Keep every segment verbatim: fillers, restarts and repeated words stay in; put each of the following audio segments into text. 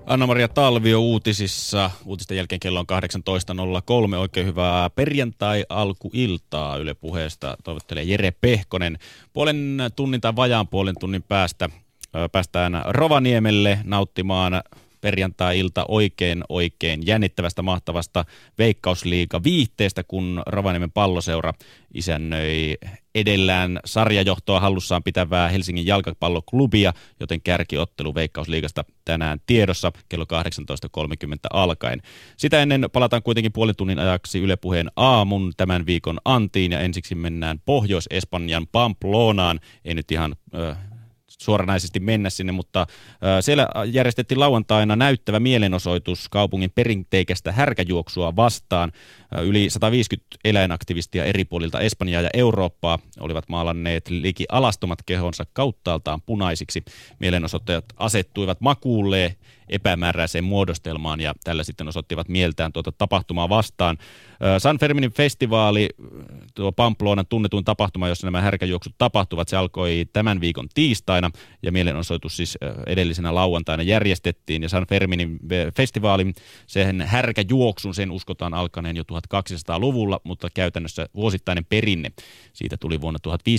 Anna-Maria Talvio uutisissa. Uutisten jälkeen kello on kahdeksantoista nolla kolme. Oikein hyvää perjantai-alkuiltaa Yle Puheesta. Toivottelee Jere Pehkonen. Puolen tunnin tai vajaan puolen tunnin päästä päästään Rovaniemelle nauttimaan perjantai-ilta oikein oikein jännittävästä, mahtavasta Veikkausliiga viihteestä, kun Rovaniemen Palloseura isännöi edellään sarjajohtoa hallussaan pitävää Helsingin jalkapalloklubia, joten kärkiottelu Veikkausliigasta tänään tiedossa kello kahdeksantoista kolmekymmentä alkaen. Sitä ennen palataan kuitenkin puolen tunnin ajaksi Yle Puheen aamun tämän viikon antiin, ja ensiksi mennään Pohjois-Espanjan Pamplonaan. Ei nyt ihan Äh, suoranaisesti mennä sinne, mutta siellä järjestettiin lauantaina näyttävä mielenosoitus kaupungin perinteikästä härkäjuoksua vastaan. Yli sata viisikymmentä eläinaktivistia eri puolilta Espanjaa ja Eurooppaa olivat maalanneet liki alastomat kehonsa kauttaaltaan punaisiksi. Mielenosoittajat asettuivat makuulleen epämääräiseen muodostelmaan ja tällä sitten osoittivat mieltään tuota tapahtumaa vastaan. San Ferminin festivaali, tuo Pamplonan tunnetuin tapahtuma, jossa nämä härkäjuoksut tapahtuvat, se alkoi tämän viikon tiistaina ja mielenosoitus siis edellisenä lauantaina järjestettiin. Ja San Ferminin festivaalin, sen härkäjuoksun, sen uskotaan alkaneen jo tuhatkaksisataaluvulla, mutta käytännössä vuosittainen perinne siitä tuli vuonna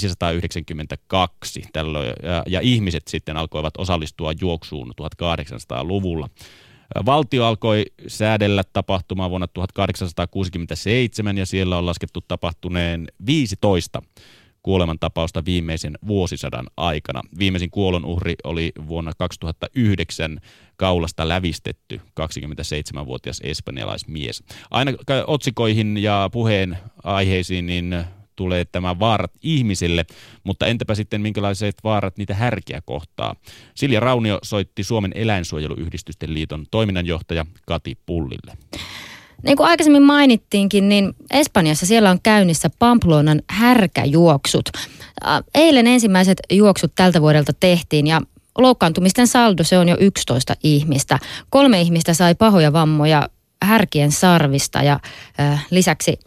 tuhatviisisataayhdeksänkymmentäkaksi. Tällöin, ja, ja ihmiset sitten alkoivat osallistua juoksuun tuhatkahdeksansataaluvulla. Valtio alkoi säädellä tapahtumaa vuonna tuhatkahdeksansataakuusikymmentäseitsemän ja siellä on laskettu tapahtuneen viisitoista kuolemantapausta viimeisen vuosisadan aikana. Viimeisin kuolonuhri oli vuonna kaksituhattayhdeksän kaulasta lävistetty kaksikymmentäseitsemänvuotias espanjalaismies. Aina otsikoihin ja puheen aiheisiin niin tulee tämä vaarat ihmisille, mutta entäpä sitten minkälaiset vaarat niitä härkiä kohtaa? Silja Raunio soitti Suomen eläinsuojeluyhdistysten liiton toiminnanjohtaja Kati Pullille. Niin kuin aikaisemmin mainittiinkin, niin Espanjassa siellä on käynnissä Pamplonan härkäjuoksut. Eilen ensimmäiset juoksut tältä vuodelta tehtiin ja loukkaantumisten saldo se on jo yksitoista ihmistä. Kolme ihmistä sai pahoja vammoja härkien sarvista ja äh, lisäksi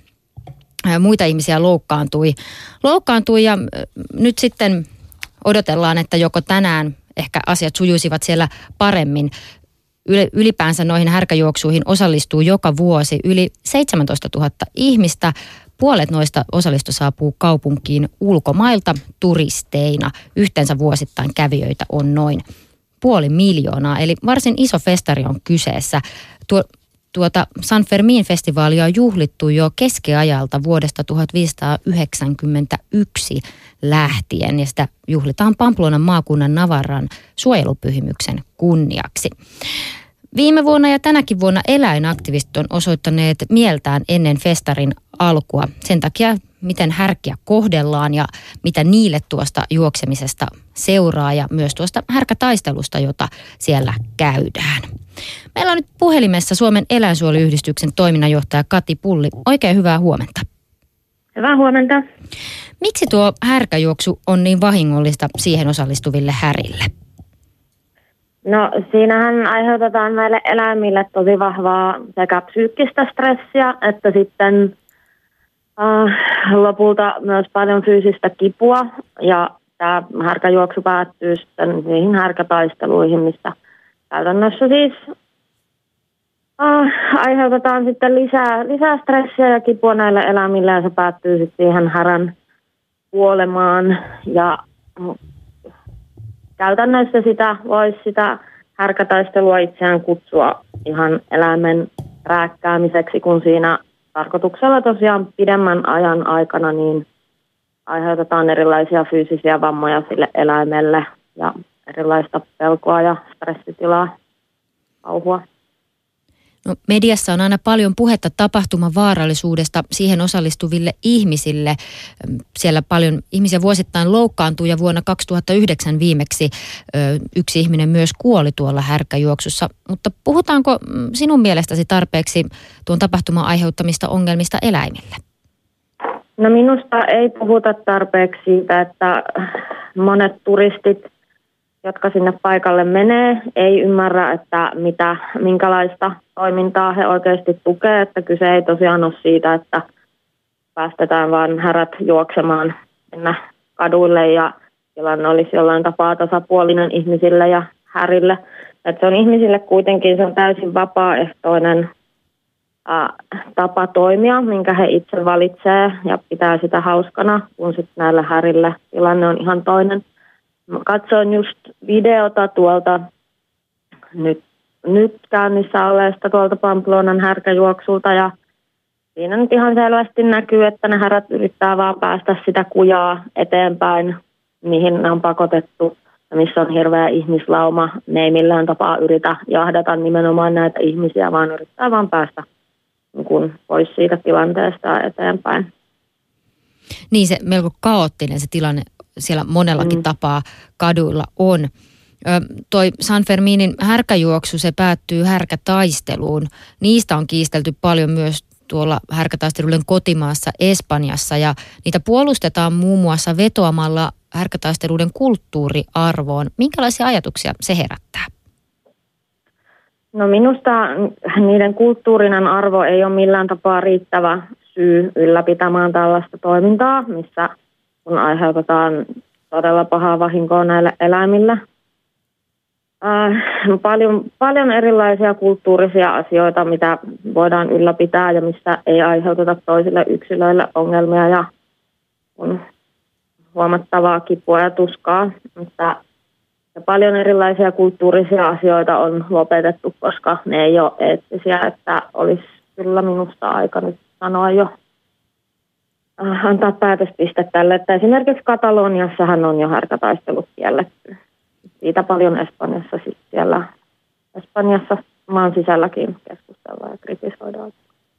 äh, muita ihmisiä loukkaantui. Loukkaantui ja äh, nyt sitten odotellaan, että joko tänään ehkä asiat sujuisivat siellä paremmin. Ylipäänsä noihin härkäjuoksuihin osallistuu joka vuosi yli seitsemäntoistatuhatta ihmistä. Puolet noista osallistujista saapuu kaupunkiin ulkomailta turisteina. Yhteensä vuosittain kävijöitä on noin puoli miljoonaa, eli varsin iso festari on kyseessä. Tuo, tuota San Fermin-festivaalia on juhlittu jo keskiajalta vuodesta tuhatviisisataayhdeksänkymmentäyksi lähtien, ja sitä juhlitaan Pamplonan maakunnan Navarran suojelupyhimyksen kunniaksi. Viime vuonna ja tänäkin vuonna eläinaktivistit on osoittaneet mieltään ennen festarin alkua. Sen takia, miten härkiä kohdellaan ja mitä niille tuosta juoksemisesta seuraa ja myös tuosta härkätaistelusta, jota siellä käydään. Meillä on nyt puhelimessa Suomen eläinsuojeluyhdistyksen toiminnanjohtaja Kati Pulli. Oikein hyvää huomenta. Hyvää huomenta. Miksi tuo härkäjuoksu on niin vahingollista siihen osallistuville härille? No siinähän aiheutetaan näille eläimille tosi vahvaa sekä psyykkistä stressiä että sitten äh, lopulta myös paljon fyysistä kipua. Ja tämä härkäjuoksu päättyy sitten niihin härkätaisteluihin, missä käytännössä siis äh, aiheutetaan sitten lisää, lisää stressiä ja kipua näille eläimille ja se päättyy sitten siihen härän kuolemaan. Ja käytännössä sitä voisi sitä härkätaistelua itseään kutsua ihan eläimen rääkkäämiseksi, kun siinä tarkoituksella tosiaan pidemmän ajan aikana niin aiheutetaan erilaisia fyysisiä vammoja sille eläimelle ja erilaista pelkoa ja stressitilaa, kauhua. No, mediassa on aina paljon puhetta tapahtuman vaarallisuudesta siihen osallistuville ihmisille. Siellä paljon ihmisiä vuosittain loukkaantuu ja vuonna kaksituhattayhdeksän viimeksi ö, yksi ihminen myös kuoli tuolla härkäjuoksussa. Mutta puhutaanko sinun mielestäsi tarpeeksi tuon tapahtuman aiheuttamista ongelmista eläimille? No minusta ei puhuta tarpeeksi siitä, että monet turistit, jotka sinne paikalle menee, ei ymmärrä, että mitä, minkälaista toimintaa he oikeasti tukee. Että kyse ei tosiaan ole siitä, että päästetään vaan härät juoksemaan sinne kaduille ja tilanne olisi jollain tapaa tasapuolinen ihmisille ja härille. Että se on ihmisille kuitenkin se on täysin vapaaehtoinen ää, tapa toimia, minkä he itse valitsee ja pitää sitä hauskana, kun sitten näillä härillä tilanne on ihan toinen. Mä katsoin just videota tuolta nyt, nyt käynnissä olleesta tuolta Pamplonan härkäjuoksulta ja siinä nyt ihan selvästi näkyy, että ne härät yrittää vaan päästä sitä kujaa eteenpäin, mihin ne on pakotettu ja missä on hirveä ihmislauma. Ne ei millään tapaa yritä jahdata nimenomaan näitä ihmisiä, vaan yrittää vaan päästä niin kuin pois siitä tilanteesta eteenpäin. Niin se melko kaoottinen se tilanne siellä monellakin mm. tapaa kaduilla on. Ö, toi San Ferminin härkäjuoksu, se päättyy härkätaisteluun. Niistä on kiistelty paljon myös tuolla härkätaisteluiden kotimaassa Espanjassa ja niitä puolustetaan muun muassa vetoamalla härkätaisteluiden kulttuuriarvoon. Minkälaisia ajatuksia se herättää? No minusta niiden kulttuurinen arvo ei ole millään tapaa riittävä syy ylläpitämään tällaista toimintaa, missä kun aiheutetaan todella pahaa vahinkoa näille eläimille. Äh, paljon, paljon erilaisia kulttuurisia asioita, mitä voidaan ylläpitää ja missä ei aiheuteta toisille yksilöille ongelmia ja on huomattavaa kipua ja tuskaa. Mutta ja paljon erilaisia kulttuurisia asioita on lopetettu, koska ne ei ole eettisiä, että olisi kyllä minusta aika nyt sanoa jo äh, antaa päätöspiste tälle, että esimerkiksi Kataloniassahan on jo härkätaistelut kielletty. Siitä paljon Espanjassa sitten siellä Espanjassa maan sisälläkin keskustellaan ja kritisoidaan.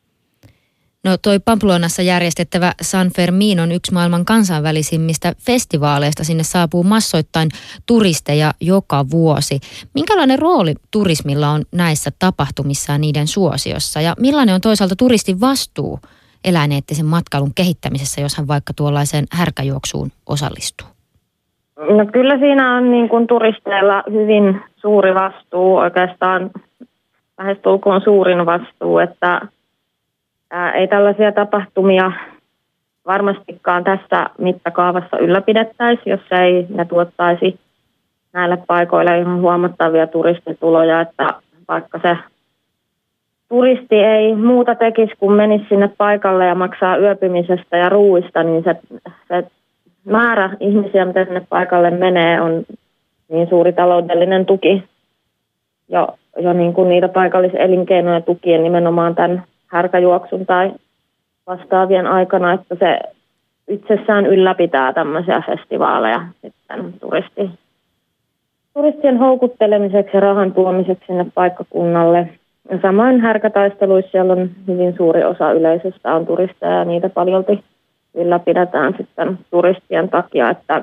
No toi Pamplonassa järjestettävä San Fermin on yksi maailman kansainvälisimmistä festivaaleista. Sinne saapuu massoittain turisteja joka vuosi. Minkälainen rooli turismilla on näissä tapahtumissa ja niiden suosiossa? Ja millainen on toisaalta turistin vastuu eläineettisen matkailun kehittämisessä, jos hän vaikka tuollaiseen härkäjuoksuun osallistuu? No kyllä siinä on niin kuin turisteilla hyvin suuri vastuu, oikeastaan lähestulkoon suurin vastuu, että ää, ei tällaisia tapahtumia varmastikaan tässä mittakaavassa ylläpidettäisi, jos ei ne tuottaisi näille paikoille ihan huomattavia turistituloja, että vaikka se turisti ei muuta tekisi, kun menisi sinne paikalle ja maksaa yöpymisestä ja ruuista, niin se, se määrä ihmisiä, mitä sinne paikalle menee, on niin suuri taloudellinen tuki jo, jo niin kuin niitä paikalliselinkeinoja tukien nimenomaan tämän härkäjuoksun tai vastaavien aikana, että se itsessään ylläpitää tämmöisiä festivaaleja sitten turisti, turistien houkuttelemiseksi ja rahan tuomiseksi sinne paikkakunnalle. Ja samoin härkätaisteluissa siellä on hyvin suuri osa yleisöstä on turisteja ja niitä paljolti ylläpidetään sitten turistien takia, että,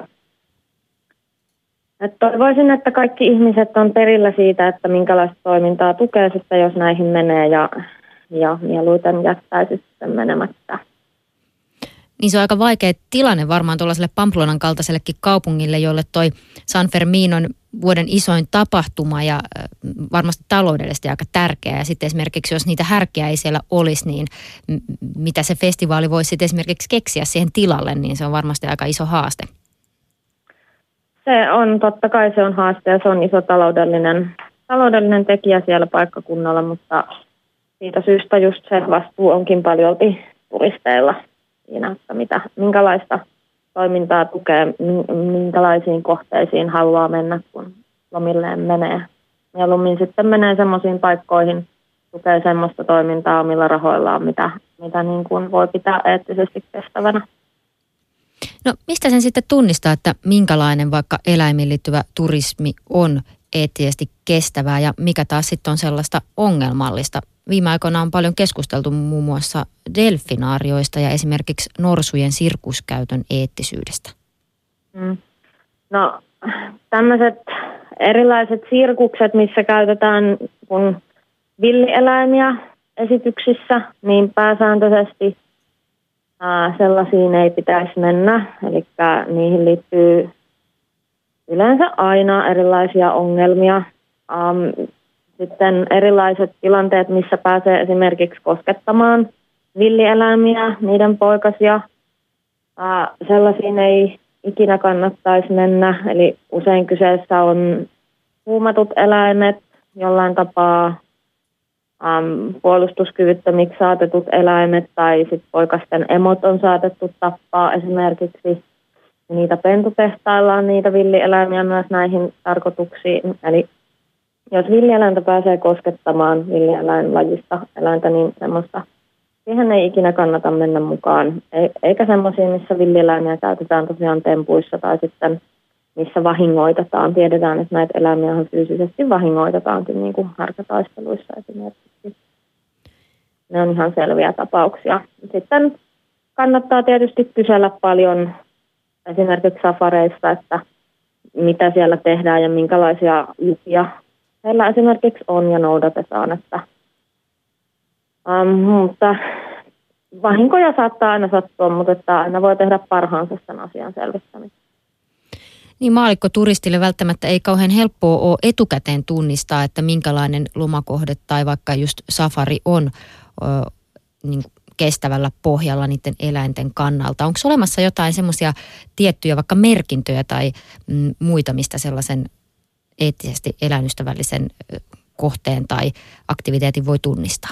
että toivoisin, että kaikki ihmiset on perillä siitä, että minkälaista toimintaa tukee sitten, jos näihin menee ja, ja mieluiten jättäisi sitten menemättä. Niin se on aika vaikea tilanne varmaan tuollaiselle Pamplonan kaltaisellekin kaupungille, jolle toi San Fermin on vuoden isoin tapahtuma ja varmasti taloudellisesti aika tärkeä. Ja sitten esimerkiksi, jos niitä härkiä ei siellä olisi, niin mitä se festivaali voisi sitten esimerkiksi keksiä siihen tilalle, niin se on varmasti aika iso haaste. Se on, totta kai se on haaste ja se on iso taloudellinen, taloudellinen tekijä siellä paikkakunnalla, mutta siitä syystä just se vastuu onkin paljolti turisteilla siinä, että mitä, minkälaista toimintaa tukee, minkälaisiin kohteisiin haluaa mennä, kun lomilleen menee. Mieluummin sitten menee semmoisiin paikkoihin, tukee semmoista toimintaa omilla rahoillaan, mitä, mitä niin kuin voi pitää eettisesti kestävänä. No mistä sen sitten tunnistaa, että minkälainen vaikka eläimiin liittyvä turismi on eettisesti kestävää ja mikä taas sitten on sellaista ongelmallista? Viime aikoina on paljon keskusteltu muun muassa delfinaarioista ja esimerkiksi norsujen sirkuskäytön eettisyydestä. Mm. No tämmöiset erilaiset sirkukset, missä käytetään kun villieläimiä esityksissä, niin pääsääntöisesti ää, sellaisiin ei pitäisi mennä. Eli niihin liittyy yleensä aina erilaisia ongelmia. Um, Sitten erilaiset tilanteet, missä pääsee esimerkiksi koskettamaan villieläimiä, niiden poikasia. Ää, sellaisiin ei ikinä kannattaisi mennä. Eli usein kyseessä on huumatut eläimet, jollain tapaa äm, puolustuskyvyttömiksi saatetut eläimet tai sit poikasten emot on saatettu tappaa esimerkiksi. Niitä pentutehtaillaan niitä villieläimiä myös näihin tarkoituksiin. Eli jos villieläintä pääsee koskettamaan villieläinlajista eläintä, niin semmoista, siihen ei ikinä kannata mennä mukaan. Eikä semmoisia, missä villieläimiä käytetään tosiaan tempuissa tai sitten missä vahingoitetaan. Tiedetään, että näitä eläimiä fyysisesti vahingoitetaankin, niin kuin härkätaisteluissa esimerkiksi. Ne on ihan selviä tapauksia. Sitten kannattaa tietysti kysellä paljon esimerkiksi safareissa, että mitä siellä tehdään ja minkälaisia lupia heillä esimerkiksi on ja noudatetaan. Että, um, mutta vahinkoja saattaa aina sattua, mutta että aina voi tehdä parhaansa sen asian selvittämistä. Niin maallikko turistille välttämättä ei kauhean helppoa ole etukäteen tunnistaa, että minkälainen lomakohde tai vaikka just safari on ö, niin kestävällä pohjalla niiden eläinten kannalta. Onko olemassa jotain semmoisia tiettyjä vaikka merkintöjä tai mm, muita, mistä sellaisen eettisesti eläinystävällisen kohteen tai aktiviteetin voi tunnistaa?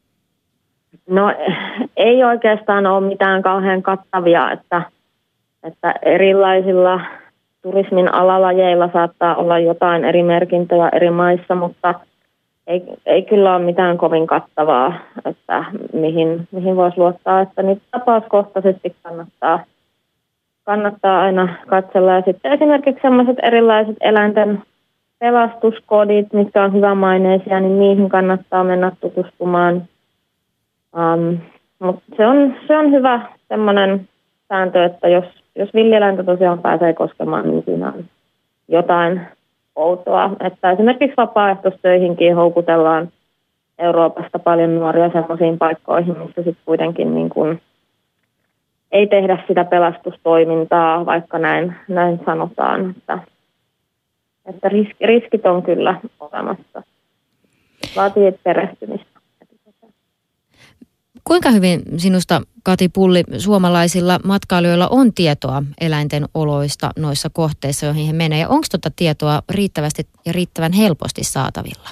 No ei oikeastaan ole mitään kauhean kattavia, että, että erilaisilla turismin alalajeilla saattaa olla jotain eri merkintöjä eri maissa, mutta ei, ei kyllä ole mitään kovin kattavaa, että mihin, mihin voisi luottaa, että niitä tapauskohtaisesti kannattaa, kannattaa aina katsella. Ja sitten esimerkiksi sellaiset erilaiset eläinten pelastuskodit, mitkä on hyvämaineisia, niin niihin kannattaa mennä tutustumaan. Um, mutta se on, se on hyvä semmoinen sääntö, että jos, jos villieläintä tosiaan pääsee koskemaan, niin siinä on jotain outoa. Että esimerkiksi vapaaehtoistöihinkin houkutellaan Euroopasta paljon nuoria semmoisiin paikkoihin, missä sitten kuitenkin niin kun ei tehdä sitä pelastustoimintaa, vaikka näin, näin sanotaan. Että, että riski, riskit on kyllä olemassa. Vaatii perehtymistä. Kuinka hyvin sinusta, Kati Pulli, suomalaisilla matkailijoilla on tietoa eläinten oloista noissa kohteissa, joihin he menee? Ja onko tuota tietoa riittävästi ja riittävän helposti saatavilla?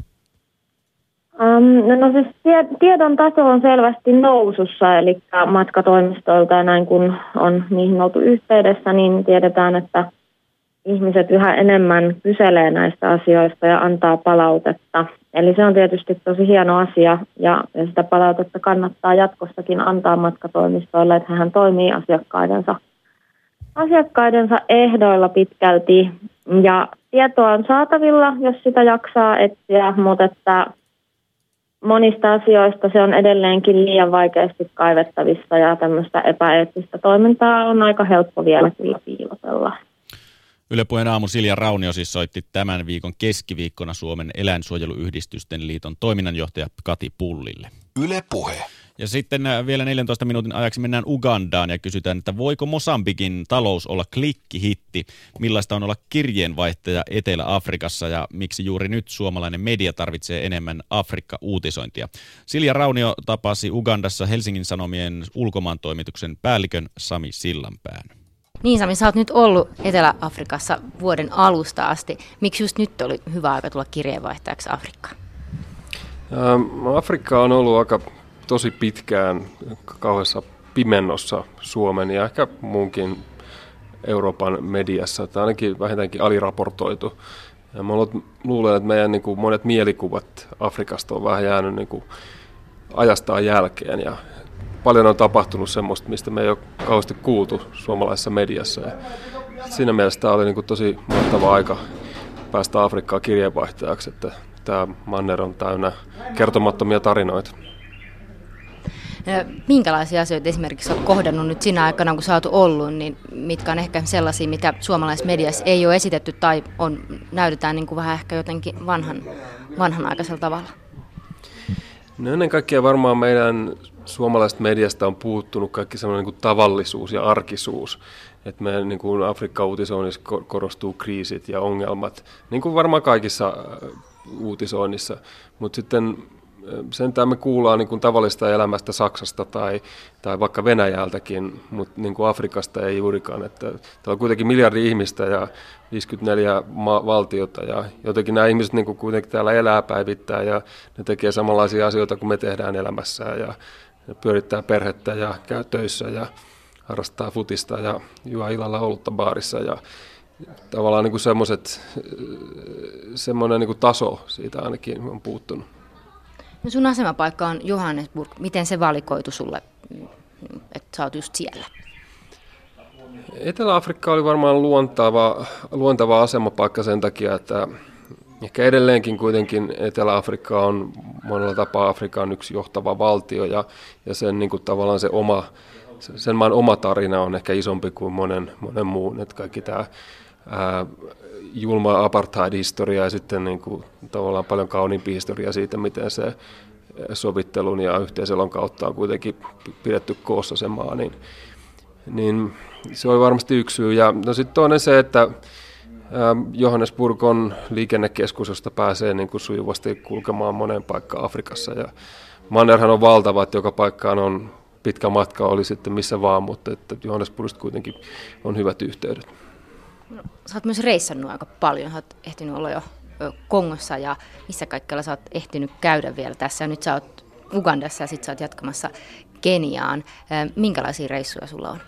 Um, no siis tie, tiedon taso on selvästi nousussa, eli matkatoimistoilta ja näin kun on niihin oltu yhteydessä, niin tiedetään, että ihmiset yhä enemmän kyselee näistä asioista ja antaa palautetta. Eli se on tietysti tosi hieno asia ja, ja sitä palautetta kannattaa jatkossakin antaa matkatoimistoille, että hän toimii asiakkaidensa, asiakkaidensa ehdoilla pitkälti. Ja tietoa on saatavilla, jos sitä jaksaa etsiä, mutta että monista asioista se on edelleenkin liian vaikeasti kaivettavissa ja tämmöistä epäeettistä toimintaa on aika helppo vielä kyllä piilotella. Yle Puheen aamu Silja Raunio siis soitti tämän viikon keskiviikkona Suomen eläinsuojeluyhdistysten liiton toiminnanjohtaja Kati Pullille. Yle Puhe. Ja sitten vielä neljäntoista minuutin ajaksi mennään Ugandaan ja kysytään, että voiko Mosambikin talous olla klikkihitti? Millaista on olla kirjeenvaihtaja Etelä-Afrikassa ja miksi juuri nyt suomalainen media tarvitsee enemmän Afrikka-uutisointia? Silja Raunio tapasi Ugandassa Helsingin Sanomien ulkomaantoimituksen päällikön Sami Sillanpään. Niin Sami, sä oot nyt ollut Etelä-Afrikassa vuoden alusta asti. Miksi just nyt oli hyvä aika tulla kirjeenvaihtajaksi Afrikkaan? Ähm, Afrikka on ollut aika tosi pitkään kauheassa pimennossa Suomen ja ehkä muunkin Euroopan mediassa. Tämä ainakin vähintäänkin aliraportoitu. Ja mä luulen, että meidän niin kuin monet mielikuvat Afrikasta on vähän jäänyt niin kuin ajastaan jälkeen. Ja paljon on tapahtunut semmoista, mistä me ei ole kauheasti kuultu suomalaisessa mediassa. Ja siinä mielessä tämä oli niin kuin tosi mahtava aika päästä Afrikkaan kirjeenvaihtajaksi, että tämä manner on täynnä kertomattomia tarinoita. Minkälaisia asioita esimerkiksi olet kohdannut nyt siinä aikana, kun sä oot ollut, niin mitkä on ehkä sellaisia, mitä suomalaisessa mediassa ei ole esitetty tai on, näytetään niin kuin vähän ehkä jotenkin vanhan, vanhanaikaisella tavalla? No ennen kaikkea varmaan meidän suomalaisesta mediasta on puuttunut kaikki semmoinen niin kuin tavallisuus ja arkisuus. Että meidän niin kuin Afrikka-uutisoinnissa korostuu kriisit ja ongelmat, niin kuin varmaan kaikissa uutisoinnissa. Mutta sitten sentään me kuullaan niin kuin tavallista elämästä Saksasta tai, tai vaikka Venäjältäkin, mutta niin kuin Afrikasta ei juurikaan. Että täällä on kuitenkin miljardi ihmistä ja viisikymmentäneljä ma- valtiota ja jotenkin nämä ihmiset niin kuin kuitenkin täällä elää päivittäin ja ne tekee samanlaisia asioita kuin me tehdään elämässään ja ne pyörittää perhettä ja käy töissä ja harrastaa futista ja juo illalla olutta baarissa ja tavallaan niin kuin semmoiset, semmoinen niin kuin taso siitä ainakin on puuttunut. No sun asemapaikka on Johannesburg. Miten se valikoitu sulle, että sä oot just siellä? Etelä-Afrikka oli varmaan luontava, luontava asemapaikka sen takia, että ehkä edelleenkin kuitenkin Etelä-Afrikka on monella tapaa Afrikan yksi johtava valtio ja, ja sen niin kuin tavallaan se oma, sen maan oma tarina on ehkä isompi kuin monen, monen muun. Että kaikki tämä ää, julma apartheid-historia ja sitten niin kuin, tavallaan paljon kauniimpi historia siitä, miten se sovittelun ja yhteiselon kautta on kuitenkin pidetty koossa se maa, niin, niin se oli varmasti yksi syy. Ja no sitten toinen se, että ää, Johannesburg on liikennekeskus, josta pääsee niin kuin sujuvasti kulkemaan moneen paikkaan Afrikassa. Ja mannerhan on valtava, että joka paikkaan on pitkä matka, oli sitten missä vaan, mutta että Johannesburgista kuitenkin on hyvät yhteydet. No, sä oot myös reissannut aika paljon, sä oot ehtinyt olla jo Kongossa ja missä kaikkialla sä oot ehtinyt käydä vielä tässä. Nyt sä oot Ugandassa ja sit sä oot jatkamassa Keniaan. Minkälaisia reissuja sulla on?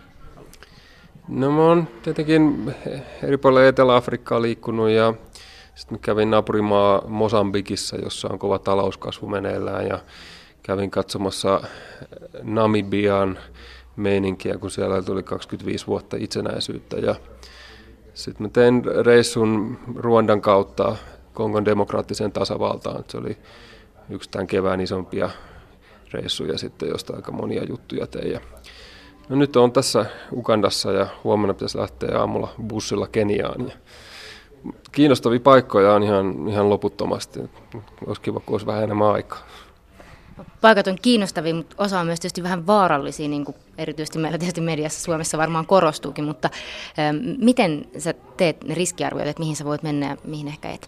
No mä oon tietenkin eri puolilla Etelä-Afrikkaa liikkunut ja sitten kävin naapurimaa Mosambikissa, jossa on kova talouskasvu meneillään ja kävin katsomassa Namibian meininkiä, kun siellä tuli kaksikymmentäviisi vuotta itsenäisyyttä ja sitten mä tein reissun Ruandan kautta Kongon demokraattiseen tasavaltaan. Se oli yksi tämän kevään isompia reissuja sitten, josta aika monia juttuja tein. Ja no nyt on tässä Ugandassa ja huomenna pitäisi lähteä aamulla bussilla Keniaan. Ja kiinnostavia paikkoja on ihan, ihan loputtomasti. Olisi kiva, kun olisi vähän enemmän aikaa. Paikat on kiinnostavia, mutta osa on myös tietysti vähän vaarallisia, niin kuin erityisesti meillä tietysti mediassa Suomessa varmaan korostuukin, mutta ähm, miten sä teet ne riskiarvioita, että mihin sä voit mennä ja mihin ehkä et?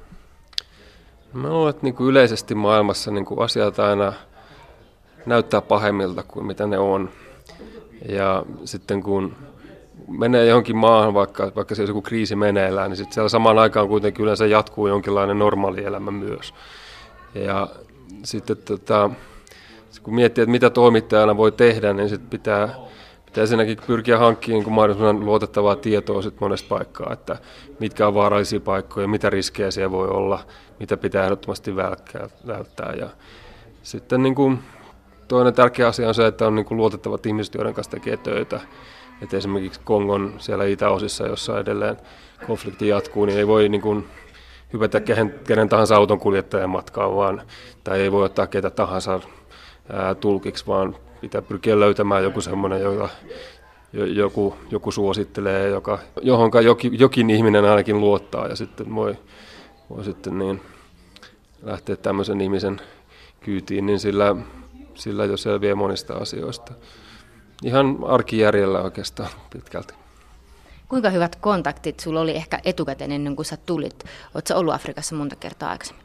Mä luulen, että niin kuin yleisesti maailmassa niin kuin asiat aina näyttää pahemmilta kuin mitä ne on. Ja sitten kun menee johonkin maahan, vaikka, vaikka siellä joku kriisi meneillään, niin sitten siellä samaan aikaan kuitenkin yleensä jatkuu jonkinlainen normaali elämä myös. Ja sitten tota, kun miettii, että mitä toimittajana voi tehdä, niin sit pitää, pitää ensinnäkin pyrkiä hankkimaan niin mahdollisimman luotettavaa tietoa sit monesta paikkaa, että mitkä on vaarallisia paikkoja, mitä riskejä siellä voi olla, mitä pitää ehdottomasti välttää. Ja sitten niin kuin toinen tärkeä asia on se, että on niin kuin luotettavat ihmiset, joiden kanssa tekee töitä. Et esimerkiksi Kongon siellä itäosissa, jossa edelleen konflikti jatkuu, niin ei voi niin kuin hypätä kenen, kenen tahansa auton kuljettajan matkaan, vaan, tai ei voi ottaa ketä tahansa ää, tulkiksi, vaan pitää pyrkiä löytämään joku semmoinen, joka joku, joku suosittelee, joka, johonka jokin, jokin ihminen ainakin luottaa, ja sitten voi, voi sitten niin lähteä tämmöisen ihmisen kyytiin, niin sillä, sillä jo selviää monista asioista. Ihan arkijärjellä oikeastaan pitkälti. Kuinka hyvät kontaktit sulla oli ehkä etukäteen ennen kuin sä tulit? Oletko sä ollut Afrikassa monta kertaa aikaisemmin?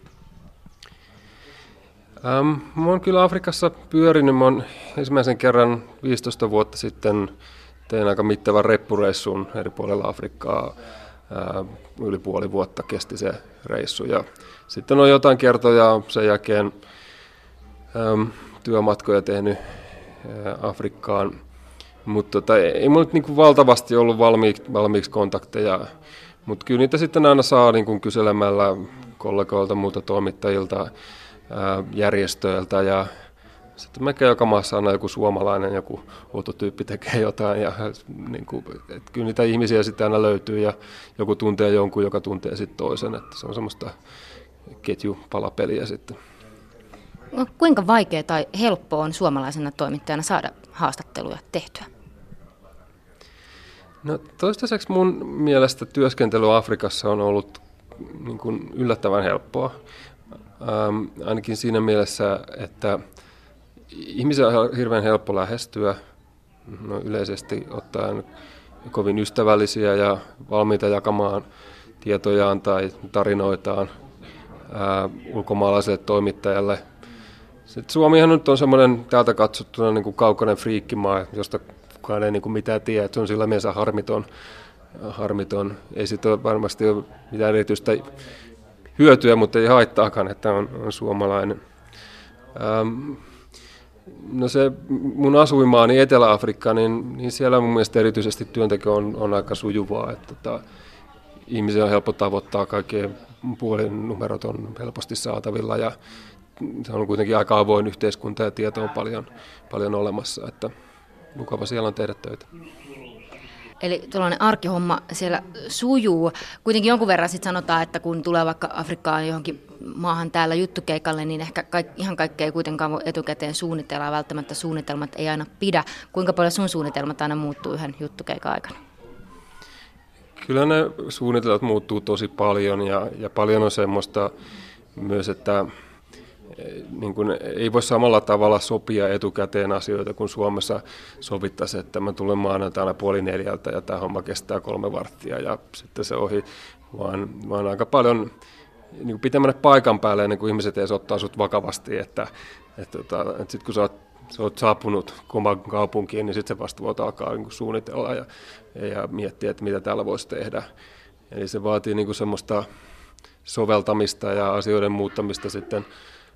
Ähm, mä oon kyllä Afrikassa pyörinyt. Mä oon ensimmäisen kerran viisitoista vuotta sitten tein aika mittavan reppureissun eri puolella Afrikkaa. Äh, yli puoli vuotta kesti se reissu. Ja sitten on jotain kertoja sen jälkeen ähm, työmatkoja tehnyt äh, Afrikkaan. Mutta tota, ei mulla niinku valtavasti ollut valmiiksi, valmiiksi kontakteja, mutta kyllä niitä sitten aina saa niinku kyselemällä kollegoilta, muilta toimittajilta, ää, järjestöiltä ja sitten melkein joka maassa aina joku suomalainen, joku autotyyppi tekee jotain ja niinku, et kyllä niitä ihmisiä sitten aina löytyy ja joku tuntee jonkun, joka tuntee sitten toisen, että se on semmoista ketjupalapeliä sitten. No, kuinka vaikea tai helppoa on suomalaisena toimittajana saada haastatteluja tehtyä? No, toistaiseksi mun mielestä työskentely Afrikassa on ollut niin kuin yllättävän helppoa. Ähm, ainakin siinä mielessä, että ihmisiä on hirveän helppo lähestyä. No, yleisesti ottaen kovin ystävällisiä ja valmiita jakamaan tietojaan tai tarinoitaan ää, ulkomaalaiselle toimittajalle. Sitten Suomihan nyt on semmoinen täältä katsottuna niin kuin kaukainen friikkimaa, josta kukaan ei niin kuin mitään tiedä. Se on sillä mielessä harmiton. harmiton. Ei siitä ole varmasti ole mitään erityistä hyötyä, mutta ei haittaakaan, että on, on suomalainen. Ähm, no se mun asuinmaani Etelä-Afrikka, niin, niin siellä mun mielestä erityisesti työnteko on, on aika sujuvaa. Että, tota, ihmisiä on helppo tavoittaa, kaikkien puhelinnumerot on helposti saatavilla ja se on kuitenkin aika avoin yhteiskunta ja tieto on paljon, paljon olemassa, että mukava siellä on tehdä töitä. Eli tuollainen arkihomma siellä sujuu. Kuitenkin jonkun verran sitten sanotaan, että kun tulee vaikka Afrikkaan johonkin maahan täällä juttukeikalle, niin ehkä kaik, ihan kaikkea ei kuitenkaan voi etukäteen suunnitella. Välttämättä suunnitelmat ei aina pidä. Kuinka paljon sun suunnitelmat aina muuttuu yhden juttukeikan aikana? Kyllä ne suunnitelmat muuttuu tosi paljon ja, ja paljon on semmoista myös, että niin kuin ei voi samalla tavalla sopia etukäteen asioita, kun Suomessa sovittaisiin, että mä tulen maanantaina puoli neljältä ja tämä homma kestää kolme varttia ja sitten se ohi, vaan, vaan aika paljon niin kuin pitää mennä paikan päälle ennen kuin ihmiset edes ottaa sut vakavasti, että, että, että, että sitten kun sä oot, sä oot saapunut omaan kaupunkiin, niin sitten se vasta voit alkaa niin kuin suunnitella ja, ja miettiä, että mitä täällä voisi tehdä. Eli se vaatii niin kuin semmoista soveltamista ja asioiden muuttamista sitten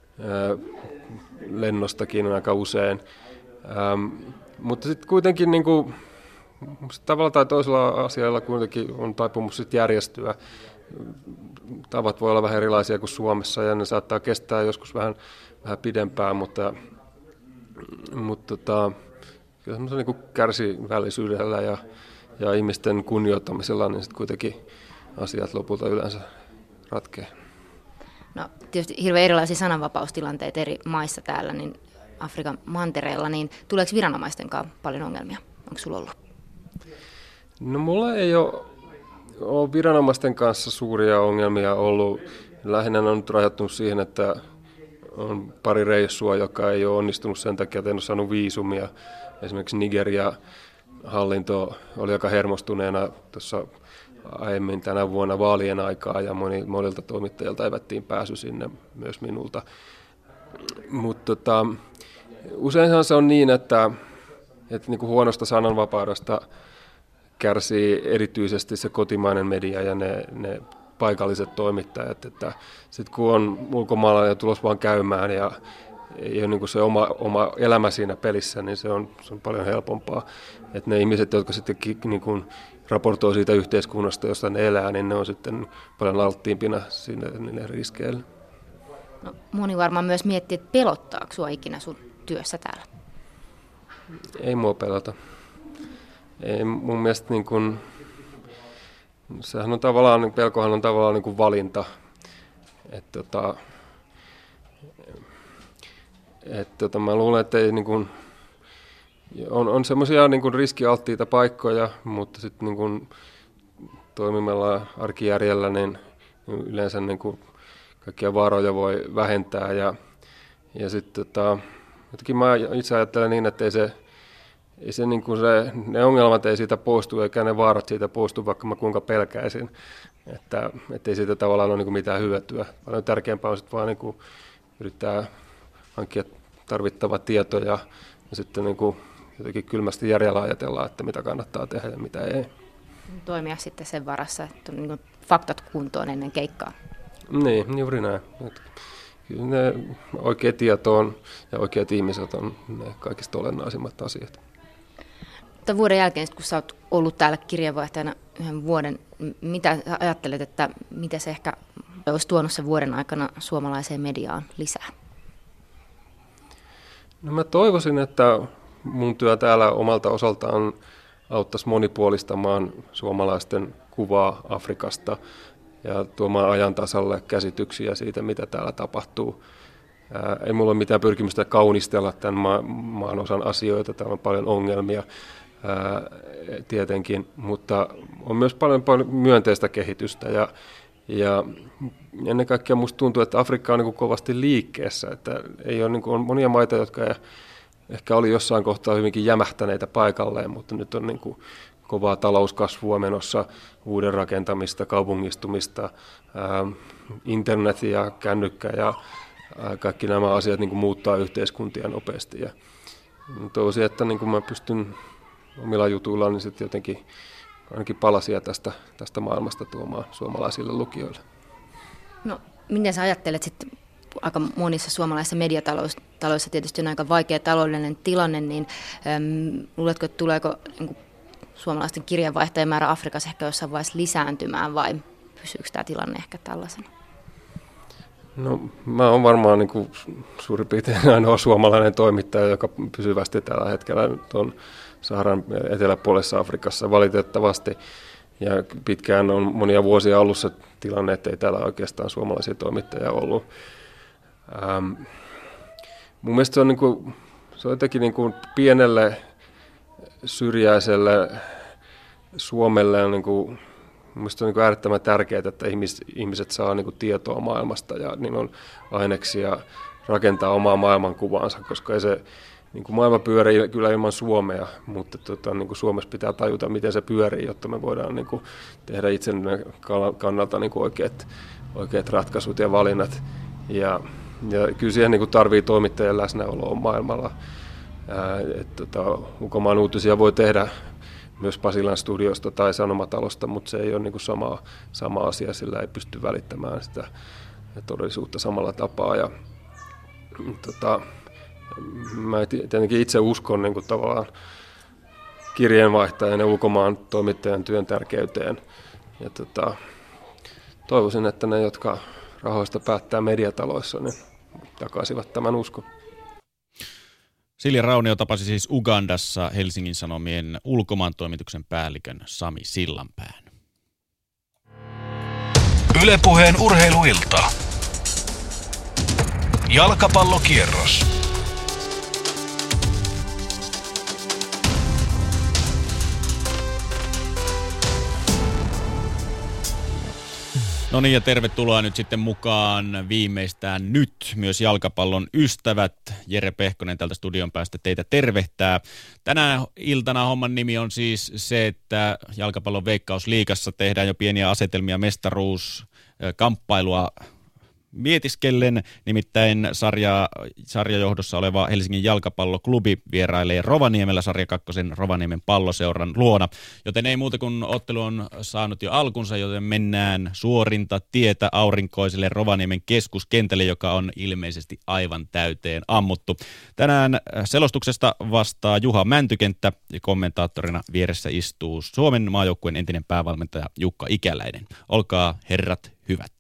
lennostakin aika usein, ähm, mutta sitten kuitenkin niin kuin, tavalla tai toisella asialla kuitenkin on taipumus sit järjestyä. Tavat voi olla vähän erilaisia kuin Suomessa ja ne saattaa kestää joskus vähän, vähän pidempään, mutta, mutta tota, kyllä semmoisella niin kärsivällisyydellä ja, ja ihmisten kunnioittamisella niin sitten kuitenkin asiat lopulta yleensä ratkee. No tietysti hirveän erilaisia sananvapaustilanteita eri maissa täällä, niin Afrikan mantereella, niin tuleeko viranomaisten kanssa paljon ongelmia? Onko sulla ollut? No mulla ei ole, ole viranomaisten kanssa suuria ongelmia ollut. Lähinnä on nyt rajoittunut siihen, että on pari reissua, joka ei ole onnistunut sen takia, että en ole saanut viisumia. Esimerkiksi Nigeria hallinto oli aika hermostuneena tuossa aiemmin tänä vuonna vaalien aikaa ja moni, monilta toimittajilta evättiin pääsy sinne, myös minulta. Mutta tota, useinhan se on niin, että, että niin kuin huonosta sananvapaudesta kärsii erityisesti se kotimainen media ja ne, ne paikalliset toimittajat. Että sit kun on ulkomaalainen tulos vaan käymään ja ei ole niin kuin se oma, oma elämä siinä pelissä, niin se on, se on paljon helpompaa. Että ne ihmiset, jotka sitten niin kuin raportoi siitä yhteiskunnasta, josta ne elää, niin ne on sitten paljon alttiimpina sinne niille riskeille. No, moni varmaan myös miettii, että pelottaako sinua ikinä sun työssä täällä? Ei mua pelota. Ei, mun mielestä niin kuin, sehän on tavallaan, pelkohan on tavallaan niin kuin valinta. Et, tota, et, tota, mä luulen, että ei, niin kuin, on, on semmoisia niin kuin riskialttiita paikkoja, mutta sitten niin kuin toimimalla arkijärjellä niin yleensä niin kuin kaikkia vaaroja voi vähentää. Ja, ja sitten tota, jotenkin mä itse ajattelen niin, että ei se, ei se, niin kuin se, ne ongelmat ei siitä poistu eikä ne vaarat siitä poistu, vaikka mä kuinka pelkäisin. Että ei siitä tavallaan ole niin kuin mitään hyötyä. Paljon tärkeämpää on sitten vaan niin kuin yrittää hankkia tarvittava tieto ja, ja sitten niin kuin jotenkin kylmästi järjellä ajatellaan, että mitä kannattaa tehdä ja mitä ei. Toimia sitten sen varassa, että niin kuin faktat kuntoon ennen keikkaa. Niin, juuri näin. Kyllä ne oikea tieto on ja oikeat ihmiset on ne kaikista olennaisimmat asiat. Mutta vuoden jälkeen, kun sä oot ollut täällä kirjeenvaihtajana yhden vuoden, mitä ajattelet, että mitä se ehkä olisi tuonut sen vuoden aikana suomalaiseen mediaan lisää? No mä toivoisin, että mun työ täällä omalta osaltaan auttaisi monipuolistamaan suomalaisten kuvaa Afrikasta ja tuomaan ajan tasalle käsityksiä siitä, mitä täällä tapahtuu. Ää, ei mulla ole mitään pyrkimystä kaunistella tämän maan, maan osan asioita, täällä on paljon ongelmia ää, tietenkin, mutta on myös paljon, paljon myönteistä kehitystä ja, ja ennen kaikkea musta tuntuu, että Afrikka on niin kuin kovasti liikkeessä, että ei ole, niin kuin, on monia maita, jotka ei, ehkä oli jossain kohtaa hyvinkin jämähtäneitä paikalleen, mutta nyt on niin kuin kovaa talouskasvua menossa, uuden rakentamista, kaupungistumista, ää, internet ja kännykkä ja kaikki nämä asiat niin kuin muuttaa yhteiskuntia nopeasti. Ja toivoisin, että niin kuin mä pystyn omilla jutuillani niin sitten jotenkin ainakin palasia tästä, tästä maailmasta tuomaan suomalaisille lukijoille. No, miten sä ajattelet sitten, aika monissa suomalaisissa mediataloissa tietysti on aika vaikea taloudellinen tilanne, niin äm, luuletko, että tuleeko niin suomalaisten kirjanvaihtajien määrä Afrikassa ehkä jossain vaiheessa lisääntymään vai pysyykö tämä tilanne ehkä tällaisena? No mä oon varmaan niin kuin suurin piirtein ainoa suomalainen toimittaja, joka pysyvästi tällä hetkellä tuon Saharan eteläpuolessa Afrikassa valitettavasti. Ja pitkään on monia vuosia ollut se tilanne, että ei täällä oikeastaan suomalaisia toimittajia ollut. Ähm, mun mielestä se on, niin kuin, se on jotenkin niin kuin pienelle syrjäiselle Suomelle on niin kuin, mun mielestä on niin kuin äärettömän tärkeää, että ihmis, ihmiset saa niin kuin tietoa maailmasta ja niin on aineksia rakentaa omaa maailmankuvaansa, koska ei se niin kuin maailma pyörii kyllä ilman Suomea, mutta tota, niin kuin Suomessa pitää tajuta, miten se pyörii, jotta me voidaan niin kuin tehdä itsemme kannalta niin kuin oikeat, oikeat ratkaisut ja valinnat. Ja, ja kyllä siihen niin kuin tarvii toimittajien läsnäoloa maailmalla. Ää, et, tota, ulkomaan uutisia voi tehdä myös Pasilan studiosta tai Sanomatalosta, mutta se ei ole niin kuin sama, sama asia, sillä ei pysty välittämään sitä todellisuutta samalla tapaa. Ja, tota, mä tietenkin itse uskon niin kuin tavallaan kirjeenvaihtajan ja ulkomaan toimittajan työn tärkeyteen. Ja tota, toivoisin, että ne, jotka rahoista päättää mediataloissa, niin takaisivat tämän uskon. Silja Raunio tapasi siis Ugandassa Helsingin Sanomien ulkomaan toimituksen päällikön Sami Sillanpään. Yle Puheen urheiluilta. Jalkapallokierros. No niin, ja tervetuloa nyt sitten mukaan viimeistään nyt myös jalkapallon ystävät. Jere Pehkonen tältä studion päästä teitä tervehtää. Tänä iltana homman nimi on siis se, että jalkapallon Veikkausliigassa tehdään jo pieniä asetelmia mestaruuskamppailua mietiskellen, nimittäin sarja, sarjajohdossa oleva Helsingin jalkapalloklubi vierailee Rovaniemellä sarja kakkosen Rovaniemen Palloseuran luona, joten ei muuta kuin ottelu on saanut jo alkunsa, joten mennään suorinta tietä aurinkoiselle Rovaniemen keskuskentälle, joka on ilmeisesti aivan täyteen ammuttu. Tänään selostuksesta vastaa Juha Mäntykenttä ja kommentaattorina vieressä istuu Suomen maajoukkueen entinen päävalmentaja Jukka Ikäläinen. Olkaa herrat hyvät.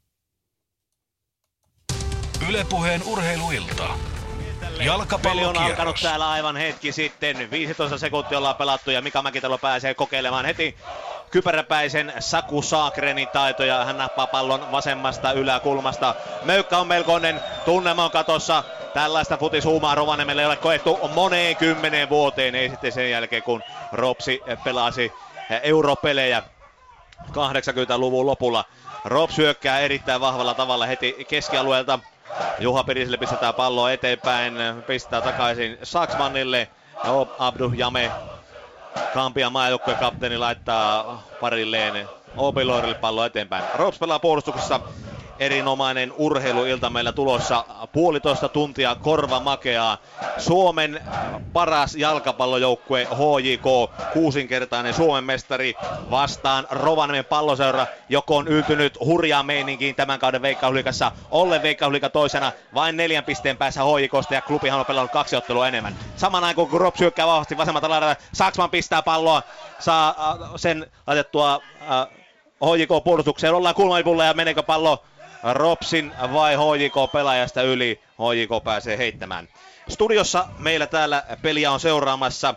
Yle Puheen urheiluilta. Peli on alkanut täällä aivan hetki sitten. viisitoista sekuntia ollaan pelattu ja Mika Mäkitalo pääsee kokeilemaan heti kypäräpäisen Saku Saakrenin taitoja. Hän nappaa pallon vasemmasta yläkulmasta. Möykkä on melkoinen, tunnelma on katossa. Tällaista futishuumaa Rovaniemelle ei ole koettu moneen kymmeneen vuoteen. Ei sitten sen jälkeen kun Ropsi pelasi europelejä kahdeksankymmentäluvun lopulla. Rops hyökkää erittäin vahvalla tavalla heti keskialueelta. Juha Piriselle pistetään palloa eteenpäin, pistää takaisin Saksmannille. Abdu Jame, Kampian maajoukkueen kapteeni, laittaa parilleen Obiloirille pallo eteenpäin. Rops pelaa puolustuksessa. Erinomainen urheiluilta meillä tulossa, puolitoista tuntia korvamakeaa. Suomen paras jalkapallojoukkue H J K, kuusinkertainen Suomen mestari vastaan Rovaniemen Palloseura, joka on yltynyt hurjaan meininkiin tämän kauden Veikkausliigassa. Ollen Veikkausliiga toisena, vain neljän pisteen päässä H J K:sta ja klubihan on pelannut kaksi ottelua enemmän. Saman aikaan kun Rops hyökkää vahvasti vasemmalta laidalta, Saksman pistää palloa, saa sen laitettua äh, H J K-puolustukseen, ollaan kulmaipulla ja meneekö pallo Ropsin vai H J K-pelaajasta yli. H J K pääsee heittämään. Studiossa meillä täällä peliä on seuraamassa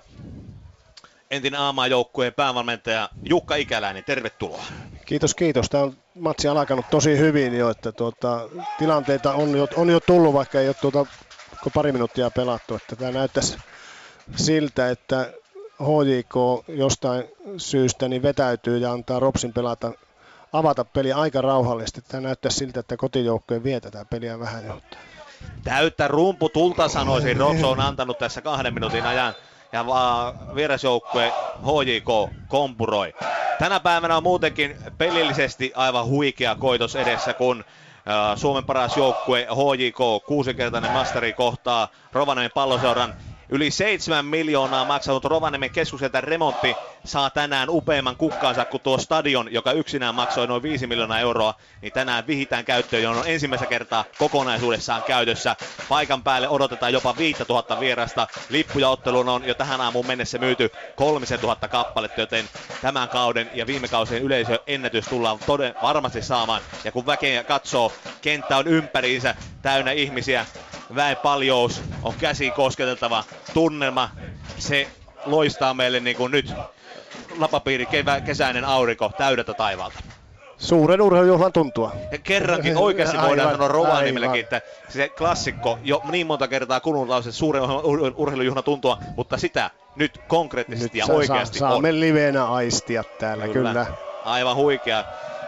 entinen A-maajoukkueen päävalmentaja Jukka Ikäläinen. Tervetuloa. Kiitos, kiitos. Tämä on matsi alkanut tosi hyvin jo, että tuota, tilanteita on jo, on jo tullut, vaikka ei ole tuota, pari minuuttia pelattu. Että tämä näyttäisi siltä, että H J K jostain syystä niin vetäytyy ja antaa Ropsin pelata avata peli aika rauhallisesti. Tämä näyttää siltä, että kotijoukkojen vie tätä peliä vähän johtaa. Täyttä rumputulta sanoisin, Rops on antanut tässä kahden minuutin ajan ja vierasjoukkue H J K kompuroi. Tänä päivänä on muutenkin pelillisesti aivan huikea koitos edessä, kun Suomen paras joukkue H J K, kuusinkertainen masteri kohtaa Rovaniemen Palloseuran. Yli seitsemän miljoonaa maksanut Rovaniemen keskuselta remontti saa tänään upeamman kukkaansa kuin tuo stadion, joka yksinään maksoi noin viisi miljoonaa euroa, niin tänään vihitään käyttöön, johon on ensimmäistä kertaa kokonaisuudessaan käytössä. Paikan päälle odotetaan jopa viisituhatta vierasta. Lippuja otteluun on jo tähän aamuun mennessä myyty kolmetuhatta kappaletta, joten tämän kauden ja viime kausien yleisöennätys tullaan toden varmasti saamaan. Ja kun väkeä katsoo, kenttä on ympäriinsä täynnä ihmisiä. Väen paljous on käsi kosketeltava tunnelma. Se loistaa meille niin kuin nyt lapapiiri kevä, kesäinen aurinko täydeltä taivaalta. Suuren urheilujuhlan tuntua. Ja kerrankin oikeasti voidaan sanoa Rovaniemellekin, että se klassikko jo niin monta kertaa kulunut lause suuren urheilujuhlan tuntua, mutta sitä nyt konkreettisesti nyt ja oikeasti saa, on. Saamme livenä aistia täällä, kyllä. kyllä. Aivan huikea.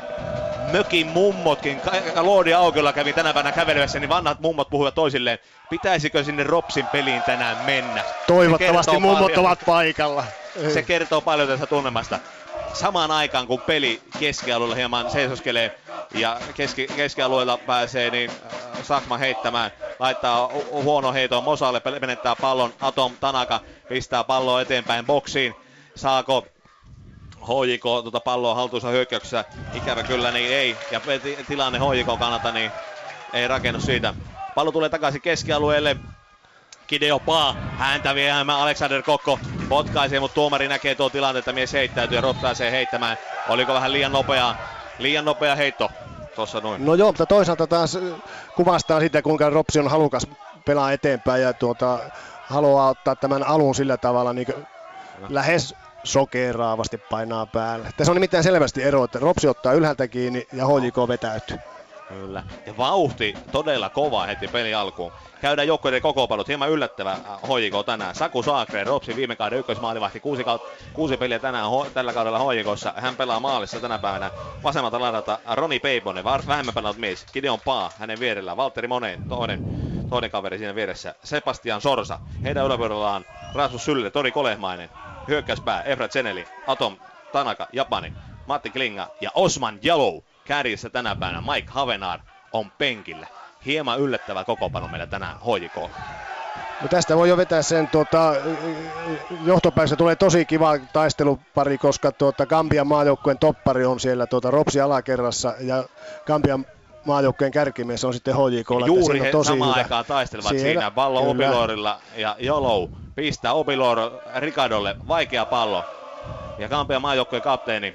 Mökin mummotkin, Loodin aukiolla kävin tänä päivänä kävelemässä, niin vanhat mummot puhuivat toisilleen, pitäisikö sinne Ropsin peliin tänään mennä. Toivottavasti mummot paljon, ovat paikalla. Se kertoo paljon tästä tunnelmasta. Samaan aikaan kun peli keskialueella hieman seisoskelee ja keski, keskialueella pääsee, niin Sakman heittämään, laittaa huono heiton Mosalle, menettää pallon, Atom Tanaka pistää palloa eteenpäin boksiin, saako H J K tuota palloa haltuunsa hyökkäyksessä, ikävä kyllä niin ei, ja tilanne H J K kannalta niin ei rakennu siitä. Pallo tulee takaisin keskialueelle, Gideo Paa, häntä viehämään Alexander Kokko potkaisee, mutta tuomari näkee tuon tilanteen, että mies heittäytyy ja Rob pääsee heittämään. Oliko vähän liian nopeaa, liian nopea heitto tuossa noin? No joo, mutta toisaalta taas kuvastaa sitä, kuinka Ropsi on halukas pelaa eteenpäin ja tuota, haluaa ottaa tämän alun sillä tavalla niin lähes sokeraavasti painaa päälle. Tässä on nimittäin selvästi ero, että Ropsi ottaa ylhäältä kiinni ja H J K vetäytyy. Kyllä. Ja vauhti todella kova heti peli alkuun. Käydään joukkueiden kokoonpanot. Hieman yllättävä H J K tänään. Saku Saakre, Ropsin viime kauden ykkösmaalivahti. Kuusi, kautta, kuusi peliä tänään ho, tällä kaudella H J K:ssa. Hän pelaa maalissa tänä päivänä. Vasemmalta laidalta Roni Peiponen, vähemmän pelannut mies. Gideon Paa hänen vierellään. Valtteri Monen, toinen, toinen kaveri siinä vieressä. Sebastian Sorsa. Heidän yläpuolellaan Rasmus Sylle, Tori Kolehmainen. Hyökkäyspää Efrat Seneli, Atom Tanaka, Japani, Matti Klinga ja Osman Jalou. Kärjessä tänä päivänä Mike Havenaar on penkillä. Hieman yllättävä kokoonpano meillä tänään H J K. No tästä voi jo vetää sen tuota, johtopäätössä tulee tosi kiva taistelupari, koska tuota, Gambian maajoukkueen toppari on siellä tuota, Ropsi alakerrassa ja Gambian maajoukkueen kärkimies on sitten H J K. Juuri he samaan aikaan taistelevat siellä, siinä. Pallo kyllä. Obilorilla ja Jalou pistää Obilor Ricardolle. Vaikea pallo. Ja Gambian maajoukkueen kapteeni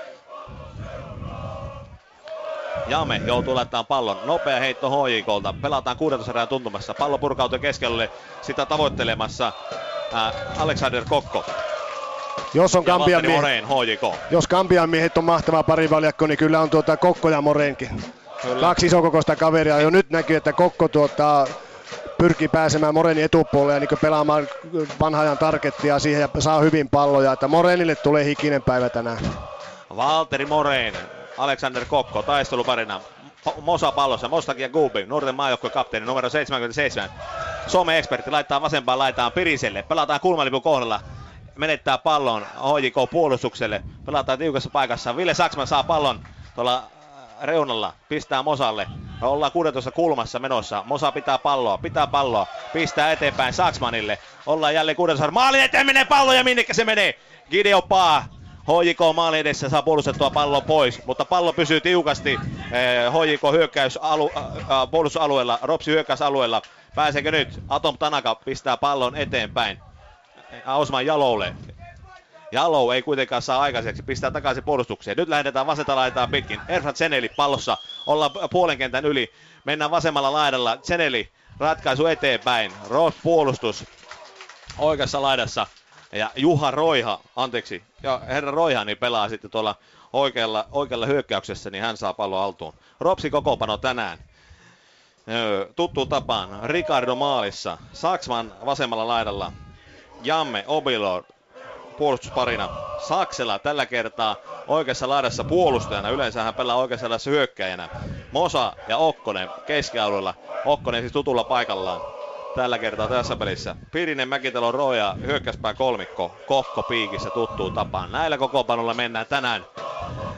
Jame joutuu laittamaan pallon. Nopea heitto H J K:lta. Pelataan kuudentoista erään tuntumassa. Pallo purkautuu keskelle. Sitä tavoittelemassa ää, Alexander Kokko. Jos on Gambian miehet, Moreen, H J K. Jos Gambian miehet on mahtava parivaljakko, niin kyllä on tuota Kokko ja Morenkin. Kyllä. Kaksi isokokoista kaveria. Jo nyt näkyy, että Kokko tuota, pyrkii pääsemään Morenin etupuolelle ja niin pelaamaan vanhaajan targettia siihen ja saa hyvin palloja. Että Morenille tulee hikinen päivä tänään. Valtteri Moreen. Alexander Kokko taisteluparina. Mosa pallossa, Mostaki ja Gubin, nuorten maajoukkueen kapteeni numero seitsemänkymmentäseitsemän. Some-ekspertti laittaa vasempaan laitaan Piriselle. Pelataan kulmalipun kohdalla. Menettää pallon H J K puolustukselle. Pelataan tiukassa paikassa. Ville Saksman saa pallon tuolla reunalla. Pistää Mosalle. Ollaan kuudentoista kulmassa menossa. Mosa pitää palloa. Pitää palloa. Pistää eteenpäin Saksmanille. Ollaan jälleen kuudentoista. Maalin eteen menee pallo ja minnekä se menee? Gideo Paa. H J K maali edessä saa puolustettua pallon pois, mutta pallo pysyy tiukasti H J K hyökkäysalu, äh, puolustusalueella, Ropsi hyökkäysalueella. Pääseekö nyt? Atom Tanaka pistää pallon eteenpäin Osman Jaloulle. Jalou ei kuitenkaan saa aikaiseksi, pistää takaisin puolustukseen. Nyt lähdetään vasenta laitaan pitkin. Erfrat Seneli pallossa, ollaan puolen kentän yli. Mennään vasemmalla laidalla. Seneli ratkaisu eteenpäin. Ross puolustus oikeassa laidassa. Ja Juha Roiha, anteeksi, ja herra Roiha niin pelaa sitten tuolla oikealla, oikealla hyökkäyksessä, niin hän saa pallon haltuun. Ropsi kokoonpano tänään. Tuttuun tapaan, Ricardo maalissa, Saksman vasemmalla laidalla, Jamme Obilor puolustusparina, Saksela tällä kertaa oikeassa laidassa puolustajana, yleensä hän pelaa oikeassa laidassa hyökkäjänä. Mosa ja Okkonen keskialueella, Okkonen siis tutulla paikallaan. Tällä kertaa tässä pelissä. Pirinen, Mäkitalo, Roja, hyökkäyspään kolmikko, Kokko piikissä tuttuun tapaan. Näillä kokoonpanolla mennään tänään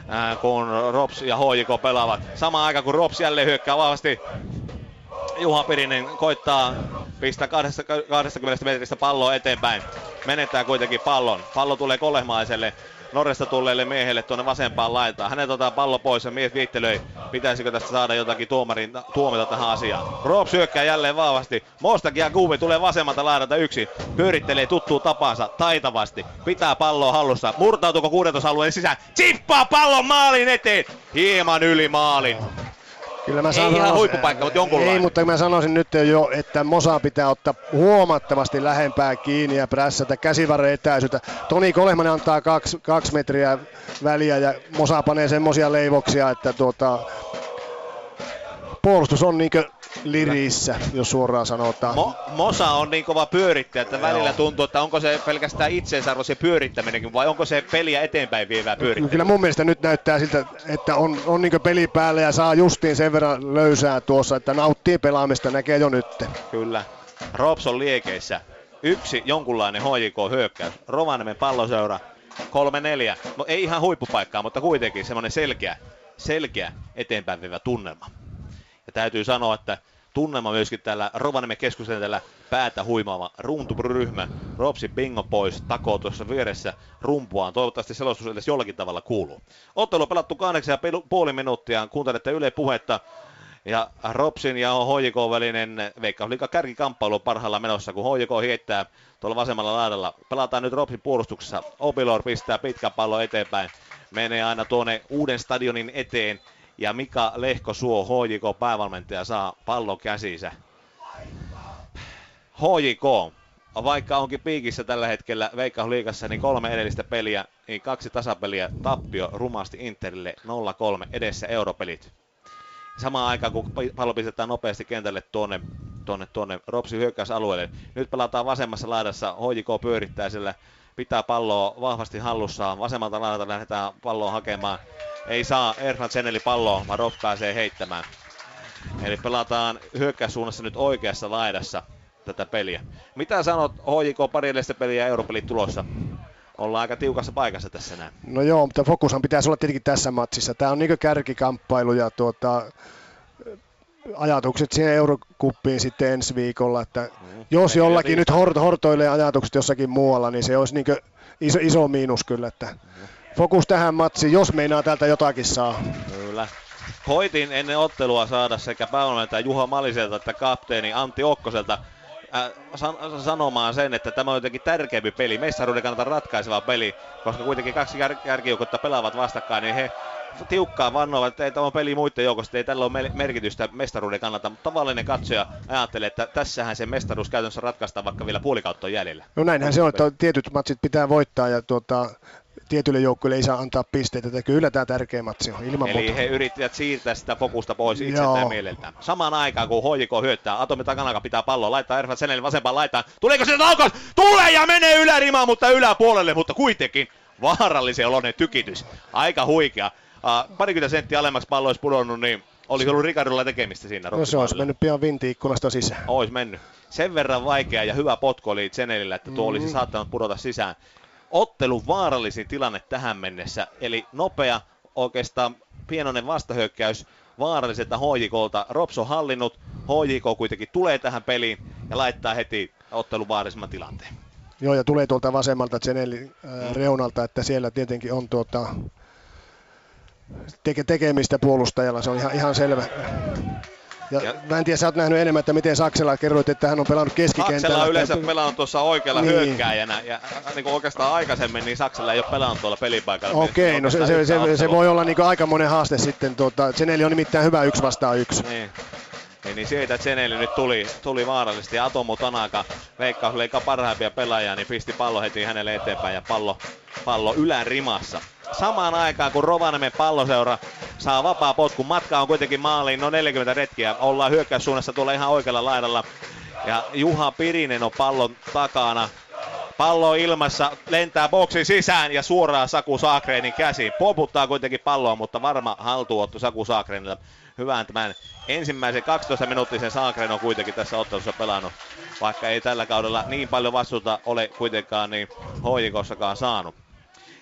ää, kun Rops ja H J K pelaavat. Samaan aikaan kun Rops jälleen hyökkää vahvasti. Juha Pirinen koittaa pistää kaksikymmentä metristä palloa eteenpäin. Menettää kuitenkin pallon. Pallo tulee Kolehmaiselle, Norjasta tulleelle miehelle tuonne vasempaan laitaan. Hänet otetaan pallo pois ja mies viittelöi, pitäisikö tästä saada jotakin tuomarin tuomita tähän asiaan. Rops hyökkää jälleen vahvasti. Mostak ja Kuubi tulee vasemmalta laidalta yksi. Pyörittelee tuttuu tapansa taitavasti. Pitää palloa hallussa. Murtautuuko kuudentoista-alueen sisään? Chippaa pallon maalin eteen. Hieman yli maalin. Kyllä mä ei sanon, ihan huippupaikka, mutta jonkunlainen. Ei, mutta mä sanoisin nyt jo, että Mosa pitää ottaa huomattavasti lähempää kiinni ja prässätä käsivarren etäisyyttä. Toni Kolehmanen antaa kaksi, kaksi metriä väliä ja Mosa panee semmosia leivoksia, että tuota, puolustus on niinkö lirissä, jos suoraan sanotaan. Mo- Mosa on niin kova pyörittäjä, että välillä tuntuu, että onko se pelkästään itseisarvo se pyörittäminenkin vai onko se peliä eteenpäin vievää pyörittämistä? Kyllä mun mielestä nyt näyttää siltä, että on, on niin peli päällä ja saa justiin sen verran löysää tuossa, että nauttii pelaamista, näkee jo nyt. Kyllä. Rops on liekeissä. Yksi jonkunlainen H J K-hyökkäys. Rovaniemen Palloseura kolme neljä. No ei ihan huippupaikkaa, mutta kuitenkin semmoinen selkeä, selkeä eteenpäin vievä tunnelma. Ja täytyy sanoa, että tunnelma myöskin täällä Rovaniemen keskuskentällä päätä huimaava runturyhmä. Ropsi bingo pois, takoo tuossa vieressä rumpuaan. Toivottavasti selostus edes jollakin tavalla kuuluu. Ottelu on pelattu kahdeksan ja puoli minuuttia. Kuuntelette Yle Puhetta. Ja Ropsin ja H J K välinen Veikkausliigan kärkikamppailu on parhaalla menossa, kun H J K heittää tuolla vasemmalla laidalla. Pelataan nyt Ropsin puolustuksessa. Obilor pistää pitkän pallon eteenpäin. Menee aina tuonne uuden stadionin eteen. Ja Mika Lehkosuo, H J K päävalmentaja, saa pallon käsiinsä. H J K, vaikka onkin piikissä tällä hetkellä Veikkausliigassa, niin kolme edellistä peliä, niin kaksi tasapeliä, tappio rumasti Interille nolla kolme edessä europelit. Samaan aikaan kun pallo pistetään nopeasti kentälle tuonne, tuonne, tuonne Ropsin hyökkäysalueelle. Nyt pelataan vasemmassa laidassa, H J K pyörittää sillä, pitää palloa vahvasti hallussaan. Vasemmalta laidalta lähdetään palloa hakemaan. Ei saa Erfan Seneli palloa, vaan Rops pääsee heittämään. Eli pelataan hyökkäyssuunnassa nyt oikeassa laidassa tätä peliä. Mitä sanot H J K pari edellistä peliä ja europelit tulossa? Ollaan aika tiukassa paikassa tässä näin. No joo, mutta fokushan pitäisi olla tietenkin tässä matsissa. Tämä on niin kärkikamppailu ja tuota, ajatukset siihen Eurokuppiin sitten ensi viikolla. Että mm. Jos jollakin nyt hort- hortoilee ajatukset jossakin muualla, niin se olisi niin iso, iso miinus kyllä. Että fokus tähän matsiin, jos meinaa täältä jotakin saa. Kyllä. Hoitin ennen ottelua saada sekä päävalmentaja Juha Maliselta että kapteeni Antti Okkoselta Äh, san- sanomaan sen, että tämä on jotenkin tärkeämpi peli, mestaruuden kannalta ratkaiseva peli, koska kuitenkin kaksi kär- kärkijoukkoa pelaavat vastakkain, niin he tiukkaan vannovat, että ei tämä peli muiden joukosta, ei tällä ole merkitystä mestaruuden kannalta, mutta tavallinen katsoja ajattelee, että tässähän se mestaruus käytännössä ratkaistaan, vaikka vielä puolikautta on jäljellä. No näinhän se on, että tietyt matsit pitää voittaa ja tuota, tietyille joukkueille ei saa antaa pisteitä, että kyllä tämä tärkeä matsi on ilman Eli muuta. he yrittivät siirtää sitä fokusta pois itseltään ja mieleltään. Samaan aikaan kun H J K hyöttää, Atomi takana pitää palloa, laittaa Erfan Senelin vasempaan laitaan. Tuleeko se laukaus? Tulee ja menee ylärimaan, mutta yläpuolelle, mutta kuitenkin vaarallisen oloinen tykitys. Aika huikea. Uh, parikymmentä senttiä alemmaksi pallo olisi pudonnut, niin olisi ollut Ricardolla tekemistä siinä. No se olisi mennyt pian vinti-ikkunasta sisään. Olisi mennyt. Sen verran vaikea ja hyvä potku oli Senelillä, että tuo mm-hmm. olisi saattanut pudota sisään. Ottelun vaarallisin tilanne tähän mennessä, eli nopea, oikeastaan pienoinen vastahyökkäys vaaralliselta H J K:lta. Rops on hallinnut, H J K kuitenkin tulee tähän peliin ja laittaa heti ottelun vaarallisemman tilanteen. Joo, ja tulee tuolta vasemmalta Zenelin äh, reunalta, että siellä tietenkin on tuota, teke, tekemistä puolustajalla, se on ihan, ihan selvä. Ja, ja mä en tiedä, sä oot nähnyt enemmän, että miten Saksela kerroit, että hän on pelannut keskikentällä. Saksela on yleensä pelannut tuossa oikealla niin. hyökkääjänä ja niin kuin oikeastaan aikaisemmin, niin Saksela ei ole pelannut tuolla pelipaikalla. Okei, okay, no se, se, se, se voi olla niin aikamoinen haaste sitten. Tuota, Zeneli on nimittäin hyvä yksi vastaan yksi. Niin. Niin, niin siitä Zeneli nyt tuli, tuli vaarallisesti ja Atomo Tanaka, Veikkausliigan parhaimpia pelaajia, niin pisti pallo heti hänelle eteenpäin ja pallo, pallo ylärimassa. Samaan aikaan kun Rovaniemen Palloseura saa vapaa potkun, matka on kuitenkin maaliin noin neljäkymmentä retkiä, ollaan hyökkäyssuunnassa tuolla ihan oikealla laidalla ja Juha Pirinen on pallon takana. Pallo ilmassa, lentää boksin sisään ja suoraan Saku Saakrenin käsiin. Poputtaa kuitenkin palloa, mutta varma haltuunotto Saku Saakrenilta. Hyvään tämän ensimmäisen kaksitoista minuuttisen Saakren on kuitenkin tässä ottelussa pelannut. Vaikka ei tällä kaudella niin paljon vastuuta ole kuitenkaan niin H J K:ssakaan saanut.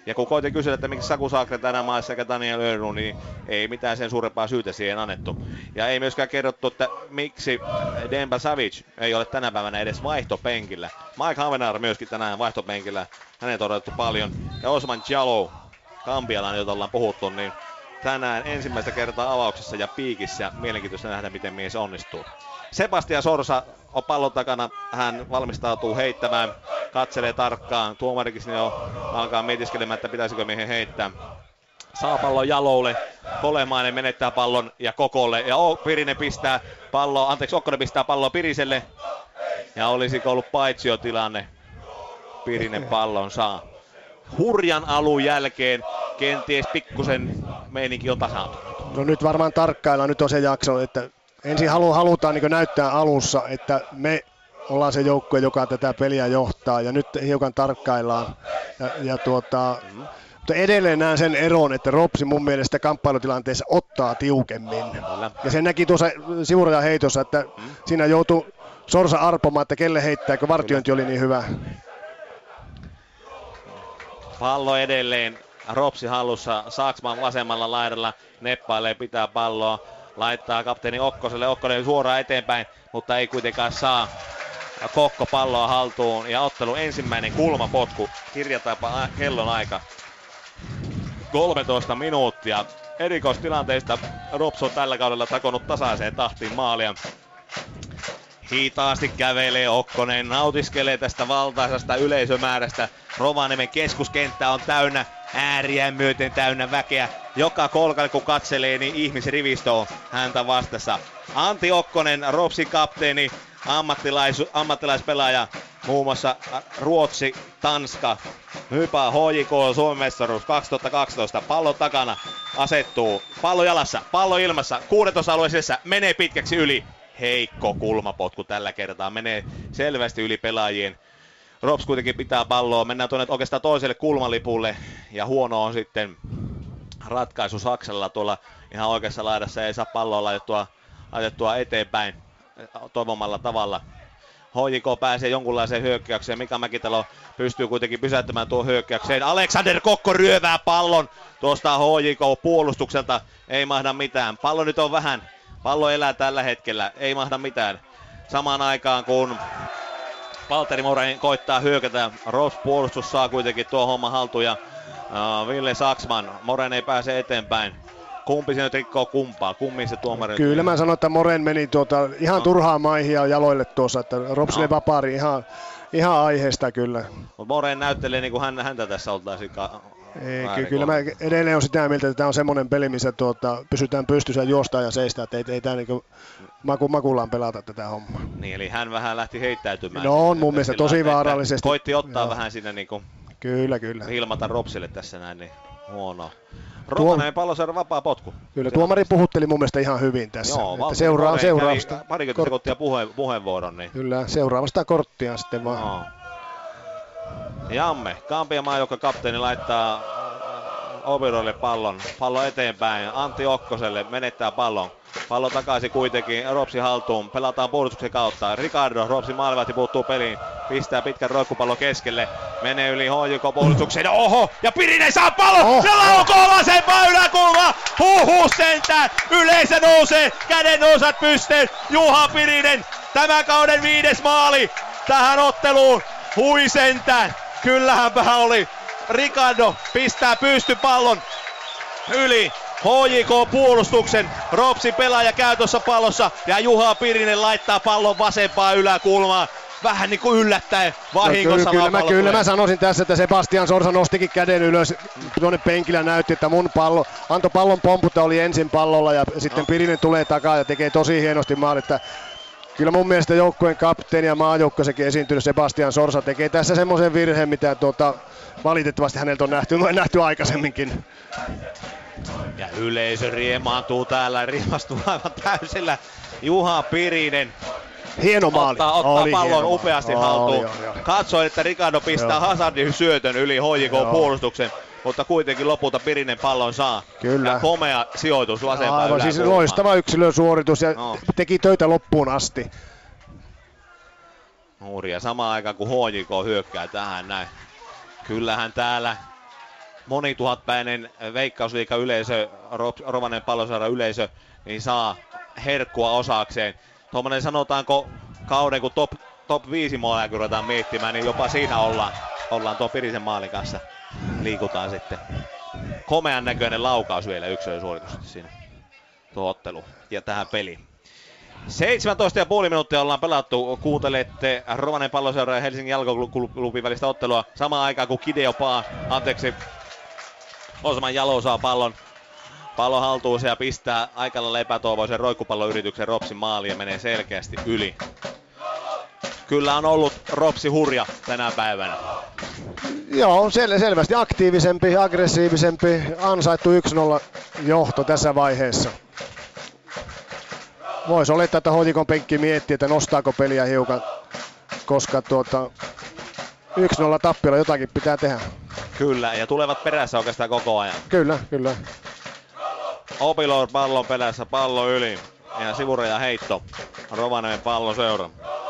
Ja kun koitin kysyä, että miksi Saku Saakre tänään maassa sekä Daniel Öhrnrooth, niin ei mitään sen suurempaa syytä siihen annettu. Ja ei myöskään kerrottu, että miksi Demba Savage ei ole tänä päivänä edes vaihtopenkillä. Mike Havenar myöskin tänään vaihtopenkillä. Hänet on odotettu paljon. Ja Osman Jallow, gambialainen, jota ollaan puhuttu, niin tänään ensimmäistä kertaa avauksessa ja piikissä. Mielenkiintoista nähdä, miten mies onnistuu. Sebastian Sorsa on pallon takana, hän valmistautuu heittämään, katselee tarkkaan, tuomarikin jo alkaa mietiskelemään, että pitäisikö miehen heittää. Saa pallon Jallowlle, Kolehmainen menettää pallon ja Kokolle, ja o, Pirinen pistää palloa, anteeksi Okkonen pistää palloa Piriselle, ja olisiko ollut paitsiotilanne, Pirinen pallon saa. Hurjan alun jälkeen kenties pikkusen meininki on tasaantunut. No nyt varmaan tarkkaillaan, nyt on se jakso, että ensin halu, halutaan niin näyttää alussa, että me ollaan se joukkue, joka tätä peliä johtaa, ja nyt hiukan tarkkaillaan. Ja, ja tuota, mm. Mutta edelleen näen sen eron, että Ropsi mun mielestä kamppailutilanteessa ottaa tiukemmin. Kyllä. Ja sen näki tuossa sivurajan heitossa, että mm. siinä joutui Sorsa arpomaan, että kelle heittää, kun vartiointi oli niin hyvä. Pallo edelleen. Ropsi hallussa, Saksman vasemmalla laidalla neppailee, pitää palloa. Laittaa kapteeni Okkoselle, Okkonen suoraan eteenpäin, mutta ei kuitenkaan saa Kokko palloa haltuun. Ja ottelu ensimmäinen kulmapotku, kirjataanpa kellon aika. kolmetoista minuuttia. Erikoistilanteista Rops on tällä kaudella takonut tasaiseen tahtiin maalia. Hitaasti kävelee Okkonen, nautiskelee tästä valtaisesta yleisömäärästä. Rovaniemen keskuskenttä on täynnä, ääriään myöten täynnä väkeä. Joka kolkalle kun katselee, niin ihmisrivistö on häntä vastassa. Antti Okkonen, Ropsin kapteeni, ammattilais, ammattilaispelaaja, muun muassa Ruotsi, Tanska. Hypää H J K Suomen mestaruus kaksituhattakaksitoista. Pallon takana asettuu. Pallo jalassa, pallo ilmassa, kuudentoista alueessa menee pitkäksi yli. Heikko kulmapotku tällä kertaa, menee selvästi yli pelaajien. Rops kuitenkin pitää palloa, mennään tuonne oikeastaan toiselle kulmalipulle ja huono on sitten ratkaisu Saksalla tuolla ihan oikeassa laidassa, ei saa palloa laitettua, laitettua eteenpäin toivomalla tavalla. H J K pääsee jonkunlaiseen hyökkäykseen, Mika Mäkitalo pystyy kuitenkin pysäyttämään tuon hyökkäykseen. Alexander Kokko ryövää pallon tuosta H J K-puolustukselta, ei mahda mitään. Pallo nyt on vähän, pallo elää tällä hetkellä, ei mahda mitään. Samaan aikaan kun Valtteri Morainen koittaa hyökätä, Rops puolustus saa kuitenkin tuo homma haltuun ja uh, Ville Saksman, Morainen ei pääse eteenpäin. Kumpi siinä rikkoo kumpaa? Kummin se tuomari? Kyllä mä sanon, että Moren meni tuota ihan no. turhaan maihin ja jaloille tuossa, että Ropsille no. vapaari ihan, ihan aiheesta kyllä. Mutta Moren näyttelee niin kuin hän, häntä tässä oltaisiin ka- Ei, ky- kyllä mä edelleen on sitä mieltä, että tämä on semmoinen peli, missä tuota, pysytään pystyssä juostaan ja seistää, että ei, ei tämä niinku maku, makullaan pelata tätä hommaa. Niin, eli hän vähän lähti heittäytymään. No on mun mielestä tosi vaarallisesti. Koitti ottaa Joo. vähän sinne niinku kyllä, kyllä. Hilmata Ropsille tässä näin, niin huono. Rovaniemen palloseura vapaa potku. Kyllä, tuomari puhutteli mun mielestä ihan hyvin tässä. Joo, että seuraa, seuraavasta. Parikymmentä sekuntia puhe, puheenvuoron. Niin. Kyllä, seuraavasta korttia sitten vaan. No. Jamme, Kampian maajoukkueen kapteeni laittaa Obiroille pallon, pallo eteenpäin, Antti Okkoselle menettää pallon. Pallo takaisin kuitenkin, Ropsi haltuun, pelataan puolustuksen kautta. Ricardo, Ropsin maalivahti puuttuu peliin, pistää pitkän roikkupallo keskelle, menee yli H J K-puolustukseen, oho, ja Pirinen saa pallon, oh, ja laukoo vasempaan yläkulma, huuhuu sentään, yleisö nousee, käden nousat pystyyn, Juha Pirinen, tämän kauden viides maali tähän otteluun, hui sentään, kyllähänpä oli. Ricardo pistää pystypallon yli H J K-puolustuksen. Ropsi pelaaja käy tuossa pallossa ja Juha Pirinen laittaa pallon vasempaan yläkulmaan. Vähän niin kuin yllättäen vahingossa. No, kyllä, kyllä, mä, kyllä mä sanoisin tässä, että Sebastian Sorsa nostikin käden ylös. Tuonne penkillä näytti, että mun pallo, antoi pallon pomputta, oli ensin pallolla ja sitten no. Pirinen tulee takaa ja tekee tosi hienosti maali. Että kyllä mun mielestä joukkueen kapteeni ja maajoukkueessakin esiintynyt Sebastian Sorsa tekee tässä semmoisen virheen, mitä tuota, valitettavasti häneltä on nähty, on nähty aikaisemminkin. Ja yleisö riemaantuu täällä, riemastuu aivan täysillä. Juha Pirinen hieno maali. Ottaa, ottaa pallon upeasti haltuun. Katsoin, että Ricardo pistää Joo. Hazardin syötön yli H J K-puolustuksen. Mutta kuitenkin lopulta Pirinen pallon saa. Kyllä. Ja komea sijoitus vasempaan Aivan, siis loistava yksilösuoritus ja no. teki töitä loppuun asti. Hurja, samaan aikaan kun H J K hyökkää tähän näin. Kyllähän täällä monituhatpäinen Veikkausliigan yleisö, Rovaniemen Palloseuran yleisö, niin saa herkkua osakseen. Tuommoinen sanotaanko kauden, kun top, top viisi maalia kun ruvetaan miettimään, niin jopa siinä ollaan, ollaan tuon Pirisen maalin kanssa. Liikutaan sitten. Komean näköinen laukaus vielä yksilösuoritus siinä tuo ottelu ja tähän peliin. seitsemäntoista pilkku viisi minuuttia ollaan pelattu. Kuuntelette Rovaniemen Palloseuran ja Helsingin Jalkaklubin välistä ottelua samaan aikaan kuin Kideopaa, anteeksi, Osman Jalo saa pallon, pallon haltuunsa ja pistää aika lailla epätoivoisen roikkupalloyrityksen Ropsin maaliin ja menee selkeästi yli. Kyllä on ollut Ropsi hurja tänä päivänä. Joo, sel- selvästi aktiivisempi, aggressiivisempi, ansaittu yksi nolla johto tässä vaiheessa. Voisi olettaa, että Hoikon penkki miettii, että nostaako peliä hiukan, koska tuota, yksi nolla tappiolla jotakin pitää tehdä. Kyllä, ja tulevat perässä oikeastaan koko ajan. Kyllä, kyllä. Opilor pallon perässä, pallo yli ja sivuraja heitto Rovaniemen Palloseura.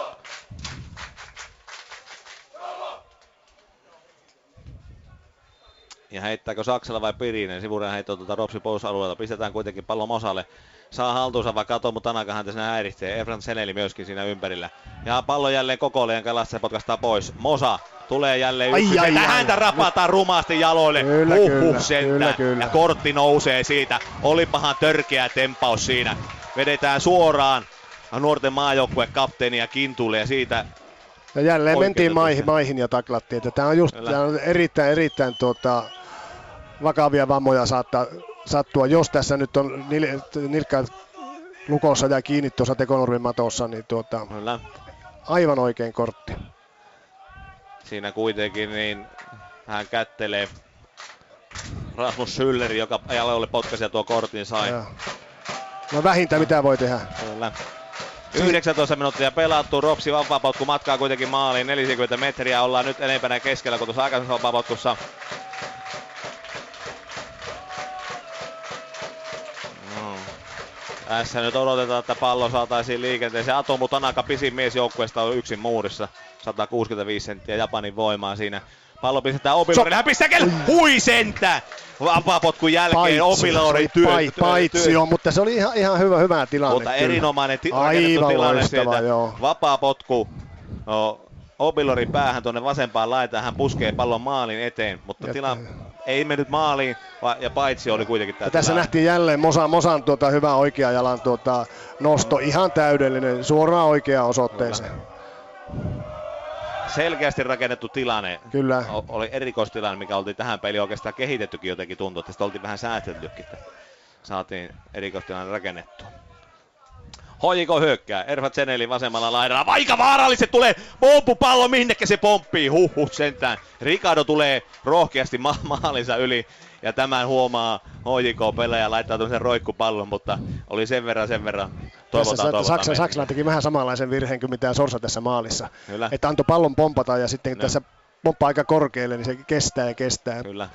Ja heittääkö Saksala vai Pirinen? Sivurajan heitto tuota Ropsi pois alueelta. Pistetään kuitenkin pallo Mosalle. Saa haltuunsa vaikka Tomu Tanaka häntä siinä häiritsee. Efran Seneli myöskin siinä ympärillä. Ja pallo jälleen kokoilleen Kalassa potkastaa pois. Mosa tulee jälleen ykkösen. Häntä rapataan rumasti jaloille. Kyllä, Huhhuh kyllä, sentään. kyllä, kyllä. Ja kortti nousee siitä. Olipahan törkeä tempaus siinä. Vedetään suoraan nuorten maajoukkue kapteeni ja Kintulle ja siitä. Ja jälleen mentiin maihin, maihin ja taklattiin. Tämä on just tää on erittäin, erittäin tuota, vakavia vammoja saattaa sattua. Jos tässä nyt on nil, nilkka lukossa ja kiinni tuossa Tekonurmin matossa, niin tuota, Kyllä. aivan oikein kortti. Siinä kuitenkin niin hän kättelee Rasmus Schülleri, joka jaloille potkaisi ja tuo kortin sai. Ja. No vähintä mitä voi tehdä. Kyllä. yhdeksäntoista minuuttia pelattu, Ropsi vapaapotku matkaa kuitenkin maaliin, neljäkymmentä metriä, ollaan nyt enempänä keskellä kuin tuossa aikaisemmassa vapaapotkussa. No. Tässä nyt odotetaan, että pallo saataisiin liikenteeseen. Atomu Tanaka, pisin mies joukkueesta, on yksin muurissa, sata kuusikymmentäviisi senttiä Japanin voimaa siinä. Pallo pistetään Opilorille, hän pistää kello, hui sentään! Vapaapotkun jälkeen Opilori työ. Paitsi on, mutta se oli ihan, ihan hyvä, hyvä tilanne. Mutta kyllä. Erinomainen ti- aivan tilanne loistava, sieltä. joo. Vapaapotku no, Opilorin päähän tuonne vasempaan laitaan, hän puskee pallon maalin eteen, mutta ja, tila ei mennyt maaliin va- ja paitsi oli kuitenkin tämä tässä nähtiin jälleen Mosan, Mosan tuota, hyvä oikea jalan tuota, nosto, ihan täydellinen, suoraan oikeaan osoitteeseen. Selkeästi rakennettu tilanne. Kyllä. O- oli erikoistilanne, mikä oltiin tähän peliin oikeastaan kehitettykin jotenkin tuntuu, että sitä oltiin vähän sääteltykin, että saatiin erikoistilanne rakennettua. Hoiko hyökkää, Erfat Seneli vasemmalla laidalla, aika vaaralliset tulee, pomppupallo, minnekä se pomppii, huhhuh sentään. Ricardo tulee rohkeasti ma- maalinsa yli ja tämän huomaa Hoiko pelaaja laittaa tämmöisen roikkupallon, mutta oli sen verran sen verran. Toivotaan, toivotaan Saksa, Saksala teki vähän samanlaisen virheen kuin mitä Sorsa tässä maalissa. Kyllä. Että antoi pallon pompata ja sitten kun no. tässä pomppaa aika korkealle, niin se kestää ja kestää. Kyllä.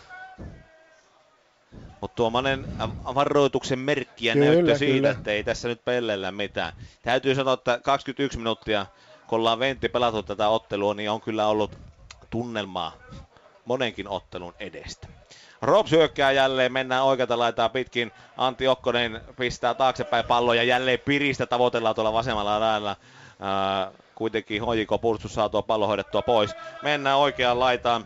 Mutta tuommoinen varoituksen merkki ja kyllä, näyttö siitä, kyllä. että ei tässä nyt pellellä mitään. Täytyy sanoa, että kaksikymmentäyksi minuuttia, kun ollaan Ventti pelattu tätä ottelua, niin on kyllä ollut tunnelmaa monenkin ottelun edestä. Rops hyökkää jälleen, mennään oikealta laitaa pitkin. Antti Okkonen pistää taaksepäin pallon ja jälleen Piristä tavoitellaan tuolla vasemmalla lailla. Ää, kuitenkin Hoiko puolustus saa tuo pallo hoidettua pois. Mennään oikeaan laitaan.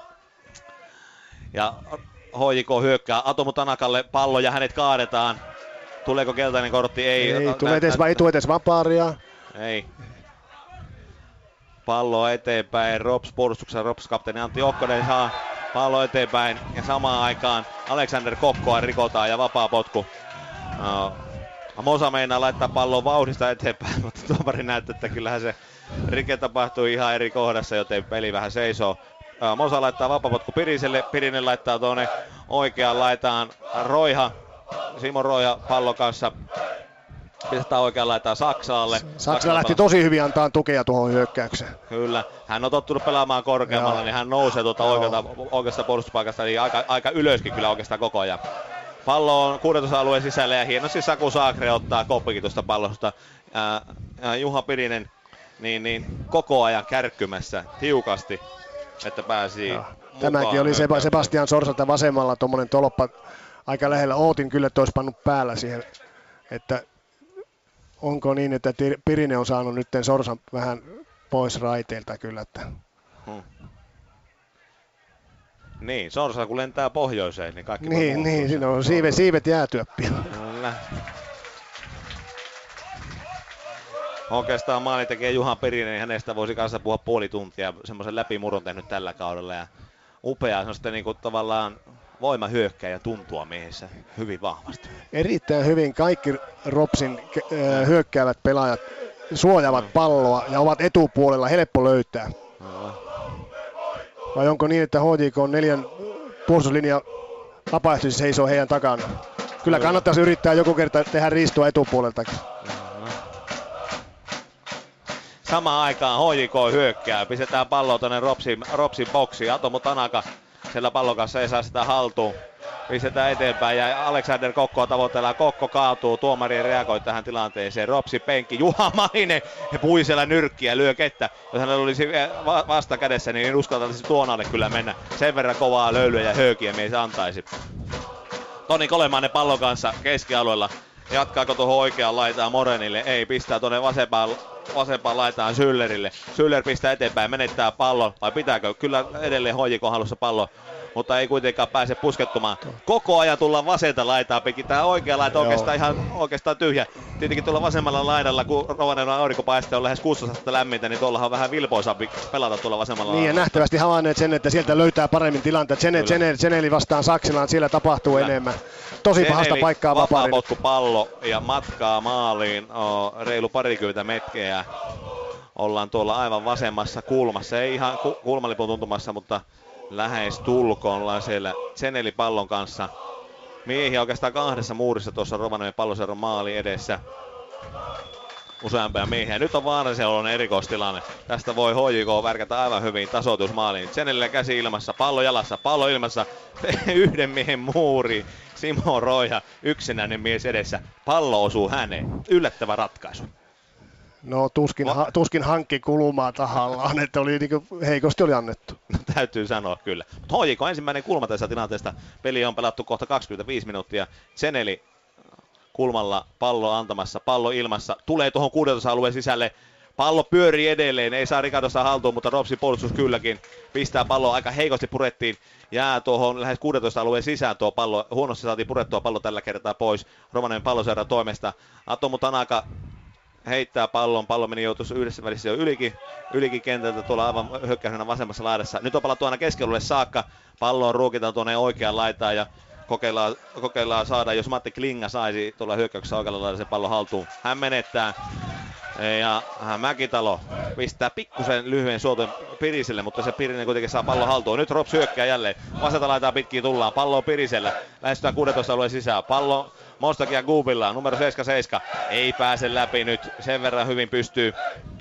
Ja Hoiko hyökkää Atomu Tanakalle pallo ja hänet kaadetaan. Tuleeko keltainen kortti? Ei. Ei, tule edes, vai, ei tule edes vapaaria. Ei. Pallo eteenpäin. Rops puolustuksessa, Rops kapteeni Antti Okkonen saa pallo eteenpäin. Ja samaan aikaan Alexander Kokkoa rikotaan ja vapaa potku. Uh, Mosa meinaa laittaa pallon vauhdista eteenpäin, mutta tuomari näyttää, että kyllähän se rike tapahtui ihan eri kohdassa, joten peli vähän seisoo. Uh, Mosa laittaa vapapotku Piriselle, Pirinen laittaa tuonne oikeaan laitaan Roiha, Simo Roiha pallo kanssa. Pistetään oikeaan laitaan Saksalalle. Saksa lähti tosi hyvin antaa tukea tuohon hyökkäykseen. Kyllä, hän on tottunut pelaamaan korkeammalla, Joo. niin hän nousee tuota oikealta, oikeasta puolustuspaikasta niin aika, aika ylöskin kyllä oikeastaan koko ajan. Pallo on kuudentoista alueen sisällä ja hienosti Saku Saakre ottaa koppikin tuosta pallosta. Ää, ää, Juha Pirinen niin, niin, koko ajan kärkkymässä tiukasti. että pääsi Tämäkin oli Seb- Sebastian Sorsalta vasemmalla tuommoinen tolppa aika lähellä. Ootin kyllä, että olisi pannut päällä siihen, että onko niin, että Pirinen on saanut nyt Sorsan vähän pois raiteilta kyllä. Että. Hmm. Niin, Sorsa kun lentää pohjoiseen, niin kaikki Niin, niin siinä on siivet, siivet jäätyöppiä. Kyllä. Oikeastaan maali tekee Juha Pirinen, niin hänestä voisi kanssa puhua puoli tuntia. Semmoisen läpimurron tehnyt tällä kaudella ja upea semmoista niinku tavallaan voimahyökkääjä tuntua miehessä hyvin vahvasti. Erittäin hyvin kaikki Ropsin äh, hyökkäävät pelaajat suojaavat mm. palloa ja ovat etupuolella helppo löytää. Mm. Vai onko niin, että H J K on neljän puolustuslinja vapaaehtoisesti seisoo heidän takana? Kyllä mm. kannattaisi yrittää joku kerta tehdä riistoa etupuoleltakin. Samaan aikaan H J K hyökkää, pistetään palloa tuonne Ropsin, Ropsin boksiin. Atomo Tanaka siellä pallon kanssa ei saa sitä haltuun. Pistetään eteenpäin ja Alexander Kokkoa tavoitellaan. Kokko kaatuu, tuomari reagoi tähän tilanteeseen. Ropsi penkki, Juha Malinen puisella nyrkkiä, lyö kettä. Jos hänellä olisi vasta kädessä, niin en uskaltaisi tuon alle kyllä mennä. Sen verran kovaa löylyä ja höökiä mies antaisi. Toni Kolemainen pallon kanssa keskialueella. Jatkaako tuohon oikeaan laitaan Morenille? Ei, pistää tuonne vasempaan, vasempaan laitaan Syllerille. Syller pistää eteenpäin, menettää pallon. Vai pitääkö? Kyllä edelleen H J K halussa pallo, mutta ei kuitenkaan pääse puskettumaan. Koko ajan tullaan vasenta laitaa pitkin. Tää oikea laita oikeastaan ihan oikeastaan tyhjä. Tietenkin tuolla vasemmalla laidalla, kun Rovaniemen aurinkopaiste on lähes kuusitoista astetta lämmintä, niin tuollahan on vähän vilpoisampi pelata tuolla vasemmalla Niin laidalla. Ja nähtävästi havainneet sen, että sieltä löytää paremmin tilanteet. Zeneli vastaan Saksilaan, siellä tapahtuu Kyllä. enemmän. Tosi pahasta paikkaa vapaarille. Vapaa pallo ja matkaa maaliin oh, reilu parikymmentä metriä. Ollaan tuolla aivan vasemmassa kulmassa, ei ihan ku- kulmalipun tuntumassa, mutta lähes tulkoon ollaan siellä Zeneli pallon kanssa. Miehiä oikeastaan kahdessa muurissa tuossa Rovaniemen Palloseuran maali edessä. Useampia miehiä. Nyt on vaarallisen oloinen erikoistilanne. Tästä voi H J K värkätä aivan hyvin tasoitusmaaliin. Zenelillä käsi ilmassa, pallo jalassa, pallo ilmassa. Yhden miehen muuri. Simo Roija, yksinäinen mies edessä. Pallo osuu häneen. Yllättävä ratkaisu. No tuskin, ha, tuskin hankki kulumaa tahallaan, että oli niinku heikosti oli annettu. No, täytyy sanoa kyllä. Mutta H J K ensimmäinen kulma tässä tilanteesta. Peli on pelattu kohta kaksikymmentäviisi minuuttia. Zeneli kulmalla pallo antamassa, pallo ilmassa. Tulee tuohon kuudentoista-alueen sisälle. Pallo pyörii edelleen, ei saa Ricardosta haltuun, mutta Ropsin puolustus kylläkin. Pistää pallo aika heikosti purettiin. Jää tuohon lähes kuudentoista-alueen sisään tuo pallo. Huonosti saatiin purettua pallo tällä kertaa pois Rovaniemen Palloseuran toimesta. Atomo Tanaka heittää pallon, pallo meni joutuisi yhdessä välissä jo ylikin, ylikin kentältä tuolla aivan hyökkäyksena vasemmassa laidassa. Nyt on palattu aina keskialueelle saakka, palloon ruukitaan tuonne oikeaan laitaan ja kokeillaan, kokeillaan saada, jos Matti Klinga saisi tuolla hyökkäyksessä oikealla laidalla se pallo haltuun. Hän menettää ja Mäkitalo pistää pikkusen lyhyen suoton Piriselle, mutta se Pirinen kuitenkin saa pallon haltuun. Nyt Rops hyökkää jälleen, vasenta laitaa pitkin tullaan, pallo on Pirisellä, lähestytään kuudentoista alueen sisään, pallo Mostakin ja Gubilla, numero seitsemänkymmentäseitsemän, ei pääse läpi nyt, sen verran hyvin pystyy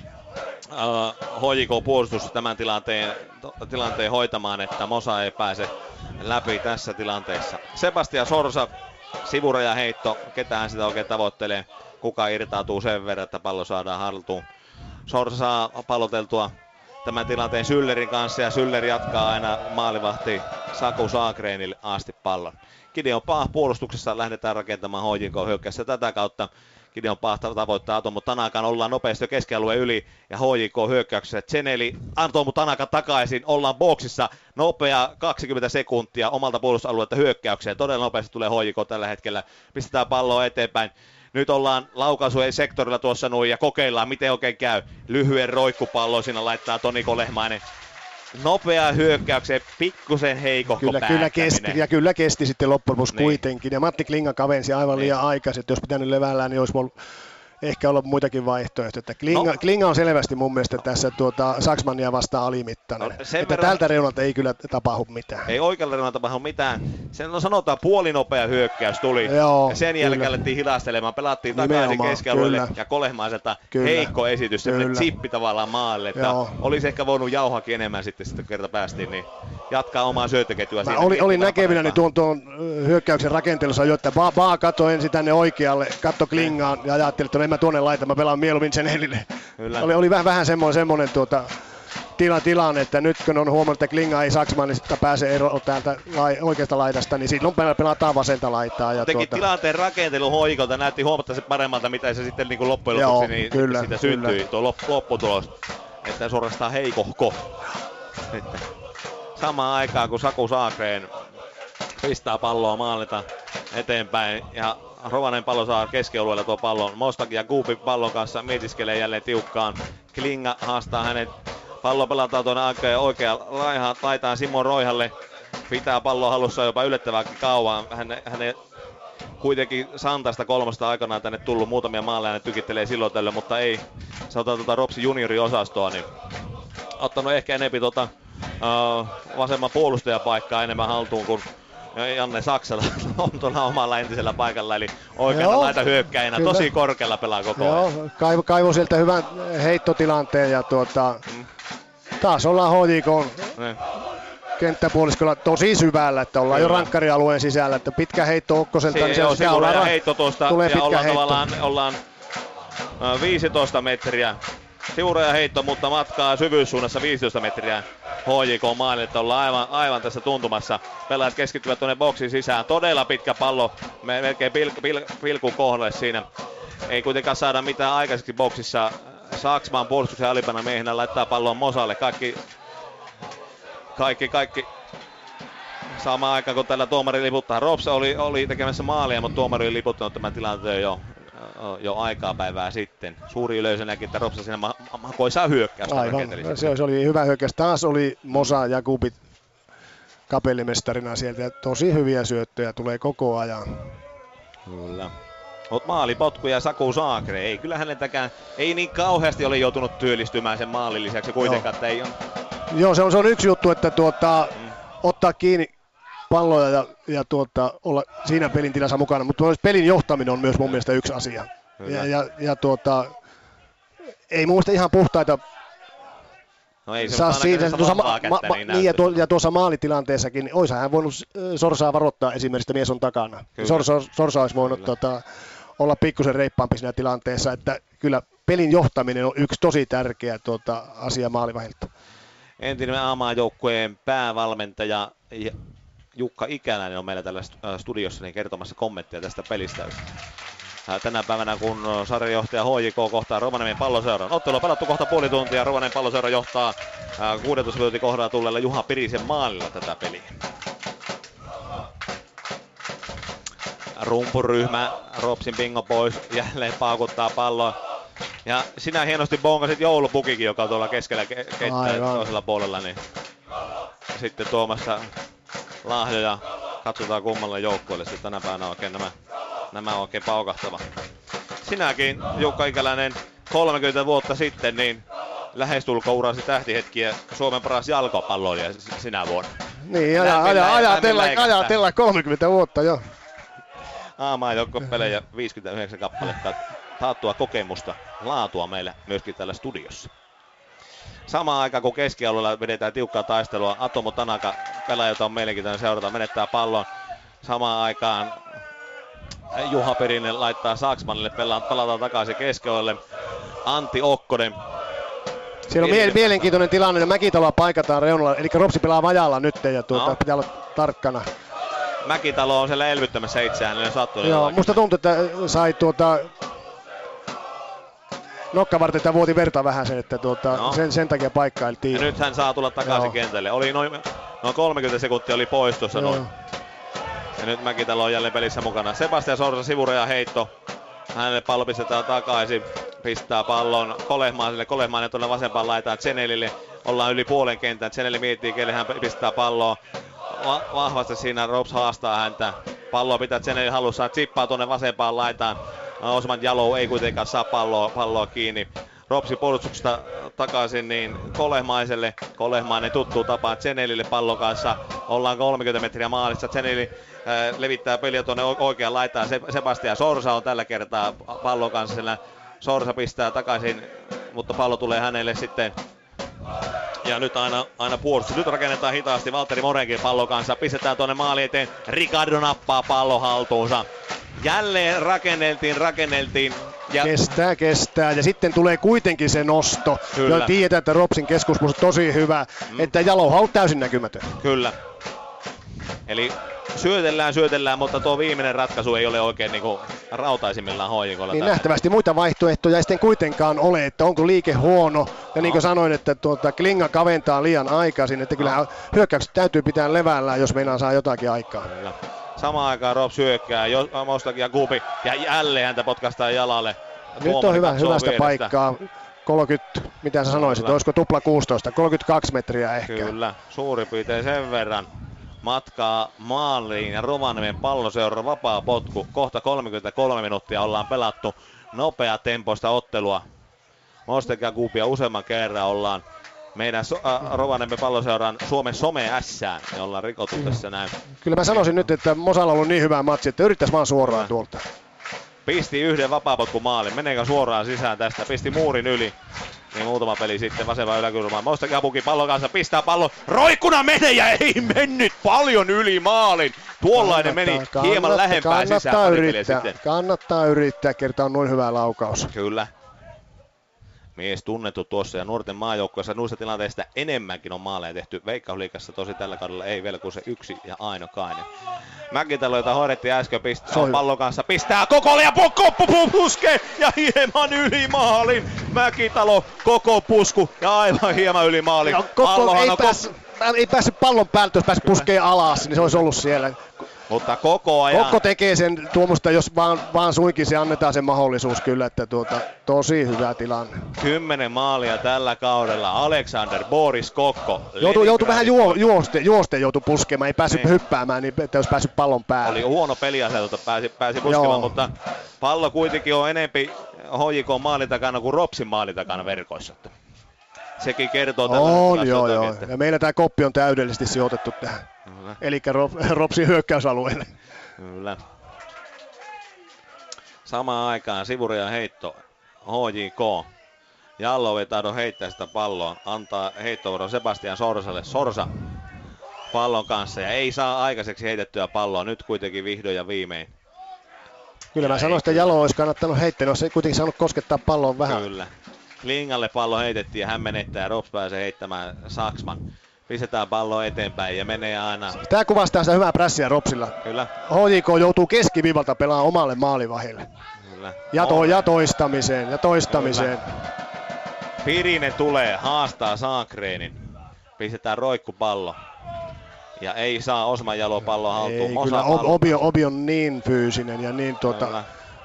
uh, H J K-puolustus tämän tilanteen, tilanteen hoitamaan, että Mosa ei pääse läpi tässä tilanteessa. Sebastian Sorsa, sivurajaheitto, ketään sitä oikein tavoittelee, kuka irtautuu sen verran, että pallo saadaan haltuun. Sorsa saa palloteltua tämän tilanteen Syllerin kanssa ja Syller jatkaa aina maalivahti Saku Saagrenille asti pallon. Gideon Pah puolustuksessa lähdetään rakentamaan H J K-hyökkäystä tätä kautta. Gideon Pah tavoittaa Atomo Tanakan, ollaan nopeasti jo keskialueen yli ja H J K-hyökkäyksessä. Zeneli, Atomo Tanaka takaisin, ollaan boksissa, nopea kaksikymmentä sekuntia omalta puolustusalueelta hyökkäykseen. Todella nopeasti tulee H J K tällä hetkellä, pistetään palloa eteenpäin. Nyt ollaan laukaisujen sektorilla tuossa noin ja kokeillaan miten oikein käy. Lyhyen roikkupallo siinä laittaa Toni Kolehmainen. Nopea hyökkäykseen, pikkusen heikohko kyllä, kyllä kesti, ja kyllä kesti sitten loppujen lopuksi niin. Kuitenkin. Ja Matti Klinga kavensi aivan niin. liian aikaisin, että jos pitänyt levällään, niin olisi ollut ehkä ollut muitakin vaihtoehtoja. Että Klinga, no. Klinga on selvästi mun mielestä tässä tuota, Saksmania vastaan alimittainen. No, että verran... tältä reunalta ei kyllä tapahdu mitään. Ei oikealta reunalta tapahdu mitään. Sen on sanotaan puolinopea hyökkäys tuli. Joo, ja sen kyllä. jälkeen alettiin hidastelemaan. Pelattiin takaisin keskialueelle ja Kolehmaiselta heikko esitys. Semmoinen chippi tavallaan maalle. Että olisi ehkä voinut jauhakin enemmän sitten, sitten kerta päästiin. Niin jatkaa omaa syöttöketjua. Mä oli, olin näkevinäni tuon, tuon hyökkäyksen rakentelussa jo, että Baa ba katsoi ensin tänne oikealle, katso Klingaan ja ajatteli, että en mä tuonne laita, mä pelaan mieluummin Zenelille. Oli, oli vähän, vähän semmoinen, semmoinen tuota, tila, tilanne, että nyt kun on huomannut, että Klinga ei Saksmanista pääse eroon täältä lai, oikeasta laidasta, niin silloin pelataan vasenta laitaa. Ja teki tuota... tilanteen rakentelu Hoikolta, näytti huomattavasti paremmalta, mitä se sitten niin loppujen lopuksi niin kyllä, siitä syntyi kyllä. tuo lopputulos. Että suorastaan heikohko. Sitten. Samaan aikaan kun Saku Saakreen pistää palloa maalilta eteenpäin ja Rovanen pallo saa keskialueella tuo pallon. Mostak ja Kuupi pallon kanssa mietiskelee jälleen tiukkaan. Klinga haastaa hänet. Pallo pelataan tuonne oikeaan laihaan, laitaan Simon Roihalle. Pitää palloa halussa jopa yllättävääkin kauan. Häne, häne kuitenkin Santasta kolmosta aikanaan tänne tullut muutamia maaleja, ne tykittelee silloin tällöin, mutta ei. Sanotaan tuota Ropsin junioriosastoa, niin ottanut ehkä enempi tuota uh, vasemman puolustajapaikkaa enemmän haltuun kuin Janne Saksala on tuolla omalla entisellä paikalla, eli oikeana laita hyökkäinä, kyllä. Tosi korkealla pelaa koko ajan. Joo, kaivo, kaivo sieltä hyvän heittotilanteen ja tuota, mm. taas ollaan H J K:n mm. kenttäpuoliskolla tosi syvällä, että ollaan kyllä. jo rankkarialueen sisällä, että pitkä heitto Okkoselta, niin se on sitä ollaan, heitto tuosta, tulee ja ollaan heitto. Tavallaan ollaan viisitoista metriä. Sivuura ja heitto, mutta matkaa syvyyssuunnassa viisitoista metriä H J K maalille, että ollaan aivan, aivan tässä tuntumassa. Pelaajat keskittyvät tuonne boksin sisään. Todella pitkä pallo, melkein pil, pil, pilkun kohdalle siinä. Ei kuitenkaan saada mitään aikaiseksi boksissa. Saksman puolustuksen alipana miehenä laittaa pallon Mosalle. Kaikki, kaikki, kaikki. Samaan aikaan kun tällä tuomari liputtaa. Rops oli, oli tekemässä maalia, mutta tuomari oli liputtanut tämän tilanteen jo. jo aikaa päivää sitten. Suuri yleisö näki, että Ropsa siinä ma- makoisaa hyökkäystä. Aivan, se, se oli hyvä hyökkäys. Taas oli Mosa ja Kubit kapellimestarina sieltä. Ja tosi hyviä syöttöjä tulee koko ajan. Kyllä. Mut maalipotku ja Saku Saakre, ei kyllä häneltäkään, ei niin kauheasti ole joutunut työllistymään sen maalin lisäksi kuitenkaan, että ei on. Joo, se on, se on yksi juttu, että tuota, mm. ottaa kiinni palloja ja, ja tuota, olla siinä pelin tilassa mukana, mutta pelin johtaminen on myös mun mielestä yksi asia. Ja, ja, ja tuota, ei mun mielestä ihan puhtaita no ei se saa siitä, tuossa, ma, kättä, ma, niin niin ja, tuo, ja tuossa maalitilanteessakin, niin olisi hän voinut Sorsaa varoittaa esimerkiksi, että mies on takana. Sorsa, Sorsa olisi voinut tuota, olla pikkusen reippaampi siinä tilanteessa, että kyllä pelin johtaminen on yksi tosi tärkeä tuota, asia maalivahilta. Entinen A-maajoukkueen päävalmentaja Jukka Ikäläinen on meillä tällä studiossa niin kertomassa kommentteja tästä pelistä. Tänä päivänä kun sarjajohtaja H J K kohtaa Rovaniemen Palloseuran. Ottelu on pelattu kohta puoli tuntia. Rovaniemen Palloseura johtaa kuudentoista minuutin kohdalla tulleella Juha Pirisen maalilla tätä peliä. Rumpuryhmä, Ropsin bingo pois, jälleen paukuttaa palloa. Ja sinä hienosti bongasit joulupukikin, joka on tuolla keskellä kenttää toisella puolella. Niin sitten tuomassa lahjoja. Katsotaan kummalle joukkueelle sitten tänä päivänä oikein nämä, nämä oikein paukahtava. Sinäkin, Jukka Ikäläinen, kolmekymmentä vuotta sitten, niin lähestulko urasi tähtihetkiä Suomen paras jalkapalloilija sinä vuonna. Niin, aja, aja, ajatella, ajatella kolmekymmentä vuotta jo. A-maajoukkuepelejä viisikymmentäyhdeksän kappaletta, taattua kokemusta, laatua meille myöskin täällä studiossa. Samaan aikaan kun keskialueella vedetään tiukkaa taistelua, Atomo Tanaka, pelaaja, jota on mielenkiintoinen seurata, menettää pallon. Samaan aikaan Juha Pirinen laittaa Saksmanille, pelataan takaisin keskialueelle. Antti Okkonen. Siellä on mie- mielenkiintoinen tilanne, Mäkitaloa paikataan reunalla, eli Ropsi pelaa vajalla nyt ja tuota, no. pitää olla tarkkana. Mäkitalo on siellä elvyttämässä itseään, niin on sattunut. Joo, musta tuntuu, että sai tuota nokkavartetta vuoti verta vähän sen, että tuota, no. sen, sen takia paikkailtiin. Ja nyt hän saa tulla takaisin Joo. kentälle. Oli noin, noin kolmekymmentä sekuntia oli pois tuossa noin. Ja nyt Mäkitalo on jälleen pelissä mukana. Sebastian Sorsa sivureja heitto. Hänelle pallo pistetään takaisin. Pistää pallon Kolehmaiselle. Kolehmainen tuonne vasempaan laitaan Zenelille. Ollaan yli puolen kentän. Zeneli miettii, kelle hän pistää palloa. Va- vahvasti siinä Rops haastaa häntä. Palloa pitää Zeneli halussaan. Zippaa tuonne vasempaan laitaan. Osman Jalou ei kuitenkaan saa palloa, palloa kiinni. Ropsi puolustuksesta takaisin niin Kolehmaiselle. Kolehmainen tuttuu tapaan Zenelille pallon kanssa. Ollaan kolmekymmentä metriä maalissa. Zeneli äh, levittää peliä tuonne oikeaan laitaan. Sebastian Sorsa on tällä kertaa pallon kanssa. Sillä Sorsa pistää takaisin, mutta pallo tulee hänelle sitten. Ja nyt aina, aina puolustus. Nyt rakennetaan hitaasti Valtteri Morenkin pallon kanssa. Pistetään tuonne maali eteen. Ricardo nappaa pallo haltuunsa. Jälleen rakenneltiin, rakenneltiin. Ja kestää, kestää. Ja sitten tulee kuitenkin se nosto. Kyllä. Ja tiedetään, että Ropsin keskuspuus on tosi hyvä. Mm. Että Jalohan on täysin näkymätön. Kyllä. Eli syötellään, syötellään, mutta tuo viimeinen ratkaisu ei ole oikein niinku rautaisimmillaan H J K:lla. Niin nähtävästi muita vaihtoehtoja ei sitten kuitenkaan ole, että onko liike huono. Ja niin kuin no. sanoin, että tuota, Klinga kaventaa liian aikaisin, että kyllähän no. hyökkäykset täytyy pitää levällään, jos meinaa saa jotakin aikaa. Kyllä. Samaan aikaan Rops hyökkää, Mostaki ja Kuupi, ja jälleen häntä potkaistaan jalalle. Nyt on hyvä, hyvästä vierestä. Paikkaa. kolmekymmentä, mitä sä sanoisit, Kyllä. olisiko tupla kuusitoista, kolmekymmentäkaksi metriä ehkä. Kyllä, suurin piirtein sen verran. Matkaa maaliin ja Rovaniemen Palloseura vapaa potku. Kohta kolmekymmentäkolme minuuttia ollaan pelattu nopea tempoista ottelua. Mostek ja Kuupia useamman kerran ollaan meidän so- äh, Rovaniemen Palloseuran Suomen some-ässään, ja ollaan rikottu mm. tässä näin. Kyllä mä sanoisin nyt, että Mosalla on ollut niin hyvä matsi, että yrittäisi vaan suoraan tuolta. Pisti yhden vapaapotku maalin, meneekö suoraan sisään tästä, pisti muurin yli. Niin muutama peli sitten vasempaan yläkulmaan. Mostek Apuki pallon kanssa pistää pallon. Roikkuna menee ja ei mennyt paljon yli maalin. Tuollainen meni kannattaa, hieman lähempää sisään. Yrittää, kannattaa yrittää, kertaa on noin hyvä laukaus. Kyllä. Mies tunnettu tuossa ja nuorten maajoukkueessa noista tilanteista enemmänkin on maaleja tehty. Veikkausliigassa tosi tällä kaudella ei vielä kuin se yksi ja ainokainen. Mäkitalo, jota hoidettiin äsken pistää pallon kanssa, pistää kokolle ja puskee ja hieman yli maalin. Mäkitalo koko pusku ja aivan hieman yli maalin. No, koko, ei, pääs, ko- ei päässyt pallon päältä, jos pääsi puskeen alas, niin se olisi ollut siellä. Mutta koko ajan... Kokko tekee sen tuomusta, jos vaan, vaan suinkin se annetaan sen mahdollisuus kyllä, että tuota, tosi hyvä tilanne. Kymmenen maalia tällä kaudella. Alexander Boris Kokko. Joutui, joutui vähän juo, juoste, juoste joutui puskemaan, ei päässyt niin. hyppäämään, niin että olisi päässyt pallon päälle. Oli huono peliasetelta, pääsi, pääsi puskemaan, Joo. mutta pallo kuitenkin on enempi H J K maalin takana kuin Ropsin maalin takana verkoissa. Sekin kertoo tällä On, joo, joo. Ja meillä tämä koppi on täydellisesti sijoitettu tähän. Kyllä. Elikkä Ropsin hyökkäysalueelle. Kyllä. Samaan aikaan sivuria heitto H J K. Jallo ei tahdo heittää sitä palloa. Antaa heittovuoron Sebastian Sorsalle. Sorsa pallon kanssa ja ei saa aikaiseksi heitettyä palloa. Nyt kuitenkin vihdoin ja viimein. Kyllä mä sanoin, että Jalo olisi kannattanut heittää. No se ei kuitenkin saanut koskettaa palloon vähän. Kyllä. Klingalle pallo heitettiin ja hän menettää ja Rops pääsee heittämään Saksman. Pistetään pallo eteenpäin ja menee aina. Tää kuvastaa sitä hyvää prässiä Ropsilla. Kyllä. H J K joutuu keskiviivalta pelaamaan omalle maalivahille. Kyllä. Ja, to, ja toistamiseen, ja toistamiseen. Kyllä. Pirinen tulee, haastaa Saakreenin. Pistetään roikkupallo. Ja ei saa Osman Jalo pallo haltuun. Ei, kyllä Obi, Obi on niin fyysinen ja niin tuota... Kyllä.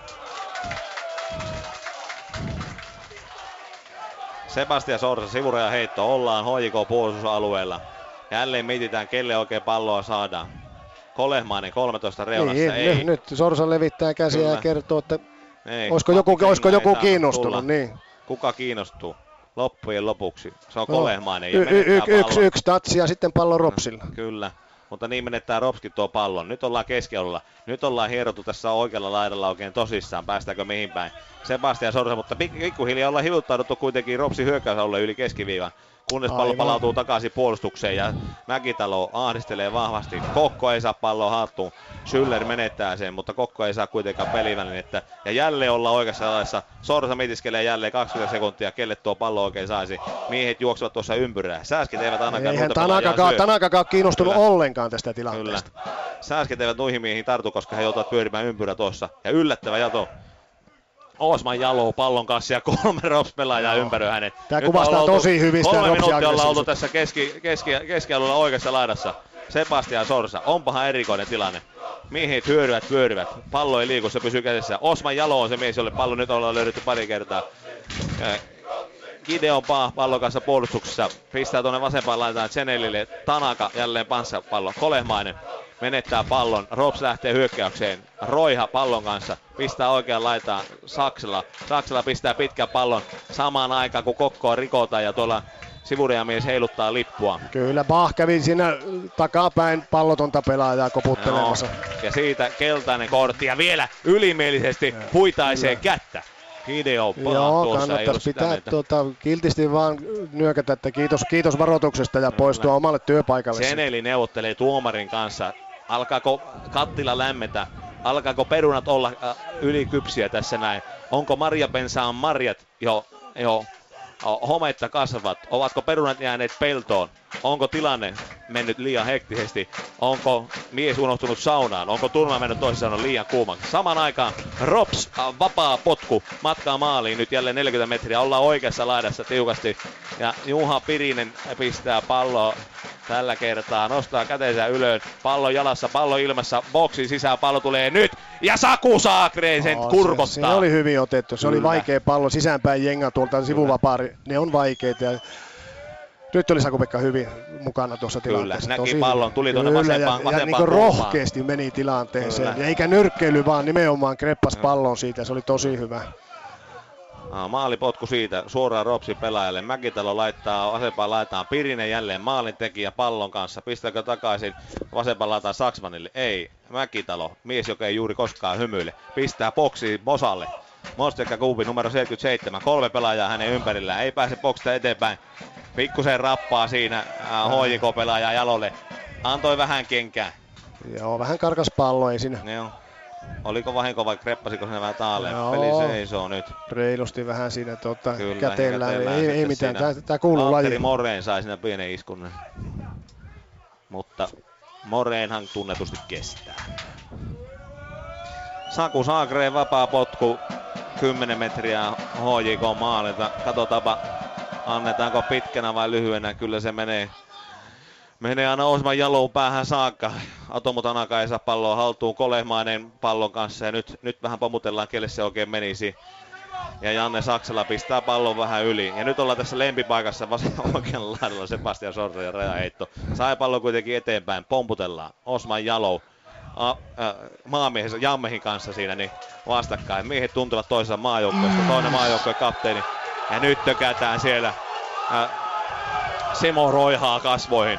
Sebastian Sorsa sivuraja heitto, ollaan H J K puolustusalueella. Jälleen mietitään, kelle oikein palloa saadaan. Kolehmainen kolmetoista reunassa, niin, ei. Nyt, nyt Sorsa levittää käsiä Kyllä. ja kertoo, että ei. olisiko joku, olisiko joku kiinnostunut. Niin. Kuka kiinnostuu? Loppujen lopuksi. Se on no. Kolehmainen ja y- y- y- Yksi yks tatsi ja sitten pallo Ropsilla. Kyllä. Mutta niin menettää Ropskin tuo pallon. Nyt ollaan keskialueella. Nyt ollaan hierottu tässä oikealla laidalla oikein tosissaan. Päästäänkö mihin päin? Sebastian Sorsa, mutta pikkuhiljaa ollaan hivuttauduttu kuitenkin Ropsin hyökkäysalueelle yli keskiviivan. Kunnes pallo Aivan. palautuu takaisin puolustukseen ja Mäkitalo ahdistelee vahvasti. Kokko ei saa palloa hattuun. Schüller menettää sen, mutta Kokko ei saa kuitenkaan pelivälinettä. Ja jälleen ollaan oikeassa laidassa. Sorsa mitiskelee jälleen kaksikymmentä sekuntia, kelle tuo pallo oikein saisi. Miehet juoksevat tuossa ympyrää. Sääskit eivät ainakaan Eihän Tanakakaan, Tanakakaan kiinnostunut Kyllä. ollenkaan tästä tilanteesta. Kyllä. Sääskit eivät noihin miehiin tartu, koska he joutuvat pyörimään ympyrä tuossa. Ja yllättävä jato. Osman Jalo pallon kanssa ja kolme Rops-pelaajaa no. ympäröi hänet. Tämä Nyt kuvastaa oltu, tosi hyvistä Kolme minuuttia ollaan oltu tässä keski, keski, keskialueella oikeassa laidassa. Sebastian Sorsa, onpahan erikoinen tilanne. Miehet hyöryvät, pyörivät. Pallo ei liiku, se pysyy kädessä. Osman Jalo on se mies, jolle pallo nyt ollaan löydetty pari kertaa. Gideon Paa pallon kanssa puolustuksessa. Pistää tuonne vasempaan, laitetaan Zenelille. Tanaka jälleen panssapallo. Kolehmainen menettää pallon. Rops lähtee hyökkäykseen. Roiha pallon kanssa. Pistää oikean laitaan Saksela. Saksela pistää pitkän pallon samaan aikaan, kun Kokkoa rikotaan ja tuolla sivuriamies heiluttaa lippua. Kyllä, Bach kävi siinä takapäin pallotonta pelaajaa koputtelemassa. No, ja siitä keltainen kortti ja vielä ylimielisesti huitaisee Kyllä. kättä. Hideo Joo, kannattaisi pitää tuota, kiltisti vaan nyökätä, että kiitos, kiitos varoituksesta ja poistua Kyllä. omalle työpaikalle. Seneli neuvottelee tuomarin kanssa. Alkaako kattila lämmetä? Alkaako perunat olla äh, ylikypsiä tässä näin? Onko marjapensaan marjat jo, jo hometta kasvavat? Ovatko perunat jääneet peltoon? Onko tilanne mennyt liian hektisesti? Onko mies unohtunut saunaan? Onko turma mennyt toisessa liian kuumaksi? Saman aikaan Rops äh, vapaa potku matkaa maaliin. Nyt jälleen neljäkymmentä metriä. Ollaan oikeassa laidassa tiukasti. Ja Juha Pirinen pistää palloa tällä kertaa. Nostaa käteensä ylös. Pallo jalassa, pallo ilmassa. Boksin sisään pallo tulee nyt. Ja Saku Saakreen sen oh, kurkottaa. Se, se oli hyvin otettu. Se Kyllä. oli vaikea pallo. Sisäänpäin jenga tuolta sivuvapaari. Ne on vaikeita. Ja nyt oli Saku-Pekka hyvin mukana tuossa tilanteessa. Kyllä, näki pallon, tuli tuonne vasempaan, ja, vasempaan ja niin rohkeasti meni tilanteeseen. Kyllä. Ja eikä nyrkkeily, vaan nimenomaan kreppas pallon siitä. Se oli tosi hyvä. Ah, maalipotku siitä suoraan Ropsin pelaajalle. Mäkitalo laittaa vasempaan laitaan. Pirinen jälleen maalintekijä pallon kanssa. Pistääkö takaisin vasempaan laitaan Saksmanille? Ei. Mäkitalo, mies joka ei juuri koskaan hymyile. Pistää boksiin Mosalle. Mostekka Kuupi numero seitsemänkymmentäseitsemän. Kolme pelaajaa hänen ympärillään. Ei pääse boksista eteenpäin. Pikkusen rappaa siinä äh, H J K-pelaaja jalolle. Antoi vähän kenkää. Joo, vähän karkas pallo, ei siinä. Joo. Oliko vahinko vai kreppasiko se vähän taaleen? Peli seisoo nyt. Reilusti vähän siinä tuota, käteellään. Ei, ei mitään, tää, tää kuuluu lajiin. Valtteri Moreen sai siinä pienen iskun. Mutta Moreenhan tunnetusti kestää. Saku Saakreen vapaa potku. kymmenen metriä H J K maalilta. Katsotaanpa, annetaanko pitkänä vai lyhyenä. Kyllä se menee. Menee aina Osman Jaloun päähän saakka. Atomo Tanaka ei saa palloa haltuun. Kolehmainen pallon kanssa ja nyt, nyt vähän pomutellaan, kelle se oikein menisi. Ja Janne Saksala pistää pallon vähän yli. Ja nyt ollaan tässä lempipaikassa vasen oikealla laidalla Sebastian Sorsa ja rajaheitto. Sai pallon kuitenkin eteenpäin. Pomputellaan. Osman Jalou. A, ä, maamiehensä Jammehin kanssa siinä niin vastakkain. Miehet tuntuvat toisessa maajoukkueesta. Toinen maajoukkueen kapteeni. Ja nyt tökätään siellä ä, Simo Roihaa kasvoihin.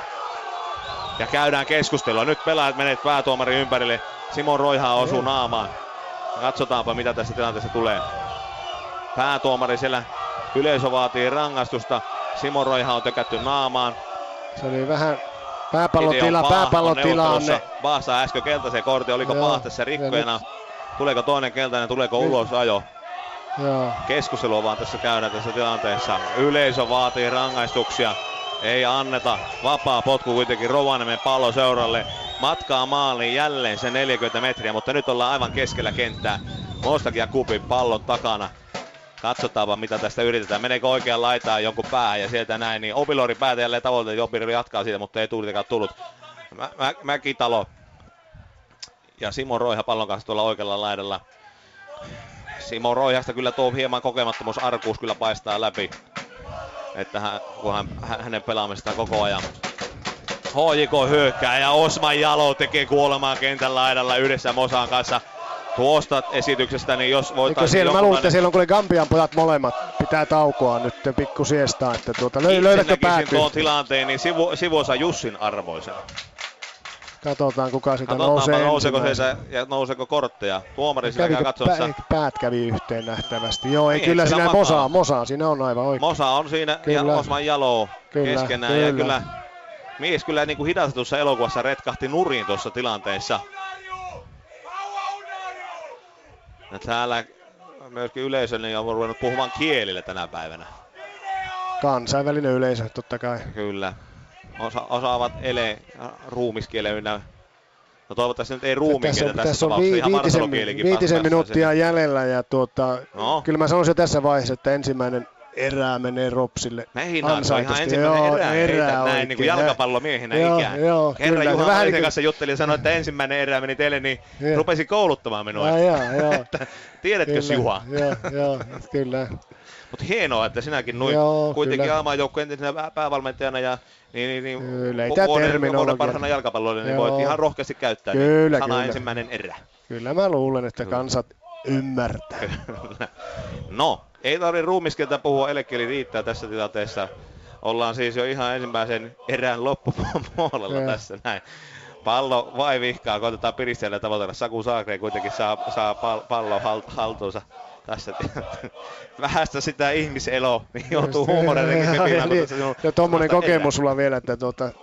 Ja käydään keskustelua. Nyt pelaajat menet päätuomarin ympärille. Simo Roihaa osuu naamaan. Katsotaanpa mitä tässä tilanteessa tulee. Päätuomari siellä. Yleisö vaatii rangaistusta. Simo Roihaa on tökätty naamaan. Se oli vähän pääpallotila, pääpallotilanne. Baah saa äsken keltaisen kortin. Oliko Baah tässä rikkojana? Tuleeko toinen keltainen? Tuleeko ulos ajo? Joo. Keskustelua vaan tässä käydään tässä tilanteessa. Yleisö vaatii rangaistuksia. Ei anneta. Vapaa potku kuitenkin Rovaniemen pallo seuralle. Matkaa maaliin jälleen se neljäkymmentä metriä, mutta nyt ollaan aivan keskellä kenttää. Mostak ja Kupin pallon takana. Katsotaanpa mitä tästä yritetään. Meneekö oikean laitaan jonkun päähän ja sieltä näin. Niin Opilori päätä jälleen tavoitteet. Jopiri jatkaa siitä, mutta ei tuulitakaan tullut. Mä, mä, Mäkitalo ja Simo Roiha pallon kanssa tuolla oikealla laidalla. Simo Roihasta kyllä tuo hieman kokemattomuus, arkuus kyllä paistaa läpi. Että hän, kun hän, hänen pelaamistaan koko ajan. H J K hyökkää ja Osman Jalo tekee kuolemaa kentän laidalla yhdessä Mosan kanssa. Tuosta esityksestä, niin jos voitaisiin... Siellä, mä luulen, että siellä on kuule Gambian pojat molemmat. Pitää taukoa nyt pikku siestaa, että tuota, löy, löydätkö päätyy? tuon tilanteen, niin sivu, sivuosa Jussin arvoisena. Katsotaan kuka sitä nousee nouseeko se ja nouseeko kortteja. Tuomari sitä käy katsomassa. Pä, päät kävi yhteen nähtävästi. Joo, ei, kyllä siinä Mosa, Mosa, siinä on aivan oikein. Mosa on siinä kyllä. Ja Osman Jalo keskenään. Kyllä. Ja kyllä mies kyllä niin kuin hidastetussa elokuvassa retkahti nurin tuossa tilanteessa. Ja täällä myöskin yleisö niin on ruvennut puhumaan kielillä tänä päivänä. Kansainvälinen yleisö totta kai. Kyllä. Osa, osaavat ele ruumiskielen ynnä. No toivottavasti nyt ei ruumikieltä tässä, tässä tapauksessa. Ihan viitisen, viitisen minuuttia sen. jäljellä ja tuota, no. Kyllä mä sanoisin jo tässä vaiheessa, että ensimmäinen erää menee Ropsille. Meinaatko ihan ensimmäinen joo, erää, erää näin niin kuin jalkapallomiehenä joo, ikään. Joo, Kerran Juha Marisen kanssa juttelin ja sanoi, että ensimmäinen erää meni teille, niin joo. Rupesi kouluttamaan minua. Ja, ja, joo. Tiedätkö kyllä, Juha? Joo, joo, kyllä. Mutta hienoa, että sinäkin noin joo, kuitenkin A-maajoukkueen entisenä päävalmentajana ja niin, niin, niin vuoden, vuoden parhaana jalkapalloilla, niin voit ihan rohkeasti käyttää kyllä, niin sana kyllä. ensimmäinen erä. Kyllä mä luulen, että kansat ymmärtää. No, ei tarvitse ruumiskieltä puhua, elekieli riittää tässä tilanteessa. Ollaan siis jo ihan ensimmäisen erään loppupuolella tässä näin. Pallo vai vihkaa, koitetaan piristellä tavoitella. Saku Saakreen kuitenkin saa, saa pallon haltuunsa. Tässä vähästä sitä ihmiseloa, niin joutuu huumoreillekin pepinään. Ja tommonen kokemus sulla vielä, että tuota,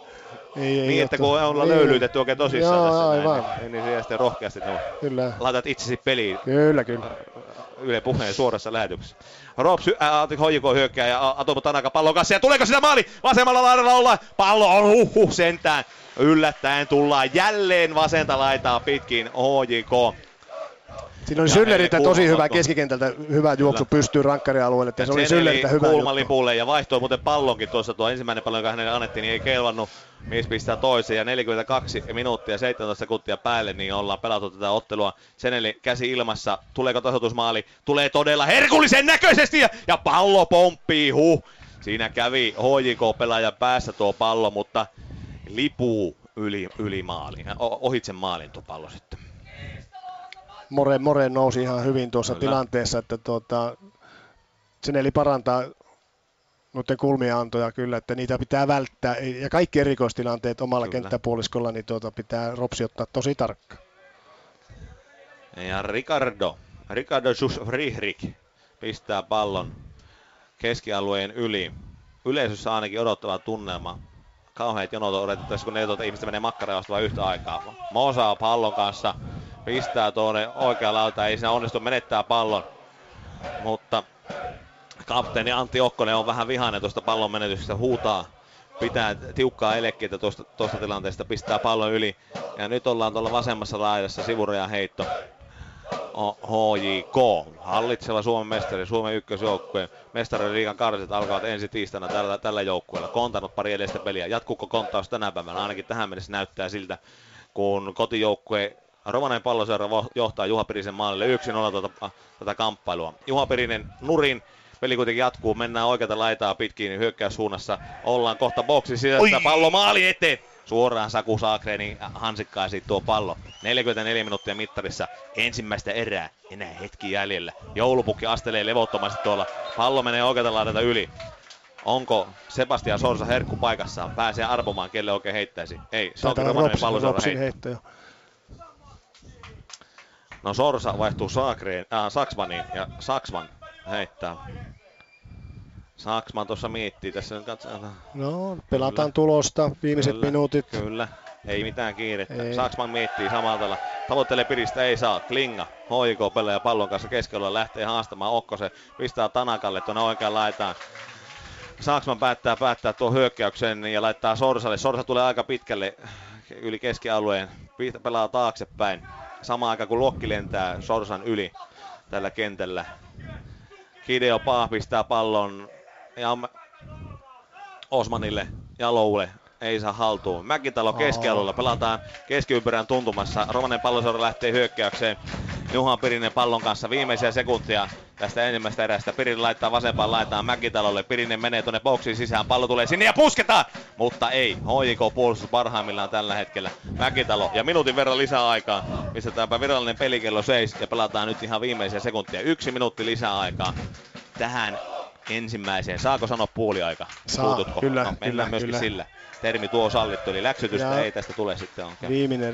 Ei, ei niin, että kun ollaan löylyytetty oikein tosissaan joo, tässä aivan. näin, niin, niin se sitten rohkeasti no, kyllä. Laitat itsesi peliin. Kyllä, kyllä. Yle Puheen suorassa lähetyksessä. Rops, äh, H J K hyökkää ja Atomo Tanaka pallon kanssa. Ja tuleeko sitä maali? Vasemmalla laidalla ollaan. Pallo on huhhuh sentään. Yllättäen tullaan jälleen vasenta laitaa pitkin H J K. Siinä oli Sylleriltä tosi hyvä keskikentältä, hyvä juoksu pystyy rankkarialueelle. Ja se oli Sylleriltä hyvä kulmalipulle ja vaihtoi muuten pallonkin tuossa. Tuo ensimmäinen pallon, joka hänelle annettiin, niin ei kelvannut. Mies pistää toisen ja neljäkymmentäkaksi minuuttia seitsemäntoista sekuntia päälle, niin ollaan pelattu tätä ottelua. Seneli käsi ilmassa. Tuleeko tasoitusmaali? Tulee todella herkullisen näköisesti ja, ja pallo pomppii. Huh. Siinä kävi H J K-pelaajan päässä tuo pallo, mutta lipuu yli, yli maalin. Ohitse maalin tuo pallo sitten. More, More nousi ihan hyvin tuossa Kyllä. tilanteessa, että tuota, Seneli parantaa noiden kulmia antoja kyllä, että niitä pitää välttää. Ja kaikki erikoistilanteet omalla kyllä. kenttäpuoliskolla, niin tuota pitää Ropsi ottaa tosi tarkka. Ja Ricardo, Ricardo Friedrich pistää pallon keskialueen yli. Yleisössä ainakin odottava tunnelma. Kauheat jonot odotettaisiin, kun neljätoista ihmistä menee makkaraan vain yhtä aikaa. Mosa pallon kanssa pistää tuonne oikea lauta, ei siinä onnistu menettää pallon. Mutta kapteeni Antti Okkonen on vähän vihainen tuosta pallon menetyksestä, huutaa, pitää tiukkaa elekkiä tuosta, tuosta tilanteesta, pistää pallon yli. Ja nyt ollaan tuolla vasemmassa laidassa, sivurajan heitto. H J K, hallitseva Suomen mestari, Suomen ykkösjoukkueen mestariliigan karsit alkavat ensi tiistaina tällä, tällä joukkueella. Kontanut pari edellistä peliä. Jatkuuko konttaus tänä päivänä? Ainakin tähän mennessä näyttää siltä, kun kotijoukkue Rovaniemen Palloseura johtaa Juha Pirisen maalille yksi nolla tuota, tätä kamppailua. Juha Pirinen nurin. Peli kuitenkin jatkuu, mennään oikealta laitaa pitkin hyökkäyssuunnassa. Ollaan kohta boksi sisästä, pallo maali eteen. Suoraan Saku Saakrenin hansikkaisiin tuo pallo. neljäkymmentäneljä minuuttia mittarissa ensimmäistä erää. Enää hetki jäljellä. Joulupukki astelee levottomasti tuolla. Pallo menee oikealta laidalta yli. Onko Sebastian Sorsa herkku paikassaan? Pääsee arpomaan, kelle oikein heittäisi. Ei, se onkin Rovaniemen Palloseura heitto. No Sorsa vaihtuu Saakreen, äh, Saksmaniin ja Saksman heittää. Saksman tuossa miettii, tässä nyt katsotaan. No, pelataan kyllä. tulosta, viimeiset kyllä, minuutit. Kyllä, ei mitään kiirettä. Ei. Saksman miettii samalta. Tavoittelee Piristä, ei saa. Klinga, H J K-pelaaja pallon kanssa keskellä lähtee haastamaan Okkosen. Pistää Tanakalle tuonne oikeaan laitaan. Saksman päättää päättää tuon hyökkäyksen ja laittaa Sorsalle. Sorsa tulee aika pitkälle yli keskialueen, pelaa taaksepäin. Samaan aikaan kun Lokki lentää Sorsan yli tällä kentällä. Hideo Paa pistää pallon ja Osmanille ja Loulle. Ei saa haltuun. Mäkitalo keskialueella. Pelataan keskiympyrän tuntumassa. Rovaniemen Palloseura lähtee hyökkäykseen. Juha Pirinen pallon kanssa viimeisiä sekuntia tästä ensimmäistä erästä. Pirinen laittaa vasempaan laitaan Mäkitalolle. Pirinen menee tuonne boksiin sisään. Pallo tulee sinne ja pusketaan! Mutta ei. H J K puolustus parhaimmillaan tällä hetkellä. Mäkitalo ja minuutin verran lisää aikaa. Pistetäänpä virallinen pelikello seis ja pelataan nyt ihan viimeisiä sekuntia. Yksi minuutti lisää aikaa tähän ensimmäiseen. Saako sanoa puoliaika? Saa, Puututko? kyllä. No, mennään kyllä, myöskin kyllä. sillä. Termi tuo sallittu, eli läksytystä ja ei tästä tule sitten. Okay. Viimeinen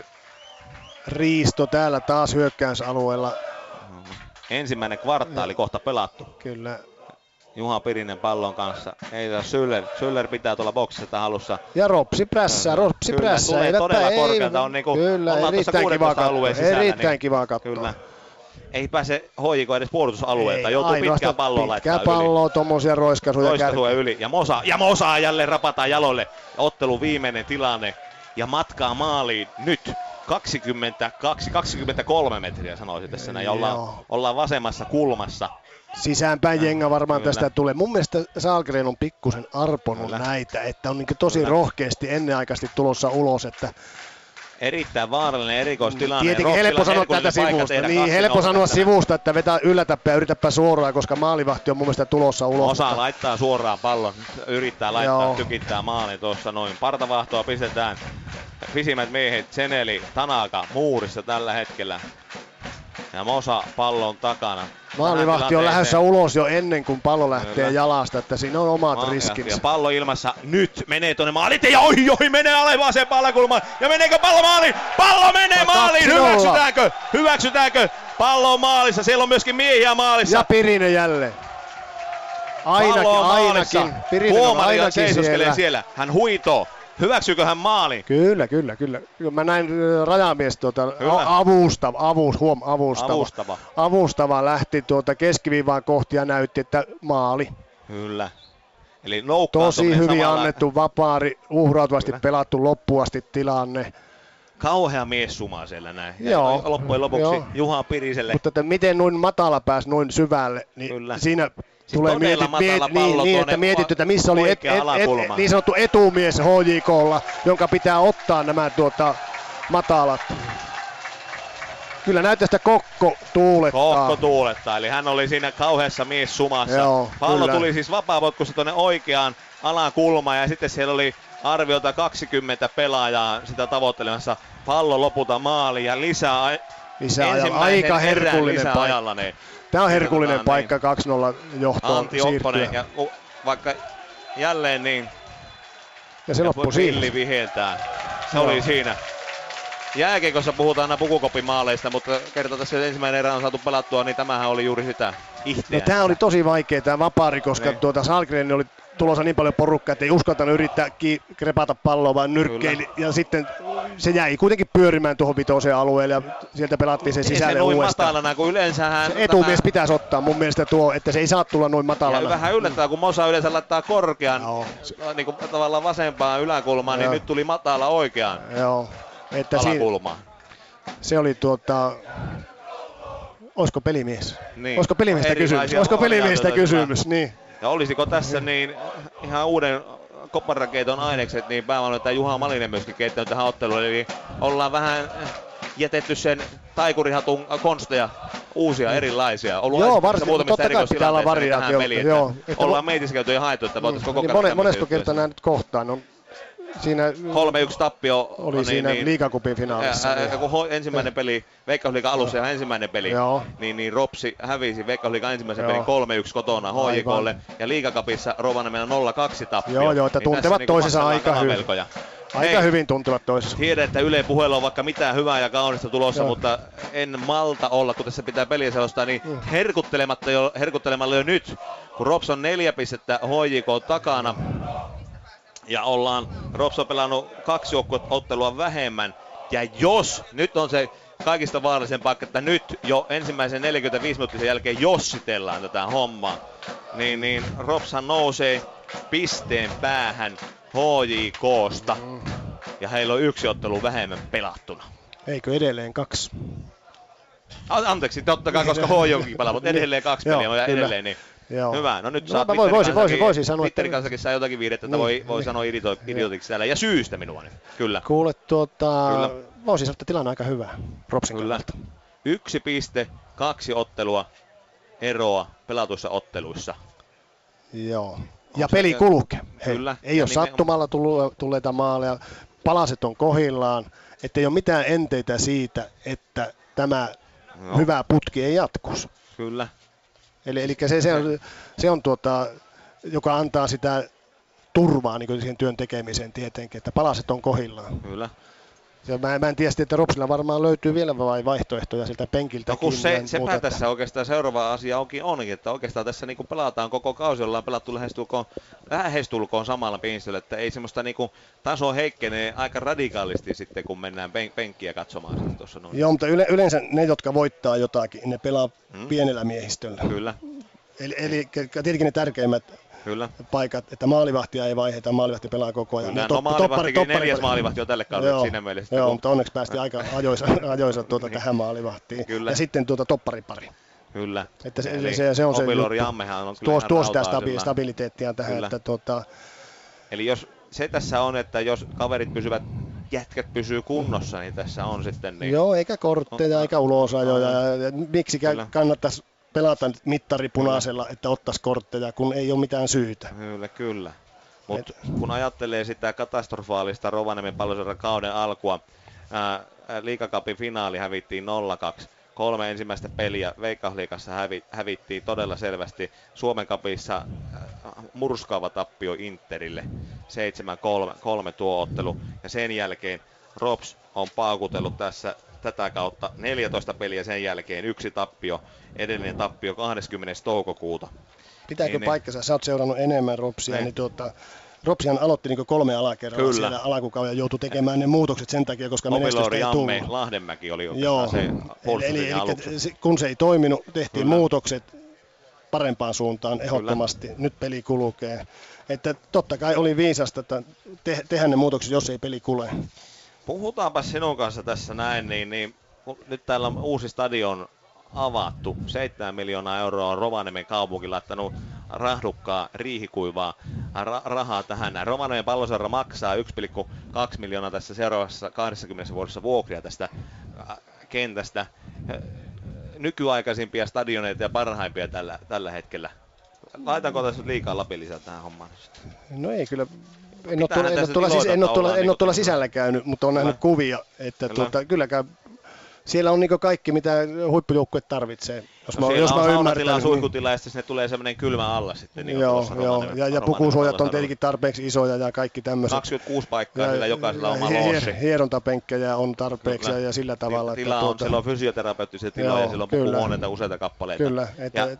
riisto täällä taas hyökkäysalueella. Ensimmäinen kvartaali ja kohta pelattu. Kyllä. Juha Pirinen pallon kanssa. Ei saa Syller. Syller pitää tuolla boksissa halussa. Ja Ropsi prässää, Ropsi kyllä, prässää. Tulee Eivät todella ei, korkealta. On niinku, kyllä, ollaan tuossa kuudentoista alueen sisällä. Erittäin niin, kivaa katsoa. Kyllä. Ei pääse H J K edes puolustusalueelta. Joutuu pitkään palloa laittaa yli. Pitkää palloa, tommosia roiskasuja. Roiskasuja yli. Ja Mosa, ja Mosa jälleen rapataan jaloille. Ottelu viimeinen tilanne. Ja matkaa maaliin nyt. kaksikymmentäkaksi kaksikymmentäkolme metriä sanoisin tässä näin. Ollaan, ollaan vasemmassa kulmassa. Sisäänpäin jenga varmaan kyllä. Tästä tulee. Mun mielestä Saalgren on pikkusen arponut kyllä. näitä, että on niin tosi kyllä. rohkeasti ennenaikaisesti tulossa ulos, että erittäin vaarallinen erikoistilanne. Tietenkin helppo sanoa tätä sivusta. Niin, helppo sanoa sivusta, että vetää yllätäpä ja yritäpä suoraan, koska maalivahti on mun mielestä tulossa ulos. Osaa mutta laittaa suoraan pallon, yrittää laittaa, joo. tykittää maali tuossa noin. Partavahtoa pistetään. Pisimmät miehet, Seneli, Tanaka, muurissa tällä hetkellä. Ja Mosa pallon takana. Maalivahti on lähdössä ulos jo ennen kuin pallo lähtee kyllä. jalasta, että siinä on omat Maalivahti riskinsä. Ja pallo ilmassa nyt menee tuonne maaliin ja ohi ohi menee alle vasempaan kulmaan. Ja meneekö pallo maaliin? Pallo menee maaliin! Hyväksytäänkö? Hyväksytäänkö? Pallo on maalissa, siellä on myöskin miehiä maalissa. Ja Pirinen jälleen. Ainakin, ainakin. Pirinen on ainakin siellä. siellä. Hän huitoo. Hyväksyykö hän maali? Kyllä, kyllä, kyllä. Mä näin rajamies tuota, avustava, avus, huom, avustava. avustava. Avustava lähti tuota keskiviivaan kohti ja näytti, että maali. Kyllä. Eli tosi hyvin samalla... annettu vapaari, uhrautuvasti kyllä. Pelattu loppuasti tilanne. Kauhea miessuma siellä näin. Joo, ja loppujen lopuksi joo. Juha Piriselle. Mutta että miten noin matala pääsi noin syvälle, niin kyllä. Siinä siis tulee mietit, miet, niin, niin, että mietitty, että missä oli et, et, et, niin sanottu etumies H J K:lla, jonka pitää ottaa nämä tuota, matalat. Kyllä näyttää sitä Kokko tuulettaa. Kokko tuulettaa, eli hän oli siinä kauheassa miessumassa. Joo, pallo kyllä. Tuli siis vapaapotkussa tuonne oikeaan alakulmaan ja sitten siellä oli arviolta kaksikymmentä pelaajaa sitä tavoittelemassa. Pallo lopulta maali ja lisää, lisää aika herkullinen lisää ajalla. Niin tämä on herkullinen paikka niin kaksi nolla johtoon Antti Opponen ja vaikka jälleen niin ja se loppui pilli viheltää. Se no. oli siinä. Jääkiekossa puhutaan aina pukukopimaaleista, mutta kerta tässä ensimmäinen erä on saatu pelattua, niin tämähän oli juuri sitä ihteä. No, tämä oli tosi vaikea tämä vapaari, koska niin. tuota Salgren oli tulossa niin paljon porukkaa, että ei uskaltanut yrittää ki- krepata palloa, vaan nyrkkeili. Ja sitten se jäi kuitenkin pyörimään tuohon vitoseen alueelle ja sieltä pelattiin sen sisälle se uudestaan. Matalana, kun yleensähän... Se etumies tämä... pitäisi ottaa mun mielestä tuo, että se ei saa tulla noin matalana. Ja vähän yllättää, kun Mosa yleensä laittaa korkean, no. niin kuin tavallaan vasempaan yläkulmaan, niin nyt tuli matala oikeaan. Joo. Että alakulmaan. Se oli tuota... Olisiko pelimies? Niin. Olisiko pelimiestä kysymys? Olisiko pelimiestä kysymys? Niin. Ja olisiko tässä niin ihan uuden kopparakeiton ainekset, niin päävalmentaja Juha Malinen myöskin keittänyt tähän otteluun. Eli ollaan vähän jätetty sen taikurihatun konsteja, uusia erilaisia. Ollut joo, varsin, mutta totta kai pitää olla variaatio. Ollaan meitiskelty ja haettu, että voitaisiin koko kertaa. Monesko kertaa nämä nyt kohtaan on? Siinä kolme yksi tappio oli niin, siinä niin, liigacupin finaalissa. Ää, ää, kun ensimmäinen peli, Veikkausliigan alussa ja ensimmäinen peli, niin, niin Ropsi hävisi Veikkausliigan ensimmäisen joo. pelin kolme yksi kotona H J K:lle ja liigacupissa Rovaniemellä nolla kaksi tappio. Joo, joo, että niin tuntevat niin toisensa aika hyvin. Aika Hei, hyvin tuntuvat toisessa. Tiedän, että Yle Puheella on vaikka mitään hyvää ja kaunista tulossa, joo. mutta en malta olla, kun tässä pitää peliä selostaa, niin mm. herkuttelematta jo, herkuttelemalla jo nyt, kun Rops on neljä pistettä H J K takana. Ja ollaan, Rops on pelannut kaksi joukkueottelua vähemmän. Ja jos, nyt on se kaikista vaarallisen paikka, että nyt jo ensimmäisen neljäkymmentäviisi minuuttisen jälkeen jossitellaan tätä hommaa. Niin, niin Ropshan nousee pisteen päähän H J K:sta. Ja heillä on yksi ottelu vähemmän pelattuna. Eikö edelleen kaksi? Anteeksi, totta kai, koska H J pelaa, mutta edelleen kaksi peliä on ja edelleen niin. Joo. Hyvä, no nyt no, saat voisin, voisin, voisin, voisin sanoa, Twitterin kanssakin saa jotakin viidettä, että niin, voi, voi niin, sanoa idioto, idiotiksi täällä. Ja syystä minua nyt, kyllä. Kuule, tuota, kyllä. Voisin sanoa, että tilanne on aika hyvä Ropsin kyllä. Kannalta. Yksi piste, kaksi ottelua eroa pelatuissa otteluissa. Joo, ja onko peli kulkee. Kyllä. Ei ja ole sattumalla tullut, tulleita maaleja, palaset on kohillaan, ettei ole mitään enteitä siitä, että tämä no. hyvä putki ei jatkuisi. Kyllä. Eli, eli se, se on, se on tuota, joka antaa sitä turvaa niin siihen työn tekemiseen tietenkin, että palaset on kohillaan. Kyllä. Ja mä, mä en tiedä, että Ropsilla varmaan löytyy vielä vai vaihtoehtoja siltä penkiltä. No kun se, sepä muuta, tässä oikeastaan seuraava asia onkin, onkin, että oikeastaan tässä niin kuin pelataan koko kausi, ollaan pelattu lähestulkoon, lähestulkoon samalla pinstöllä, että ei semmoista niin kuin taso heikkenee aika radikaalisti sitten, kun mennään pen, penkkiä katsomaan. Tuossa noin. Joo, mutta yle, yleensä ne, jotka voittaa jotakin, ne pelaa hmm. pienellä miehistöllä. Kyllä. Eli, eli tietenkin ne tärkeimmät Kyllä. paikat, että maalivahtia ei vaiheta, maalivahti pelaa koko ajan. Kyllä, no maalivahtikin neljäs maalivahti on tälle kaudelle joo, siinä mielessä. Joo, kun... mutta onneksi päästiin aika ajoissa, ajoissa tuota, tähän maalivahtiin. Kyllä. Ja sitten tuota topparipari. Kyllä. Että se, eli se, se on se juttu. On tuo, tuo sitä stabi- stabiliteettia tähän. Että, tuota... Eli jos se tässä on, että jos kaverit pysyvät, jätkät pysyy kunnossa, niin tässä on sitten... Niin... Joo, eikä kortteja, no, eikä ulosajoja. No, miksi kannattaisi pelata mittari punaisella, kyllä. että ottaisi kortteja, kun ei ole mitään syytä. Kyllä, kyllä. Mutta kun ajattelee sitä katastrofaalista Rovaniemen Palloseura kauden alkua, ää, liigacupin finaali hävittiin nolla kaksi. Kolme ensimmäistä peliä Veikkausliigassa hävi, hävittiin todella selvästi. Suomen cupissa murskaava tappio Interille, seitsemän kolme tuo ottelu. Ja sen jälkeen Rops on paukutellut tässä tätä kautta neljätoista peliä sen jälkeen, yksi tappio, edellinen tappio kahdeskymmenes toukokuuta. Pitääkö niin, paikkansa? Sä oot seurannut enemmän Ropsia, niin, niin tuota, Ropsihan aloitti niin kolme alakerralla siellä alkukauden ja joutui tekemään ne muutokset sen takia, koska menestystä ei tullut. Jamme Lahdenmäki oli oikeastaan se puolustuslinja aluksi. Kun se ei toiminut, tehtiin Kyllä. muutokset parempaan suuntaan ehdottomasti. Nyt peli kulkee. Että totta kai oli viisasta, että te- tehdä ne muutokset, jos ei peli kule. Puhutaanpa sinun kanssa tässä näin, niin, niin nyt täällä on uusi stadion avattu. seitsemän miljoonaa euroa on Rovaniemen kaupunki laittanut rahdukkaa, riihikuivaa ra- rahaa tähän. Rovaniemen Palloseura maksaa yksi pilkku kaksi miljoonaa tässä seuraavassa kaksikymmentä vuodessa vuokria tästä kentästä. Nykyaikaisimpia stadioneita ja parhaimpia tällä, tällä hetkellä. Laitanko tässä liikaa Lapin-lisää tähän hommaan? No ei kyllä. En ole tuolla, en ole tuolla, sis, en ole tuolla, en ole tuolla sisällä käynyt, mutta olen nähnyt kuvia, että kyllä. Tuota, kylläkään siellä on niin kaikki, mitä huippujoukkue tarvitsee. Jos no mä, siellä jos on mä saunatila, suihkutila ja sitten sinne tulee semmoinen kylmä alla sitten. Niin joo, joo. ja, ja pukusuojat on tietenkin tarpeeksi isoja ja kaikki tämmöiset. kaksikymmentäkuusi paikkaa, ja, sillä jokaisella on oma hier, loossi. Hierontapenkkejä on tarpeeksi ja, ja sillä tavalla. Tila että on, tuota, siellä on fysioterapeuttiset tiloja ja siellä on pukuhuoneita useita kappaleita. Kyllä, että, ja, et,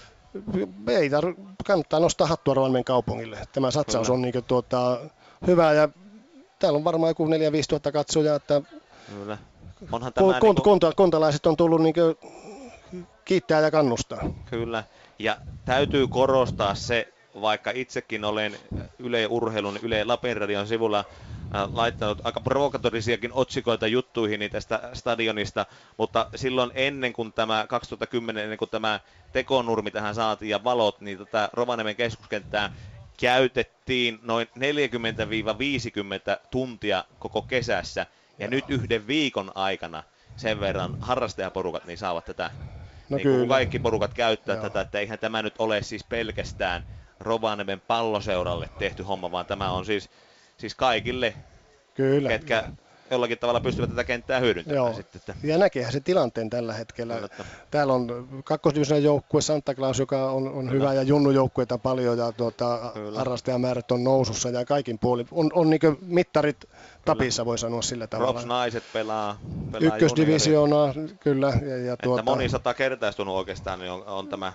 ei tar- kannattaa nostaa hattua Rovaniemen kaupungille. Tämä satsaus kyllä. on niin kuin, tuota, hyvä ja täällä on varmaan joku neljä viisi tuhatta katsojaa, että kyllä. Onhan tämä Kont- niin kuin... kontalaiset on tullut niin kuin kiittää ja kannustaa. Kyllä, ja täytyy korostaa se, vaikka itsekin olen Yle Urheilun, Yle Lapin Radion sivulla äh, laittanut aika provokatorisiakin otsikoita juttuihin tästä stadionista, mutta silloin ennen kuin tämä kaksituhattakymmenen, ennen kuin tämä tekonurmi tähän saatiin ja valot, niin tätä Rovaniemen keskuskenttää käytettiin noin neljäkymmentä viisikymmentä tuntia koko kesässä. Ja nyt yhden viikon aikana sen verran harrastajaporukat niin saavat tätä, no niin kuin kaikki porukat käyttää Joo. tätä, että eihän tämä nyt ole siis pelkästään Rovaniemen Palloseuralle tehty homma, vaan tämä on siis, siis kaikille, kyllä. ketkä jollakin tavalla pystyvät tätä kenttää hyödyntämään. Sitten, että... Ja näkeehän se tilanteen tällä hetkellä. Kyllä. Täällä on kakkosdivisionan joukkue Santa Claus, joka on, on hyvä, ja junnujoukkueita paljon, ja tuota, harrastajamäärät on nousussa, ja kaikin puolin. On, on niin mittarit tapissa, voi sanoa sillä tavalla. Rops naiset pelaa, pelaa ykkösdivisioonaa, kyllä. Ja, ja tuota... Että moni sata kertaistunut oikeastaan, niin on, on tämä...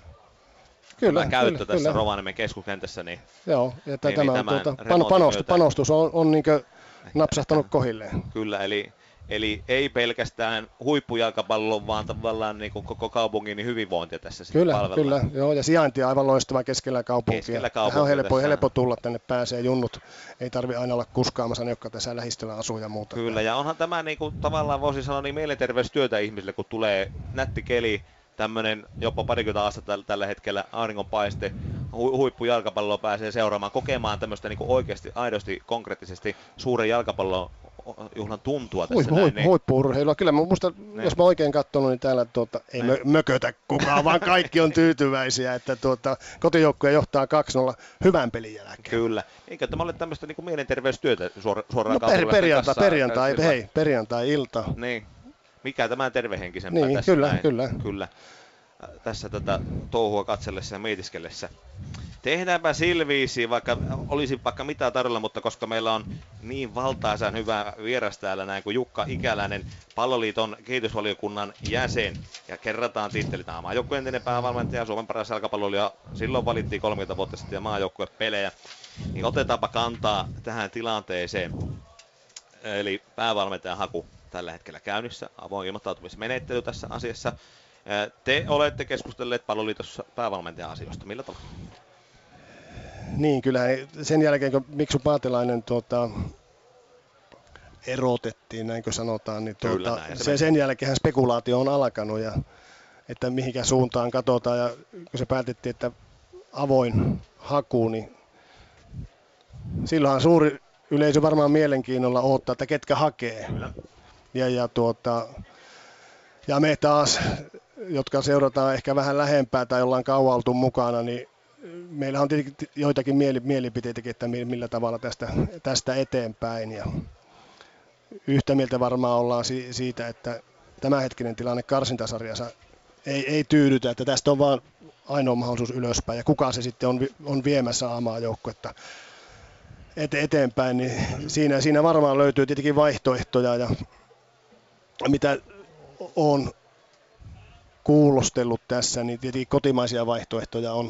Kyllä, tämä käyttö kyllä, tässä kyllä. Rovaniemen keskuskentässä. Niin, Joo, ja niin, tämä niin tuota, panostus, panostus on, on niin napsahtanut kohilleen. Kyllä, eli, eli ei pelkästään huippujalkapallon, vaan tavallaan niin kuin koko kaupungin hyvinvointia tässä kyllä, palvellaan. Kyllä, joo, ja sijainti on aivan loistava keskellä kaupunkia. Keskellä kaupunkia. Tähän on helppo, helppo tulla, tänne pääsee junnut. Ei tarvitse aina olla kuskaamassa ne, jotka tässä lähistöllä asuu ja muuta. Kyllä, ja onhan tämä niin kuin, tavallaan voisi sanoa niin mielenterveystyötä ihmisille, kun tulee nätti keli, tämmöinen jopa parikymmentä astetta tällä hetkellä auringonpaiste, hu- huippujalkapalloa pääsee seuraamaan, kokemaan tämmöistä niin kuin oikeasti, aidosti, konkreettisesti suuren jalkapallon juhlan tuntua tässä. Huippu, näin, niin... Huippu-urheilua. Kyllä musta, jos mä oikein katsonut, niin täällä tuota, ei mö- mökötä kukaan, vaan kaikki on tyytyväisiä, että tuota, kotijoukkue johtaa kaksi nolla hyvän pelin jälkeen. Kyllä. Eikö tämä ole tämmöistä niin kuin mielenterveystyötä suora, suoraan no, per, perjantai, perjantai, hei, perjantai-ilta. Niin. Mikä tämä tervehenkisempää niin, tässä kyllä, näin. Kyllä. kyllä. Tässä tätä touhua katsellessa ja mietiskellessä. Tehdäänpä silviisi, vaikka olisi vaikka mitä tarjolla, mutta koska meillä on niin valtaisan hyvä vieras täällä näin kuin Jukka Ikäläinen, Palloliiton kehitysvaliokunnan jäsen, ja kerrataan tittelit maajoukkueen entinen päävalmentaja, Suomen paras jalkapalloilija, silloin valittiin kolmekymmentä vuotta sitten maajoukkuepelejä, niin otetaanpa kantaa tähän tilanteeseen, eli päävalmentajan haku tällä hetkellä käynnissä, avoin ilmoittautumismenettely tässä asiassa. Te olette keskustelleet Palloliitossa päävalmentajan asioista. Millä tavalla? Niin, kyllähän sen jälkeen, kun Miksu Paatelainen tuota, erotettiin, näinkö sanotaan, niin tuota, Kyllä, näin, sen, sen jälkeen spekulaatio on alkanut, ja, että mihinkä suuntaan katsotaan. Ja kun se päätettiin, että avoin haku, niin silloinhan suuri yleisö varmaan mielenkiinnolla odottaa, että ketkä hakee. Kyllä. Ja, ja, tuota, ja me taas, jotka seurataan ehkä vähän lähempää tai ollaan kauan oltu mukana, niin meillä on tietenkin joitakin mielipiteitäkin, että millä tavalla tästä, tästä eteenpäin. Ja yhtä mieltä varmaan ollaan siitä, että tämänhetkinen tilanne karsintasarjassa ei, ei tyydytä, että tästä on vaan ainoa mahdollisuus ylöspäin. Ja kuka se sitten on, on viemässä aamaa joukkuetta eteenpäin, niin siinä, siinä varmaan löytyy tietenkin vaihtoehtoja. Ja mitä on kuulostellut tässä, niin tietenkin kotimaisia vaihtoehtoja on,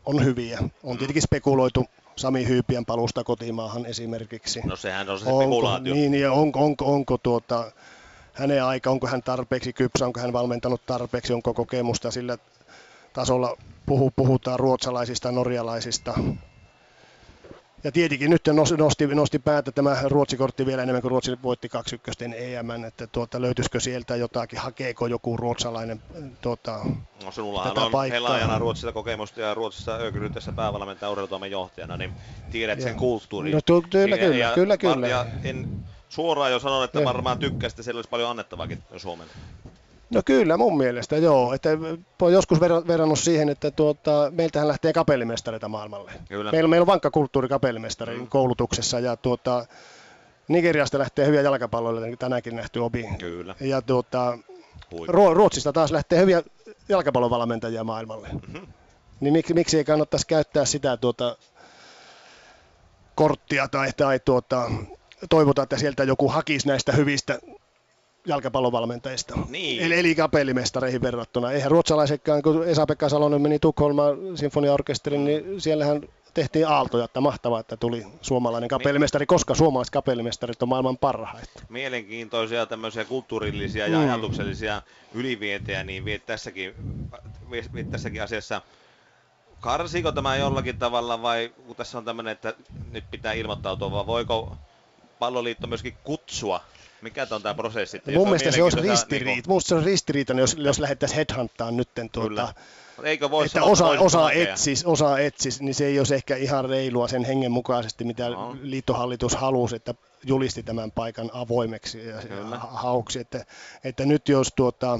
on hyviä. On tietenkin spekuloitu Sami Hyypiän palusta kotimaahan esimerkiksi. No sehän on se onko, spekulaatio. Niin, ja onko, onko, onko tuota, hänen aika, onko hän tarpeeksi kypsä, onko hän valmentanut tarpeeksi, onko kokemusta sillä tasolla, puhu, puhutaan ruotsalaisista, norjalaisista. Ja tietenkin nyt nosti, nosti päätä tämä Ruotsikortti vielä enemmän kuin Ruotsi voitti kaksi ykkösten E M, että tuota, löytyisikö sieltä jotakin, hakeeko joku ruotsalainen tuota, no sinullahan tätä on paikkaa. pelaajana Ruotsista kokemusta ja Ruotsissa Ögrytessä päävalmentaja urheilutoimen johtajana, niin tiedät sen Ja. kulttuurin. No tu- kyllä, Ja- kyllä, ja, kyllä, kyllä. Ja en suoraan jo sanon, että Ja. varmaan tykkäsit, että siellä olisi paljon annettavaakin Suomelle. No kyllä mun mielestä joo, että olen joskus ver- verrannut siihen, että tuota, meiltähän lähtee kapellimestareita maailmalle. Kyllä. Meillä, meillä on vankka kulttuuri kapellimestarin mm. koulutuksessa ja tuota, Nigeriasta lähtee hyviä jalkapalloilijoita, tänäänkin nähty Obi. Kyllä. Ja tuota, Huikea. Ruo- Ruotsista taas lähtee hyviä jalkapallovalmentajia maailmalle. Mm-hmm. Niin miksi, miksi ei kannattaisi käyttää sitä tuota, korttia tai, tai tuota, toivotaan, että sieltä joku hakisi näistä hyvistä jalkapallovalmentajista. Niin. Eli, eli kapellimestareihin verrattuna. Eihän ruotsalaisetkaan, kun Esa-Pekka Salonen meni Tukholmaan sinfoniaorkesteriin, niin siellähän tehtiin aaltoja, että mahtavaa, että tuli suomalainen kapellimestari, koska suomalaiset kapellimestarit on maailman parhaita. Mielenkiintoisia tämmöisiä kulttuurillisia ja Mm. ajatuksellisia ylivientejä, niin viet tässäkin, viet, viet tässäkin asiassa. Karsiiko tämä jollakin tavalla vai kun tässä on tämmöinen, että nyt pitää ilmoittautua, vai voiko palloliitto myöskin kutsua? Mikä on tämä prosessi? Ja mun mielestä se olisi mielenkiintoista, ristiriita. Niin Musta se on ristiriitainen, jos, jos lähdettäisiin headhuntaan nytten tuota, eikö voi että sanoa, osa, toiset osa, hakea? etsis, osa etsis, niin se ei olisi ehkä ihan reilua sen hengen mukaisesti, mitä No. liittohallitus halusi, että julisti tämän paikan avoimeksi ja Kyllä. ha- hauksi. Että, että nyt jos tuota,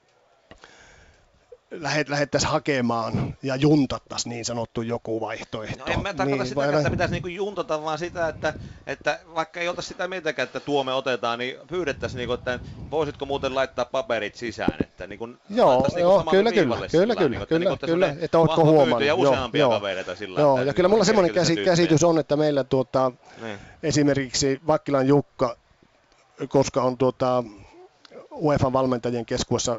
lähet, lähettäisiin hakemaan ja juntattaisiin niin sanottu joku vaihtoehto. No en mä tarkoita niin, sitä, vai- että pitäisi niinku juntata, vaan sitä, että, että vaikka ei oltaisi sitä mieltäkään, että tuome otetaan, niin pyydettäisiin, niinku, että voisitko muuten laittaa paperit sisään. Että niinku, Joo, laitaisiin joo, niinku samalle kyllä, kyllä, viivalle kyllä, sillä kyllä, niinku, että kyllä, niinku, kyllä, semmoinen että ootko vahva pyyntö huomannut. ja Joo, useampia joo. kavereita sillä. Joo, että ja kyllä mulla semmoinen merkitystä käsi, tyyppejä. käsitys on, että meillä tuota, Niin. esimerkiksi Vakkilan Jukka, koska on tuota, U E F A-valmentajien keskuudessa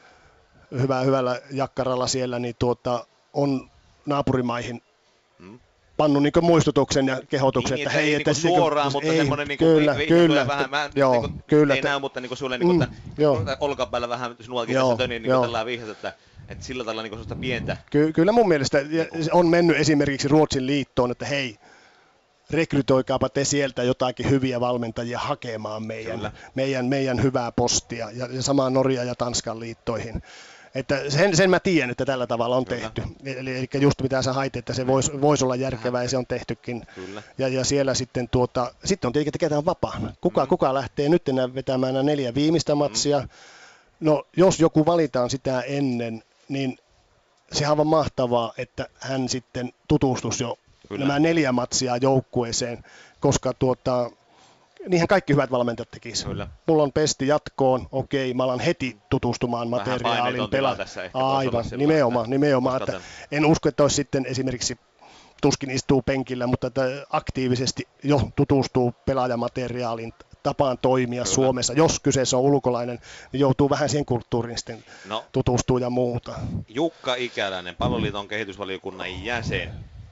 hyvä, hyvällä jakkaralla siellä, niin tuota, on naapurimaihin Mm. pannut niin muistutuksen ja kehotuksen, Niin, että ei hei, niinku että suoraan, mutta ei, semmoinen niinku kyllä, vi- vi- kyllä, tulee vähän, mä, joo, niinku, kyllä, ei että- näy, mutta niinku sulle niinku, Mm, että joo. olkapäällä vähän sinuakin Joo, tässä töniin, niinku joo. tällä vihjat, että, että sillä tavalla niinku sellaista pientä. Ky- kyllä mun mielestä ja se on mennyt esimerkiksi Ruotsin liittoon, että hei, rekrytoikaapa te sieltä jotakin hyviä valmentajia hakemaan meidän, meidän, meidän hyvää postia ja, ja samaan Norja ja Tanskan liittoihin. Että sen, sen mä tiedän, että tällä tavalla on Kyllä. tehty. Eli, eli just mitä sä hait, että se voisi vois olla järkevää ja se on tehtykin. Kyllä. Ja, ja siellä sitten, tuota, sitten on tietenkin, että ketä on vapaana. Kuka, mm. kuka lähtee nyt enää vetämään nämä neljä viimeistä matsia. Mm. No jos joku valitaan sitä ennen, niin sehän on aivan mahtavaa, että hän sitten tutustuisi jo Kyllä. nämä neljä matsia joukkueeseen, koska tuota, niinhän kaikki hyvät valmentajat tekisivät. Kyllä. Mulla on pesti jatkoon, okei, mä alan heti tutustumaan Vähän materiaalin paineeton tila pelaa. tässä ehkä voisi olla Aivan, sillä nimenomaan, lailla, nimenomaan että että en usko, että olisi sitten esimerkiksi tuskin istuu penkillä, mutta että aktiivisesti jo tutustuu pelaajamateriaalin tapaan toimia Kyllä. Suomessa. Jos kyseessä on ulkolainen, niin joutuu vähän siihen kulttuuriin sitten No, tutustua ja muuta. Jukka Ikäläinen, Palloliiton kehitysvaliokunnan jäsen.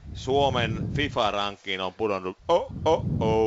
Suomen FIFA-rankkiin on pudonnut oh, oh,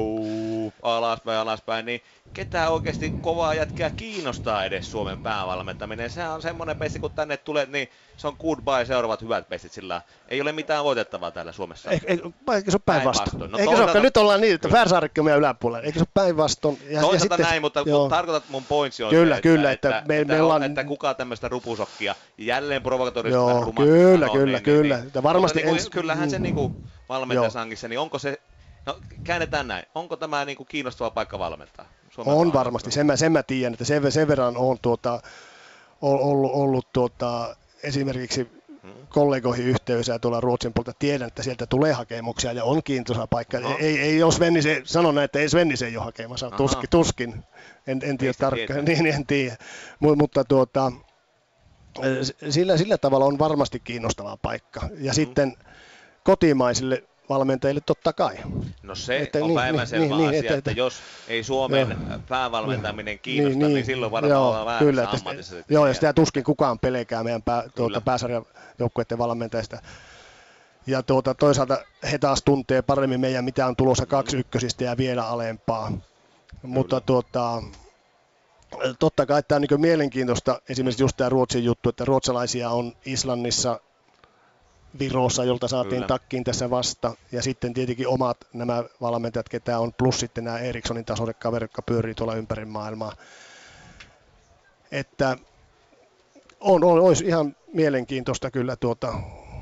oh, alaspäin, alaspäin, niin ketään oikeasti kovaa jätkää kiinnostaa edes Suomen päävalmentaminen. Sehän on semmoinen pesti, kun tänne tulee, niin se on goodbye, seuraavat hyvät pestit, sillä ei ole mitään voitettavaa täällä Suomessa. Eikö, eikö, eikö se ole päinvastoin? Päinvastoin. No Eikö se toisaalta- ole? Nyt ollaan niin, että Färsaarekki on meidän yläpuolella. Eikö se ole päinvastoin? Ja, Toisaalta ja sitten, näin, mutta joo. kun tarkoitat mun pointsi on Kyllä, se, kyllä, että, että että, me- että, me ollaan- että kuka tämmöistä rupusokkia jälleen provokatorista Joo, vähän rumasti kyllä, sanoo, kyllä, niin, kyllä. Niin, Ja varmasti mutta niin, ens- kyllähän se mm. niinku valmentajasangissa, niin onko se, no käännetään näin, onko tämä niinku kiinnostava paikka valmentaa? Suomen On valmentaa? varmasti, sen mä, sen mä tiedän, että sen, sen verran on tuota, ollut, ollut tuota, esimerkiksi kollegoihin yhteydessä ja tuolla Ruotsin puolta tiedän, että sieltä tulee hakemuksia ja on kiintoisa paikka. No. Ei, ei jos Svenni se, sanon näin, että ei Svenni se ei ole hakemassa, Aha. tuskin, tuskin. En, en tiedä sitä tarkkaan, tietää. niin en tiedä. Mut, mutta tuota, sillä, sillä tavalla on varmasti kiinnostava paikka. Ja mm. sitten kotimaisille valmentajille totta kai. No se Että on niin, päivänselvä niin, asia, niin, että, että- että jos ei Suomen Joo. päävalmentaminen kiinnosta, niin, niin silloin varmaan joo, ollaan väärässä kyllä, että ammatissa. sitä, joo, ja sitä tuskin kukaan pelkää meidän pää, tuota, Kyllä. pääsarjajoukkueiden valmentajista. Ja tuota, toisaalta he taas tuntee paremmin meidän, mitä on tulossa kaksi ykkösistä ja vielä alempaa. Mutta tuota, totta kai tämä on niin mielenkiintoista, esimerkiksi just tämä Ruotsin juttu, että ruotsalaisia on Islannissa, Virossa, jolta saatiin Kyllä. takkiin tässä vasta. Ja sitten tietenkin omat nämä valmentajat, ketä on, plus sitten nämä Erikssonin tasoiset kaverit, jotka pyörii tuolla ympäri maailmaa. Että on, on, olisi ihan mielenkiintoista kyllä tuota,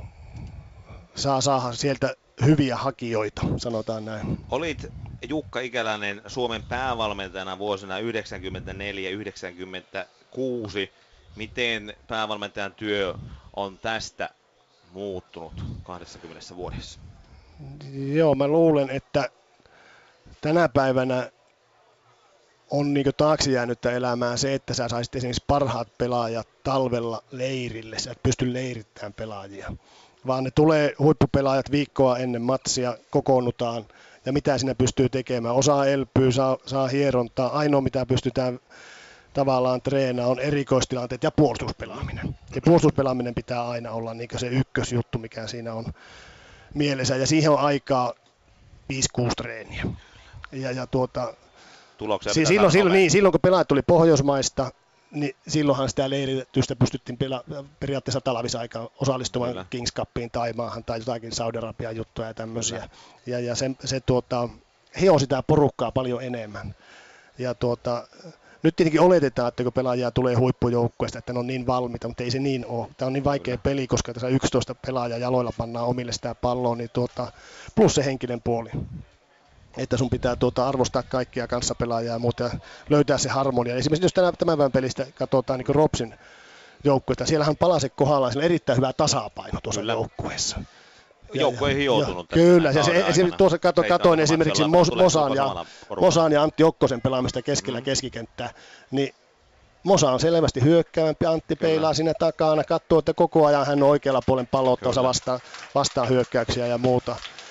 saa saada sieltä hyviä hakijoita, sanotaan näin. Olit Jukka Ikäläinen Suomen päävalmentajana vuosina yhdeksänkymmentäneljä yhdeksänkymmentäkuusi. Miten päävalmentajan työ on tästä muuttunut kaksikymmentä vuodessa? Joo, mä luulen, että tänä päivänä on niin taakse jäänyttä elämää se, että sä saisit esimerkiksi parhaat pelaajat talvella leirille. Sä et pysty leirittämään pelaajia, vaan ne tulee huippupelaajat viikkoa ennen matsia, kokoonnutaan ja mitä siinä pystyy tekemään. Osaa elpyy, saa, saa hierontaa. Ainoa mitä pystytään tavallaan treenaa on erikoistilanteet ja puolustuspelaaminen. Ja puolustuspelaaminen pitää aina olla niin se ykkösjuttu, mikä siinä on mielessä. Ja siihen on aikaa viisi kuusi treeniä. Ja, ja tuota, si- silloin, silloin, niin, silloin kun pelaajat tuli Pohjoismaista, niin silloinhan sitä leiritystä pystyttiin pela- periaatteessa talvisaikaan osallistumaan Kyllä. Kings Cupiin tai maahan tai jotakin Saudi-Arabian juttuja ja tämmöisiä. Kyllä. Ja, ja se, se tuota, hio sitä porukkaa paljon enemmän. Ja tuota, nyt tietenkin oletetaan, että kun pelaajia tulee huippujoukkueesta, että ne on niin valmiita, mutta ei se niin ole. Tämä on niin vaikea Kyllä. peli, koska tässä yksitoista pelaajaa jaloilla pannaan omille sitä palloa, niin tuota, plus se henkinen puoli. Että sun pitää tuota arvostaa kaikkia kanssapelaajia ja muuta ja löytää se harmonia. Esimerkiksi jos tämän, tämän päivän pelistä katsotaan niin Ropsin joukkuetta, siellähän Palase kohdalla on erittäin hyvä tasapaino tuossa Kyllä. joukkueessa. Joukkue ei hioutunut. Kyllä, ja se, esimerkiksi tuossa kato, katoin esimerkiksi Mos, Mosan, ja, Mosan ja Antti Okkosen pelaamista keskellä mm. keskikenttää, niin Mosa on selvästi hyökkäävämpi, Antti Kyllä. peilaa siinä takana, katsoo, että koko ajan hän on oikealla puolen palloottansa vastaan, vastaan hyökkäyksiä ja muuta.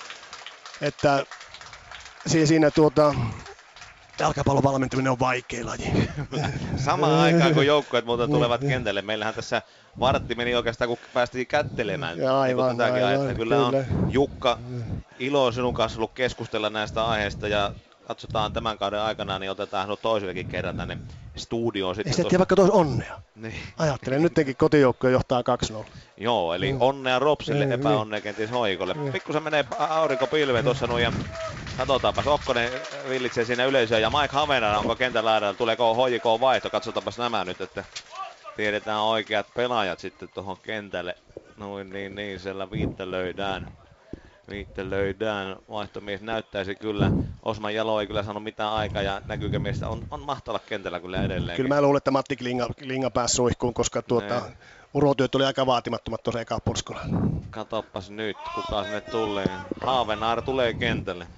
Että siinä tuota, jalkapallon valmentaminen on vaikea laji. Samaan aikaan kun joukkueet muuta tulevat kentälle, meillähän tässä vartti meni oikeastaan kun päästiin kättelemään. Ja aivan, niin aivan, kyllä, kyllä on Jukka, ilo sinun kanssa ollut keskustella näistä aiheista ja katsotaan tämän kauden aikana, niin otetaan sinut toisellekin kerran tänne studioon. Ei sitä vaikka tois onnea. Niin. Ajattelen, nytkin kotijoukkoja johtaa kaksi nolla. Joo, eli mm. onnea Ropsille, mm, epäonnea kenties Hoikolle. Mm. Pikkusen menee aurinko pilveen tuossa noin ja katsotaanpas. Okkonen villitsee siinä yleisöä ja Mike Havenara onko kentän laidalla. Tuleeko H J K vaihto? Katsotaanpas nämä nyt, että tiedetään oikeat pelaajat sitten tuohon kentälle. Noin niin, niin siellä viittelöidään. Viittelöidään. Vaihtomies näyttäisi kyllä. Osman Jalo ei kyllä sano mitään aikaa ja näkyykö miestä. On, on mahtava kentällä kyllä edelleen. Kyllä mä luulen, että Matti Klinga, Klinga pääsi suihkuun, koska tuota, urotyöt oli aika vaatimattomat tuossa eka purskolla. Katoppas nyt, kuka sinne tulee. Haavenaar tulee kentälle.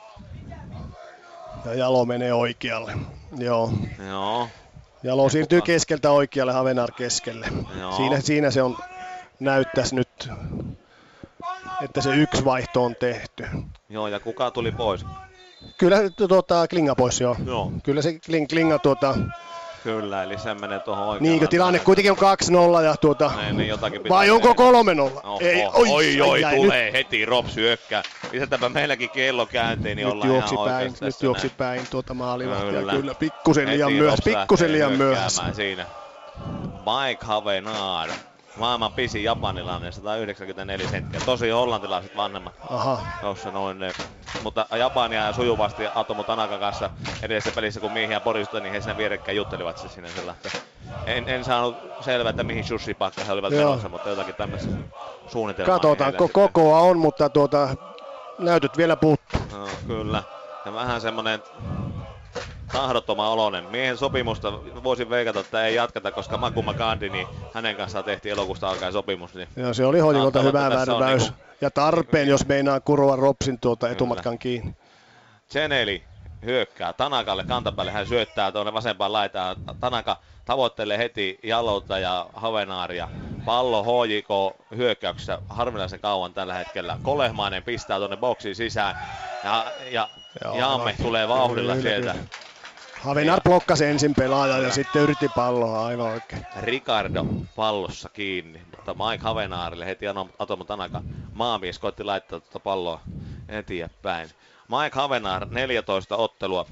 Ja Jalo menee oikealle. Joo. Joo. Jalo siirtyy kuka? Keskeltä oikealle, Havenaar keskelle. Siinä, siinä se on, näyttäisi nyt, että se yksi vaihto on tehty. Joo, ja kuka tuli pois? Kyllä tuota, Klinga pois, joo. joo. Kyllä se Kling, Klinga tuota... Kyllä, eli se menee tuohon oikealle. Niin, tilanne kuitenkin on kaksi nolla ja tuota... Niin, niin jotakin pitää vai onko kolme nolla? Oho, ei, oi, oi, oi, ai, tulee nyt. Heti Rops hyökkää. Lisätäänpä meilläkin kello kääntiin, niin nyt ollaan ihan päin, nyt juoksi näin. Päin tuota maalivahtia. Kyllä, kyllä pikkusen liian myöhässä, pikkusen liian myöhässä. Siinä. Mike Havenaar. Maailman pisin japanilainen, sata yhdeksänkymmentäneljä senttiä. Tosi hollantilaiset vanhemmat. Aha. Tossa noin ne. Mutta Japania sujuvasti Atomo Tanakan kanssa edellisessä pelissä, kun miehiä poristui, niin he siinä vierekkäin juttelivat se sinne sillä. En, en saanut selvää, että mihin sushi-paikkaan he olivat menossa, mutta jotakin tämmöistä suunnitelmaa. Katsotaan, ko- kokoa on, mutta tuota, näytöt vielä puuttuu. No, kyllä. Ja vähän semmonen tahdottoman oloinen. Miehen sopimusta voisin veikata, että ei jatketa, koska Maku Makandi, niin hänen kanssaan tehtiin elokuusta alkaen sopimus. Niin joo, se oli Hojikolta hyvä värväys. Niinku ja tarpeen, jos meinaa kuroa Ropsin tuota etumatkan kiinni. Zeneli hyökkää Tanakalle kantapäälle, hän syöttää tuonne vasempaan laitaan. Tanaka tavoittelee heti Jalolta ja Havenaaria. Pallo H J K hyökkäyksessä harvinaisen kauan tällä hetkellä. Kolehmainen pistää tuonne boksiin sisään ja, ja Jaamme tulee vauhdilla kyllä, sieltä. Havenar blokkasi ensin pelaaja ja sitten yritti palloa aivan oikein. Ricardo pallossa kiinni, mutta Mike Havenaarille heti Atomo Tanaka maamies koitti laittaa tuota palloa eteenpäin. Mike Havenaar neljätoista ottelua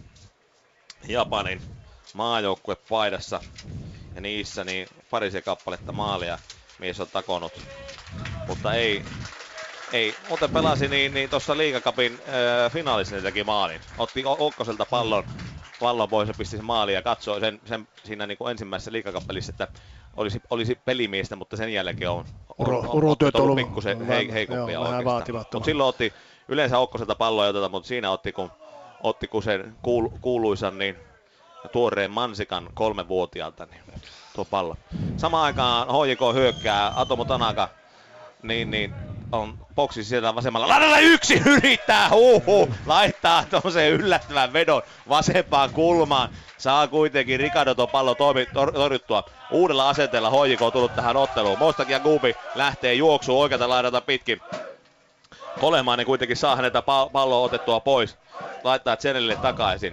Japanin maajoukkuepaidassa ja niissä niin parisen kappaletta maalia mies on takonut, mutta ei, ei. Muuten pelasi niin, niin tuossa Liigacupin äh, finaalissa ne teki maalin. Otti Okkoselta pallon, pallon pois ja pisti sen maaliin ja katsoi sen, sen siinä niin kuin ensimmäisessä Liigacup-pelissä, että olisi, olisi pelimiestä, mutta sen jälkeen on, on, on, on ollut pikkusen hei, heikompia oikeastaan. Mutta silloin otti yleensä Okkoselta palloa ja oteta, mutta siinä otti kun, otti kun sen kuul, kuuluisan niin tuoreen mansikan kolmevuotiaalta, niin tuo pallo. Samaan aikaan H J K hyökkää, Atomo Tanaka, niin, niin on boksi sieltä vasemmalla laidalla yksin yrittää, huuhu, laittaa tommosen yllättävän vedon vasempaan kulmaan. Saa kuitenkin Ricardo tuon pallon torjuttua. Uudella asenteella H J K on tullut tähän otteluun. Mostaki ja Gubi lähtee juoksuun oikealta laidalta pitkin. Kolemainen kuitenkin saa häneltä palloa otettua pois. Laittaa Tsenelille takaisin.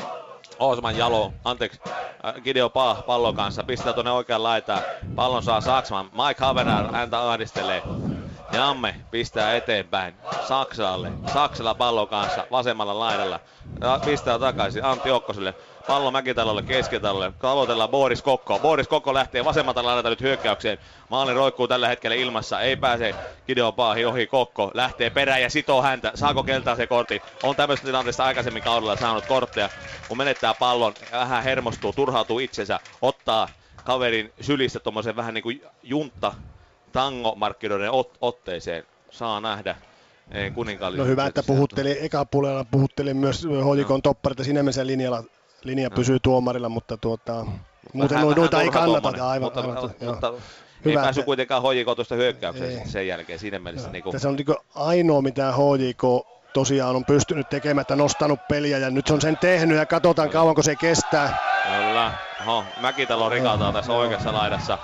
Osman Jalo, anteeksi, Gideon Pah pallon kanssa, pistää tuonne oikean laitaan. Pallon saa Saksman, Mike Havenaar häntä ahdistelee. Jamme pistää eteenpäin Saksalle, Saksala pallon kanssa vasemmalla laidalla. Pistää takaisin Antti Okkoselle, pallo Mäkitalolle, Keskitalolle, tavoitellaan Boris Kokko. Boris Kokko lähtee vasemmalta laidalta nyt hyökkäykseen. Maali roikkuu tällä hetkellä ilmassa, ei pääse Gideon Paahi ohi. Kokko lähtee perään ja sitoo häntä. Saako keltaa se kortti? On tämmöistä tilanteesta aikaisemmin kaudella saanut kortteja. Kun menettää pallon, vähän hermostuu, turhautuu itsensä, ottaa kaverin sylistä tommosen vähän niinku juntta tango-markkinoiden ot- otteeseen. Saa nähdä kuninkaallisuus. No hyvä, että puhutteli, eka puolella puhutteli myös H J K:n topparit, siinä mielessä linjalla, linja pysyy no. tuomarilla, mutta tuota, muuten vähän, noita vähän ei kannata. Aivan, mutta aivan, mutta, mutta ei hyvä, päässyt kuitenkaan H J K tuosta hyökkäykseen sen jälkeen siinä mielessä. Niin kuin... Tässä on niin ainoa, mitä H J K tosiaan on pystynyt tekemään, että nostanut peliä ja nyt se on sen tehnyt ja katsotaan kauanko se kestää. Kyllä. Oho, Mäkitalo rikataan tässä oikeassa laidassa.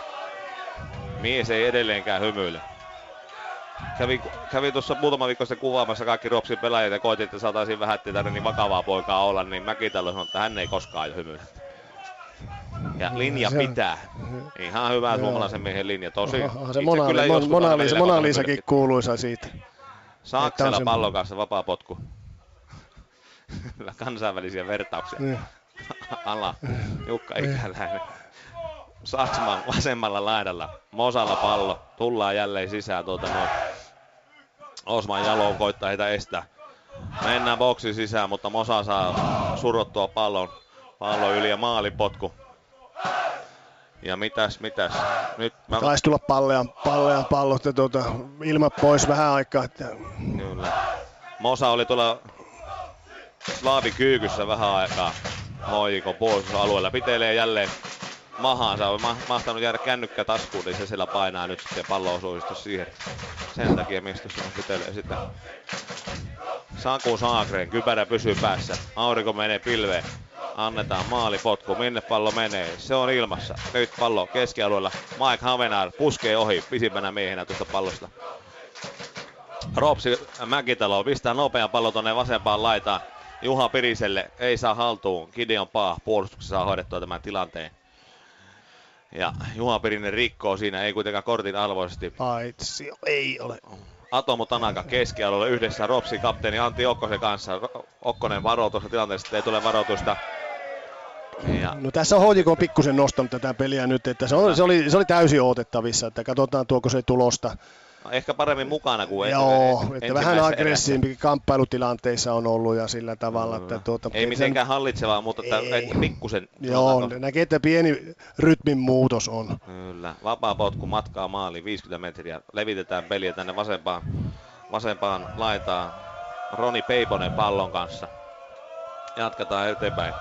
Mies ei edelleenkään hymyile. Kävi, kävi tuossa muutama viikko sitten kuvaamassa kaikki Ropsin pelaajat ja koitin, että saataisiin vähän, ettei tarvitse niin vakavaa poikaa olla, niin Mäkitalo sanoi, että hän ei koskaan jo hymyile. Ja linja se pitää. Ihan hyvä suomalaisen miehen linja. Tosi. Oha, se Mona, Mona, Mona, Lisa, Mona Lisakin kuuluisa siitä. Saksella pallon kanssa vapaa potku. Kansainvälisiä vertauksia. Ala, Jukka Ikäläinen. Saksman vasemmalla laidalla. Mosalla pallo. Tullaan jälleen sisään tuolta noin. Osman Jalo koittaa heitä estää. Mennään boksi sisään, mutta Mosa saa surrottua pallon. Pallo yli ja maalipotku. Ja mitäs, mitäs? Nyt mä... Taisi tulla pallean, pallean pallot ja tuota, ilmat pois vähän aikaa. Että... Kyllä. Mosa oli tuolla Slaavikyykyssä vähän aikaa. H J K puolustusalueella. Pitelee jälleen mahaansa. On ma- mahtanut jäädä kännykkä taskuun, niin se siellä painaa nyt sitten pallo osuu siihen. Sen takia mistä se pitelee sitten. Saku Saagren, kypärä pysyy päässä. Aurinko menee pilveen. Annetaan maalipotku, minne pallo menee, se on ilmassa. Nyt pallo keskialueella, Mike Havenaar puskee ohi pisimpänä miehenä tuosta pallosta. Ropsi Mäkitalo pistää nopean pallo tonne vasempaan laitaan. Juha Piriselle ei saa haltuun, Gideon Paa puolustuksessa saa hoidettua tämän tilanteen. Ja Juha Pirinen rikkoo siinä, ei kuitenkaan kortin arvoisesti. Paitsi ei ole. Atomo Tanaka keskialueella yhdessä Ropsi kapteeni Antti Okkosen kanssa. Okkonen varoo tuossa tilanteessa, että ei tule varoitusta. Ja. No tässä on H J K pikkusen nostanut tätä peliä nyt, että se, on, se, oli, se oli täysin odotettavissa, että katsotaan tuoko se tulosta. No, ehkä paremmin mukana kuin Joo, et, että vähän aggressiivikin kamppailutilanteissa on ollut ja sillä tavalla. Että tuota, ei mitenkään sen... hallitsevaa, mutta että, että pikkusen. Joo, näkee, että pieni rytmin muutos on. Kyllä, vapaa potku matkaa maaliin viisikymmentä metriä, levitetään peliä tänne vasempaan, vasempaan laitaan. Roni Peiponen pallon kanssa. Jatketaan eteenpäin.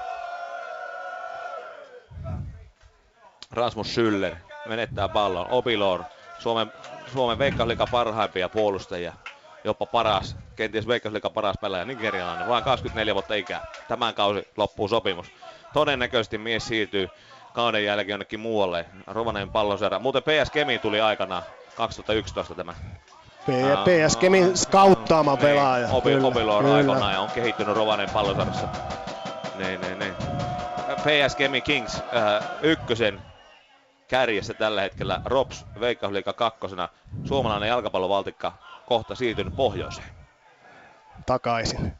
Rasmus Schüller menettää pallon. Obilor, Suomen, Suomen Veikkausliigan parhaimpia puolustajia. Jopa paras, kenties Veikkausliigan paras pelaaja, nigerialainen, vain kaksikymmentäneljä vuotta ikää. Tämän kausi loppuu sopimus. Todennäköisesti mies siirtyy kauden jälkeen jonnekin muualle. Rovaniemen Pallonseura. Muuten P S Kemi tuli aikana kaksituhattayksitoista tämä. P S Kemin skauttaama pelaaja. Obilor aikanaan ja on kehittynyt Rovaniemen Pallonseurassa. Niin, niin, niin. P S Kemi Kings äh, ykkösen kärjessä tällä hetkellä. Rops Veikkausliiga kakkosena. Suomalainen jalkapallovaltikka kohta siirtynyt pohjoiseen. Takaisin.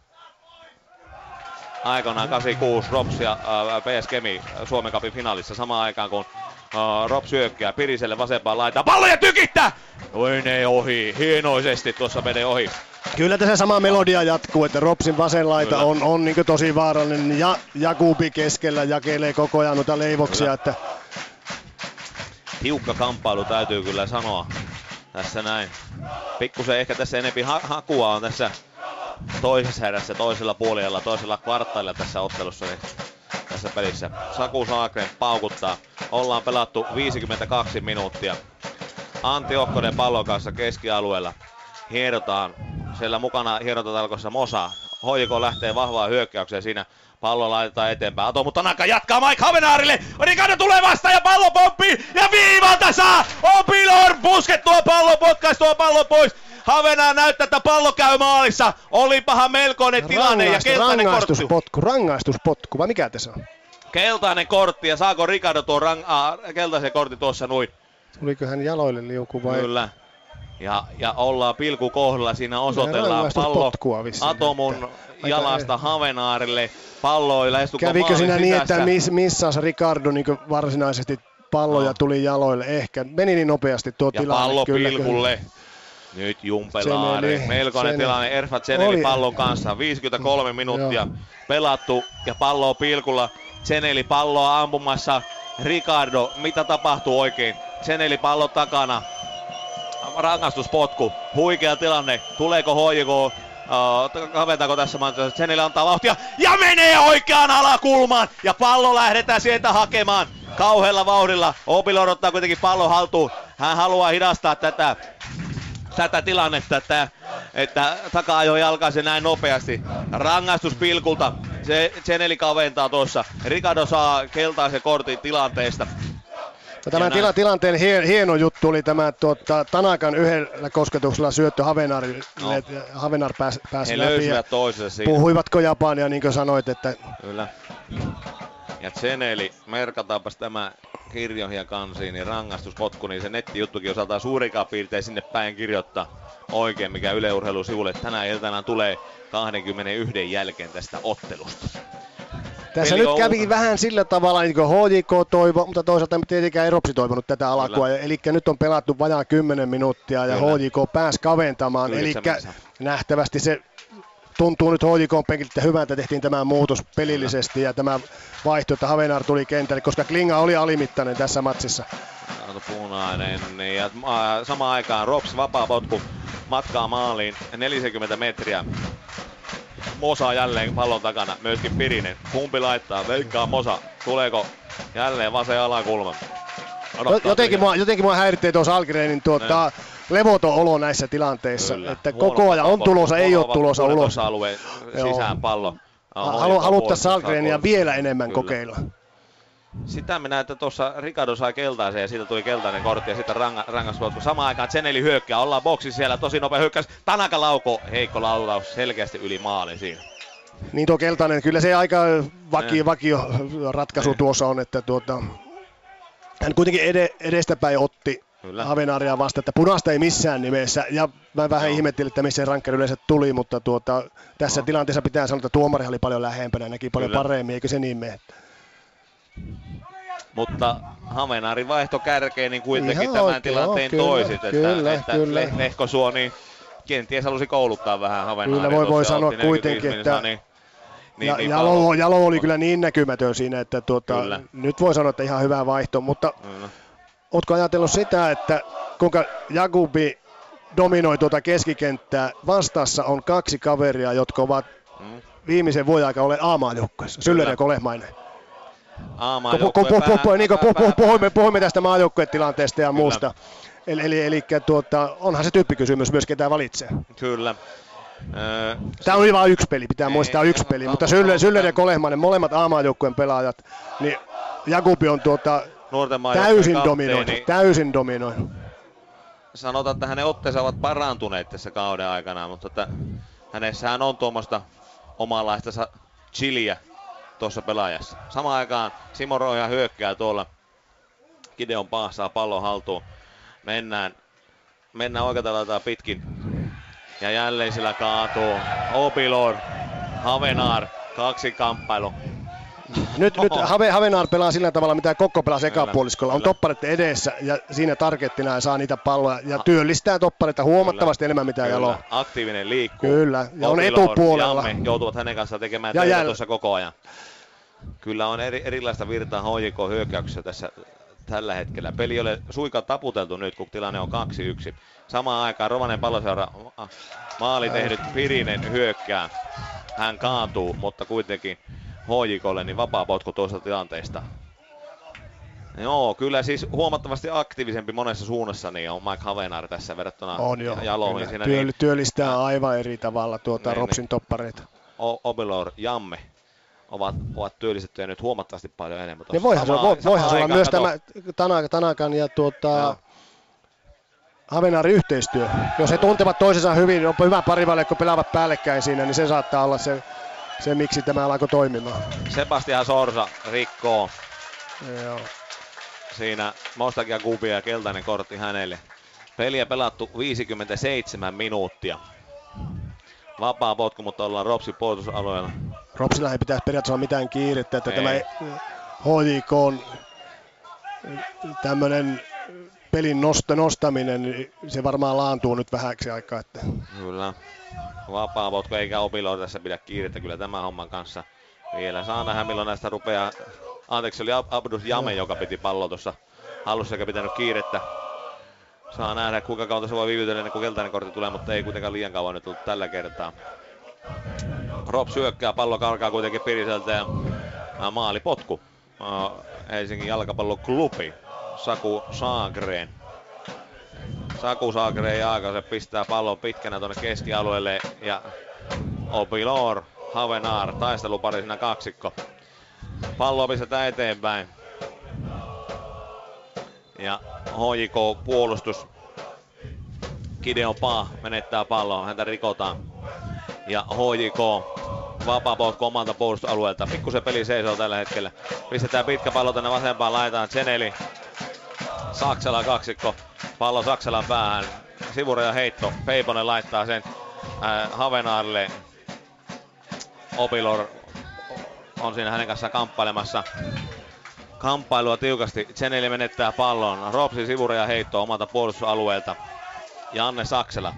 Aikanaan kahdeksankymmentäkuusi Rops ja äh, P S Kemi Suomen Cupin finaalissa samaan aikaan kun äh, Rops hyökkää Piriselle vasempaan laitaan. Pallo ja tykittää! Menee ohi. Hienoisesti tuossa menee ohi. Kyllä tässä sama melodia jatkuu, että Ropsin vasen laita Kyllä. on, on niin tosi vaarallinen ja Jakubi keskellä jakelee koko ajan noita leivoksia. Että... Tiukka kamppailu täytyy kyllä sanoa tässä näin. Pikkusen ehkä tässä enempi ha- hakua on tässä toisessa erässä, toisella puolella, toisella kvartaalilla tässä ottelussa, niin tässä pelissä. Saku Saakren paukuttaa. Ollaan pelattu viisikymmentäkaksi minuuttia. Antti Okkonen pallon kanssa keskialueella. Hierotaan. Siellä mukana hierontatalkossa Mosa. H J K lähtee vahvaan hyökkäykseen siinä. Pallo laitetaan eteenpäin. Ato, mutta Tanaka jatkaa Mike Havenaarille. Ricardo tulee vastaan ja pallo pomppii. Ja viivalta saa Opilor puskettua pallon, potkaistua pallon pois. Havenaar näyttää, että pallo käy maalissa. Olipahan melkoinen tilanne ja keltainen rangaistuspotku, kortti. Rangaistuspotku, vai mikä tässä on? Keltainen kortti ja saako Ricardo tuon rang- äh, keltaisen kortin tuossa noin? Tuliko hän jaloille liuku vai? Kyllä. Ja, ja ollaan pilku kohdalla, siinä osoitellaan pallo Atomun jalasta Havenaarille. Pallo ei lähestulko maalin Kävikö siinä niin, sisässä. että miss, missasi Ricardo niin varsinaisesti pallo no. ja tuli jaloille? Ehkä. Meni niin nopeasti tuo ja tilanne. Pallo kyllä, pilkulle. Kyllä. Nyt Jumpelaari. Melkoinen Seneli. Tilanne. Erfat Seneli pallon kanssa. viisikymmentäkolme minuuttia pelattu ja pallo pilkulla. Seneli palloa ampumassa. Ricardo, mitä tapahtuu oikein? Seneli pallo takana. Rangaistuspotku, huikea tilanne, tuleeko H J K, uh, kaventaako tässä maassa, Seneli antaa vauhtia ja menee oikeaan alakulmaan ja pallo lähdetään sieltä hakemaan kauhealla vauhdilla. Opilor ottaa kuitenkin pallon haltuun, hän haluaa hidastaa tätä, tätä tilannetta, että, että taka-ajo jalkaisen näin nopeasti. Rangaistus pilkulta, se Seneli kaventaa tuossa, Ricardo saa keltaisen kortin tilanteesta. Tämän tila, tilanteen hien, hieno juttu oli tämä tuota, Tanakan yhdellä kosketuksella syöttö Havenaarille. No. Havenaar pääsi pääs läpi. Ja puhuivatko Japania, niin kuin sanoit, että... Kyllä. Ja Seneli, merkataanpas tämä kirjoihin kansiin, niin rangaistuspotku, niin se nettijuttukin osaltaan suurikaan piirtein sinne päin kirjoittaa oikein, mikä Yle Urheilun sivulle tänä iltana tulee kaksikymmentäyksi jälkeen tästä ottelusta. Tässä Peli nyt kävi on... vähän sillä tavalla, niin kuin H J K toivo, mutta toisaalta tietenkään ei Ropsi toivonut tätä alkua. Eli nyt on pelattu vajaa kymmenen minuuttia ja Kyllä. H J K pääsi kaventamaan. Eli nähtävästi se tuntuu nyt H J K penkiltä hyvältä, tehtiin tämä muutos pelillisesti Kyllä. ja tämä vaihto, että Havenaar tuli kentälle, koska Klinga oli alimittainen tässä matsissa. Punainen ja samaan aikaan Rops vapaa potku matkaa maaliin neljäkymmentä metriä. Mosa jälleen pallon takana, myöskin Pirinen. Kumpi laittaa? Veikkaa Mosa. Tuleeko jälleen vasen alakulma? Jotenkin mua, jotenkin mua häiritsee tuossa Algrenin tuota, levoton olo näissä tilanteissa. Kyllä. Että koko ajan on tulossa, ei ole tulossa ulos. Alueen sisään pallo. Halu, haluttaisiin Algrenia vielä enemmän Kyllä. kokeilla. Sitä minä, että tuossa Ricardo sai keltaisen ja siitä tuli keltainen kortti ja sitten ranga, rangaistus. Samaan aikaan Zeneli hyökkää, ollaan boksissa siellä, tosi nopea hyökkäys. Tanaka lauko, heikko laulaus, selkeästi yli maalin siinä. Niin tuo keltainen, kyllä se aika vakio, vakio ratkaisu ne. tuossa on, että tuota, hän kuitenkin ed- edestäpäin otti kyllä. Havenaaria vasta, että punaista ei missään nimessä. Ja mä vähän no. ihmettelin, että missä rankkari yleensä tuli, mutta tuota, tässä no. tilanteessa pitää sanoa, että tuomari oli paljon lähempänä, näki paljon kyllä. paremmin, eikö se niin mene? Mutta Havenaarin vaihto kärkeen niin kuitenkin Ihan tämän oikein, tilanteen joo, toisit, että, kyllä, että kyllä. Lehkosuoni kenties halusi kouluttaa vähän Havenaaria. Kyllä voi, voi sanoa kuitenkin, että niin, niin, ja, niin Jalo, Jalo oli kyllä niin näkymätön siinä, että tuota, nyt voi sanoa, että ihan hyvä vaihto, mutta kyllä. Ootko ajatellut sitä, että kuinka Jakubi dominoi tuota keskikenttää, vastassa on kaksi kaveria, jotka ovat mm. viimeisen vuoden aikana olleet A-maajoukkueessa, Syller ja Kolehmainen. Puhuimme, puhuimme tästä maajoukkuetilanteesta ja muusta. Eli, eli, eli tuota, onhan se tyyppikysymys myös, ketä valitsee. Kyllä. Öö, Tämä on vain yksi peli, pitää ei, muistaa yksi peli, mutta Syller, Syller ja Kolehmainen, molemmat A-maajoukkueen pelaajat, niin Jakubi on tuota, täysin dominoitu, täysin dominoitu. Sanotaan, että hänen otteensa ovat parantuneet tässä kauden aikana, mutta että hänessähän on tuommoista omanlaista chiliä tuossa pelaajassa. Samaan aikaan Simo Roija hyökkää tuolla. Gideon Pah saa pallon haltuun. Mennään, mennään oikealta laitaa pitkin. Ja jälleen sillä kaatuu. Obilor, Havenaar, kaksi kamppailu. Nyt, nyt Have, Havenaar pelaa sillä tavalla, mitä Kokko pelaa ekapuoliskolla. On topparit edessä ja siinä targettina ja saa niitä palloja ja työllistää toppareita huomattavasti enemmän mitä Jalo. Aktiivinen liikkuu. Kyllä, ja on Obilor, etupuolella. Jamme joutuvat hänen kanssaan tekemään ja töitä tuossa koko ajan. Kyllä on eri, erilaista virtaa H J K-hyökkäyksessä tässä tällä hetkellä. Peli ei ole suika taputeltu nyt, kun tilanne on kaksi yksi. Samaan aikaan Rovanien Palloseura maali tehnyt Pirinen hyökkää. Hän kaatuu, mutta kuitenkin H J K:lle niin vapaa potku tuosta tilanteesta. Joo, kyllä siis huomattavasti aktiivisempi monessa suunnassa niin on Mike Havenaar tässä verrattuna on jo, Jaloihin. Siinä Työ, niin, työllistää aivan eri tavalla tuota niin, Ropsin toppareita. Obilor, Jamme ovat, ovat työllistettyjä nyt huomattavasti paljon enemmän. Ja voihan se olla, voihan se olla myös kato. tämä Tanakan ja tuota, Havenaarin yhteistyö. Jos he tuntevat toisensa hyvin, on hyvä parivaljakko pelaavat päällekkäin siinä, niin se saattaa olla se, se miksi tämä alkoi toimimaan. Sebastian Sorsa rikkoo. Joo. Siinä Mostakia Kubia ja keltainen kortti hänelle. Peliä pelattu viisikymmentäseitsemän minuuttia. Vapaa potku, mutta ollaan Ropsin puolustusalueella. Ropsilla ei pitäisi periaatteessa olla mitään kiirettä, että ei. Tämä H J K on tämmöinen pelin nosto, nostaminen, niin se varmaan laantuu nyt vähäksi aikaa. Että. Kyllä. Vapaa potku eikä Obilor tässä pidä kiirettä kyllä tämän homman kanssa. Vielä saa nähdä milloin näistä rupeaa. Anteeksi, oli Abdus Jame, joka piti palloa tuossa hallussa eikä pitänyt kiirettä. Saa nähdä kuinka kauan se voi viivytellä ennen kuin keltainen kortti tulee, mutta ei kuitenkaan liian kauan nyt tullut tällä kertaa. Rops hyökkää, pallo karkaa kuitenkin Piriseltä ja maalipotku. Helsingin jalkapalloklubi. Saku Saagren. Saku Saagren ja Aakase pistää pallon pitkänä tuonne keskialueelle ja Obilor, Havenaar, taistelupari siinä kaksikko. Pallo pistetään eteenpäin. Ja H J K puolustus. Gideon Pah menettää pallon, häntä rikotaan. Ja H J K vapaa potku omalta puolustusalueelta. Pikkusen peli seisoo tällä hetkellä. Pistetään pitkä pallo tänne vasempaan laitaan. Zeneli. Saksala kaksikko. Pallo Saksalan päähän. Sivuraja heitto. Peiponen laittaa sen äh, Havenaarille. Obilor on siinä hänen kanssaan kamppailemassa. Kamppailua tiukasti. Zeneli menettää pallon. Ropsi sivuraja heitto omalta puolustusalueelta. Janne Saksela.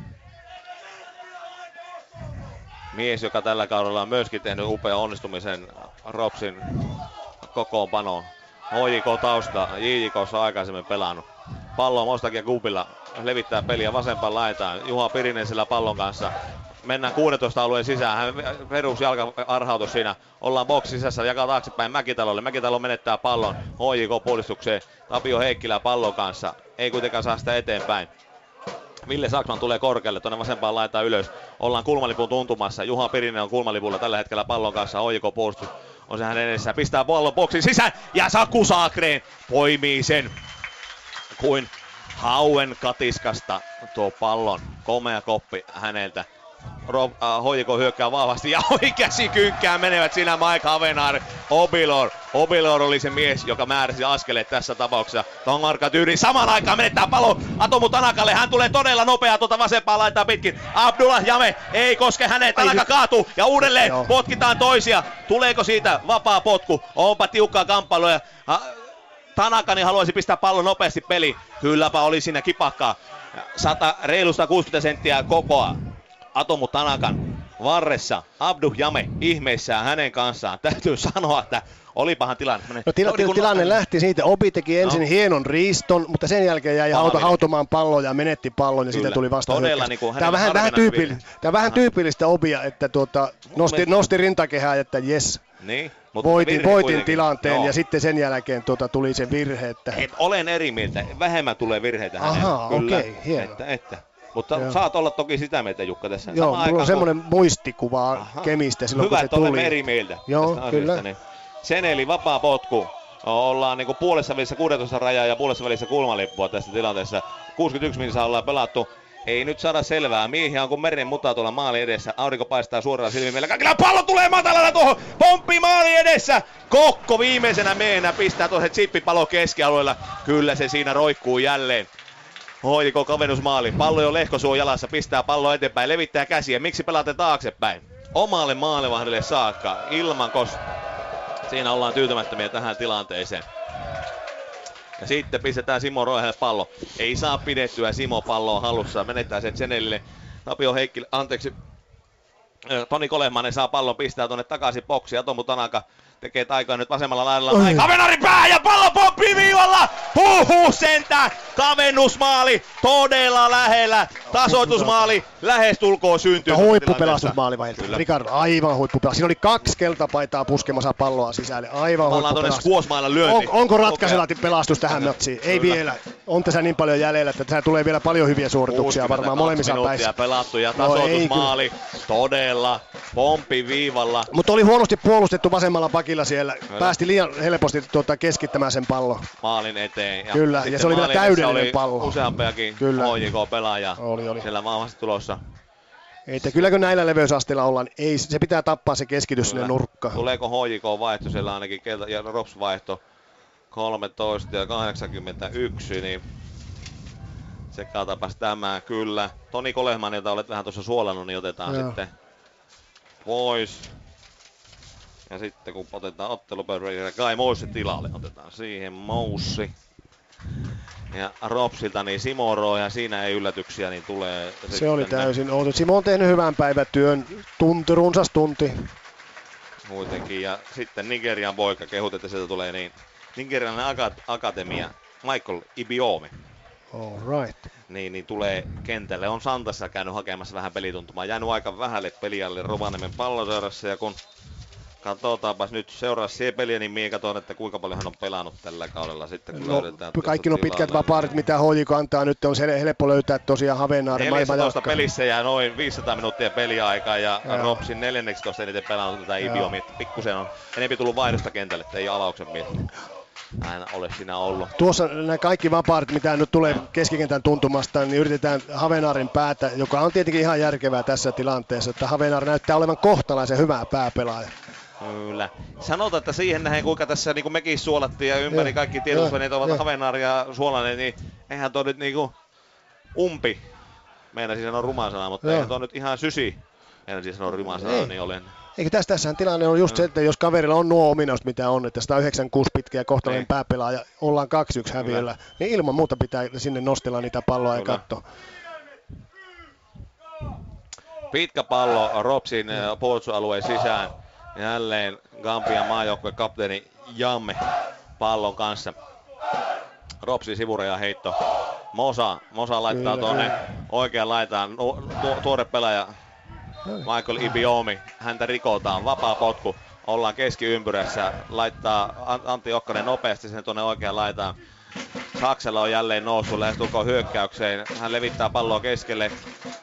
Mies, joka tällä kaudella on myöskin tehnyt upea onnistumisen Ropsin kokoonpanoon. H J K tausta, J J K:ssa aikaisemmin pelannut. Pallo Mostakia Kubilla levittää peliä vasempaan laitaan. Juha Pirinen sillä pallon kanssa. Mennään kuusitoista alueen sisään. Hän perus jalka-arhautus siinä. Ollaan boksi sisässä, jakaa taaksepäin Mäkitalolle. Mäkitalo menettää pallon H J K puolustukseen. Tapio Heikkilä pallon kanssa. Ei kuitenkaan saa sitä eteenpäin. Ville Saksman tulee korkealle, tuonne vasempaan laitaan ylös. Ollaan kulmalipun tuntumassa. Juha Pirinen on kulmalipulla tällä hetkellä pallon kanssa. H J K puolustus on se hänen edessään. Pistää pallon boksin sisään ja Saku Saagren poimii sen kuin hauen katiskasta tuo pallon. Komea koppi häneltä. H J K hyökkää vahvasti ja oikäsi kynkkään menevät siinä Mike Havenaar, Obilor. Obilor oli se mies, joka määräsi askeleet tässä tapauksessa. Tongarka tyyliin samaan aikaan menettää pallo Atomu Tanakalle. Hän tulee todella nopeaa tuota vasempaa laittaa pitkin. Abdullah Jame ei koske häneen. Tanaka kaatuu ja uudelleen Joo. potkitaan toisia. Tuleeko siitä vapaa potku? Onpa tiukkaa kamppailua. Tanakani haluaisi pistää pallon nopeasti peliin. Kylläpä oli siinä kipakkaa. sata, reilu sata kuusikymmentä senttiä kokoa. Atomu Tanakan varressa. Abduh Jame ihmeissään hänen kanssaan. Täytyy sanoa, että olipahan tilanne. No, tila, tila, tilanne lähti siitä. Obi teki ensin no. hienon riiston, mutta sen jälkeen jäi auto, hautomaan pallon ja menetti pallon ja Kyllä. siitä tuli vasta niin Tämä on vähän, vähän, tyypillistä, tämä on vähän tyypillistä Obia, että tuota, nosti, nosti rintakehää, että jes. Niin, voitin, voitin tilanteen Joo. ja sitten sen jälkeen tuota, tuli se virhe. Että... Et, olen eri mieltä. Vähemmän tulee virheitä hänelle. Ahaa, okei, okay, hieno. Että, että. Mutta Joo. saat olla toki sitä mieltä, Jukka, tässä. Joo, mulla on semmoinen kun... muistikuva Aha. Kemistä silloin, Hyvä, kun se tuli. Hyvä, että olemme eri mieltä Joo, tästä kyllä. asiasta. Niin. Zeneli, vapaa potku. Ollaan niin puolessa välissä kuusitoista rajaa ja puolessa välissä kulmalippua tässä tilanteessa. kuusikymmentäyksi minuuttia ollaan pelattu. Ei nyt saada selvää. Miehiä on kuin meren muta tuolla maali edessä. Aurinko paistaa suoraan silmiin. Meillä kaikilla pallo tulee matalalla tuohon. Pomppi maali edessä. Kokko viimeisenä miehenä pistää tuohon chippipallo keskialueella. Kyllä se siinä roikkuu jälleen. Hoidiko kavennusmaali. Pallo jo Lehkosuon jalassa. Pistää pallo eteenpäin. Levittää käsiä. Miksi pelaatte taaksepäin? Omalle maalivahdille saakka. Ilman kos. Siinä ollaan tyytymättömiä tähän tilanteeseen. Ja sitten pistetään Simo Roihelle pallo. Ei saa pidettyä Simo palloa halussa. Menettää sen Senelille. Tapio Heikkilä, anteeksi. Toni Kolehmanen saa pallon, pistää tonne takaisin boksiin. Ja Tomu Tanaka tekee taikaa nyt vasemmalla laidalla. Kavenari pää ja pallo pomppii viivalla. Huhhuh sentään. Kavennusmaali todella lähellä. Tasoitusmaali lähestulkoon syntyy. Huippupelastusmaali vai? Ricardo, aivan huippupelastus. Siinä oli kaksi keltapaitaa puskemassa palloa sisälle. Aivan huippupelastus. On, onko ratkaiseva pelastus tähän matsiin? Ei kyllä. Vielä. On tässä niin paljon jäljellä, että tässä tulee vielä paljon hyviä suorituksia varmaan molemmissa päissä. Pelattu ja tasoitusmaali. No, todella pompi viivalla. Mutta oli huonosti puolustettu vasemmalla pakilla siellä. Kyllä. Päästi liian helposti tuota, keskittämään sen pallon. Maalin eteen. Ja kyllä, ja se oli vielä täydellinen oli pallo. Useampiakin H J K-pelaajaa oli, oli. siellä vahvasti tulossa. Että kylläkö näillä leveysasteilla ollaan, ei, se pitää tappaa se keskitys sinne nurkkaan. Tuleeko H J K vaihto siellä ainakin, ja Rops vaihto kolmetoista ja kahdeksankymmentäyksi, niin sekaatapas tämä, kyllä. Toni Kolehman, jota olet vähän tuossa suolannut, niin otetaan Joo. sitten pois. Ja sitten kun otetaan ottelupöydälle Kai Moussi tilalle, otetaan siihen Moussi. Ja Ropsilta niin Simo Roy, ja siinä ei yllätyksiä, niin tulee... Se oli täysin outo. Simo on tehnyt hyvän päivätyön, tunti, runsas tunti. Kuitenkin, ja sitten Nigerian poika, kehut, että sieltä tulee niin... Nigerian ak- akatemia, Michael Ibiomi. All right. Niin, niin tulee kentälle. On Santassa käynyt hakemassa vähän pelituntumaa. Jäänyt aika vähälle pelialle Rovaniemen Palloseurassa, ja kun... Katsotaanpas nyt seuraa siihen peliä, niin mie katson, että kuinka paljon hän on pelannut tällä kaudella sitten, kun no, löydetään. Kaikki nuo pitkät vapaarit, mitä H J K antaa, nyt on se helppo löytää tosiaan Havenaari. neljätoista pelissä jää noin viisisataa minuuttia peliaikaa ja Jaa. Ropsin neljänneksitoista eniten pelannut tätä Ibiomi, että pikkusen on enemmän tullut vaihdosta kentälle, että ei avauksen mieltä. Aina ole siinä ollut. Tuossa nämä kaikki vapaarit, mitä nyt tulee keskikentän tuntumasta, niin yritetään Havenaarin päätä, joka on tietenkin ihan järkevää tässä tilanteessa, että Havenaari näyttää olevan kohtalaisen hyvää pääpelaaja. Kyllä. Sanotaan, että siihen nähden, kuinka tässä niin kuin mekin suolattiin ja ympäri ja, kaikki tiedotusvälineet ovat Havenaari ja Suolainen, niin eihän tuo nyt niin kuin umpi, meinasin sanoa ruma sana, mutta Joo. eihän tuo nyt ihan sysi, meinasin sanoa ruma sana, niin olen. Eikö tässä tässähän tilanne on just se, että jos kaverilla on nuo ominaisuudet, mitä on, että sata yhdeksänkymmentäkuusi pitkä ja kohtalainen pääpelaaja, ollaan kaksi yksi häviöllä, niin ilman muuta pitää sinne nostella niitä palloa Kyllä. ja katsoa. Pitkä pallo Ropsin puolustusalueen sisään. Jälleen Gambian maajoukkueen kapteeni Jamme pallon kanssa. Ropsi sivureja heitto. Mosa, Mosa laittaa kyllä, tuonne oikean laitaan. Nu, tu, tuore pelaaja Michael Ibiomi. Häntä rikotaan. Vapaa potku. Ollaan keskiympyrässä. Laittaa Antti Okkanen nopeasti sen tuonne oikean laitaan. Saksella on jälleen noussut lähestulkoon hyökkäykseen. Hän levittää palloa keskelle.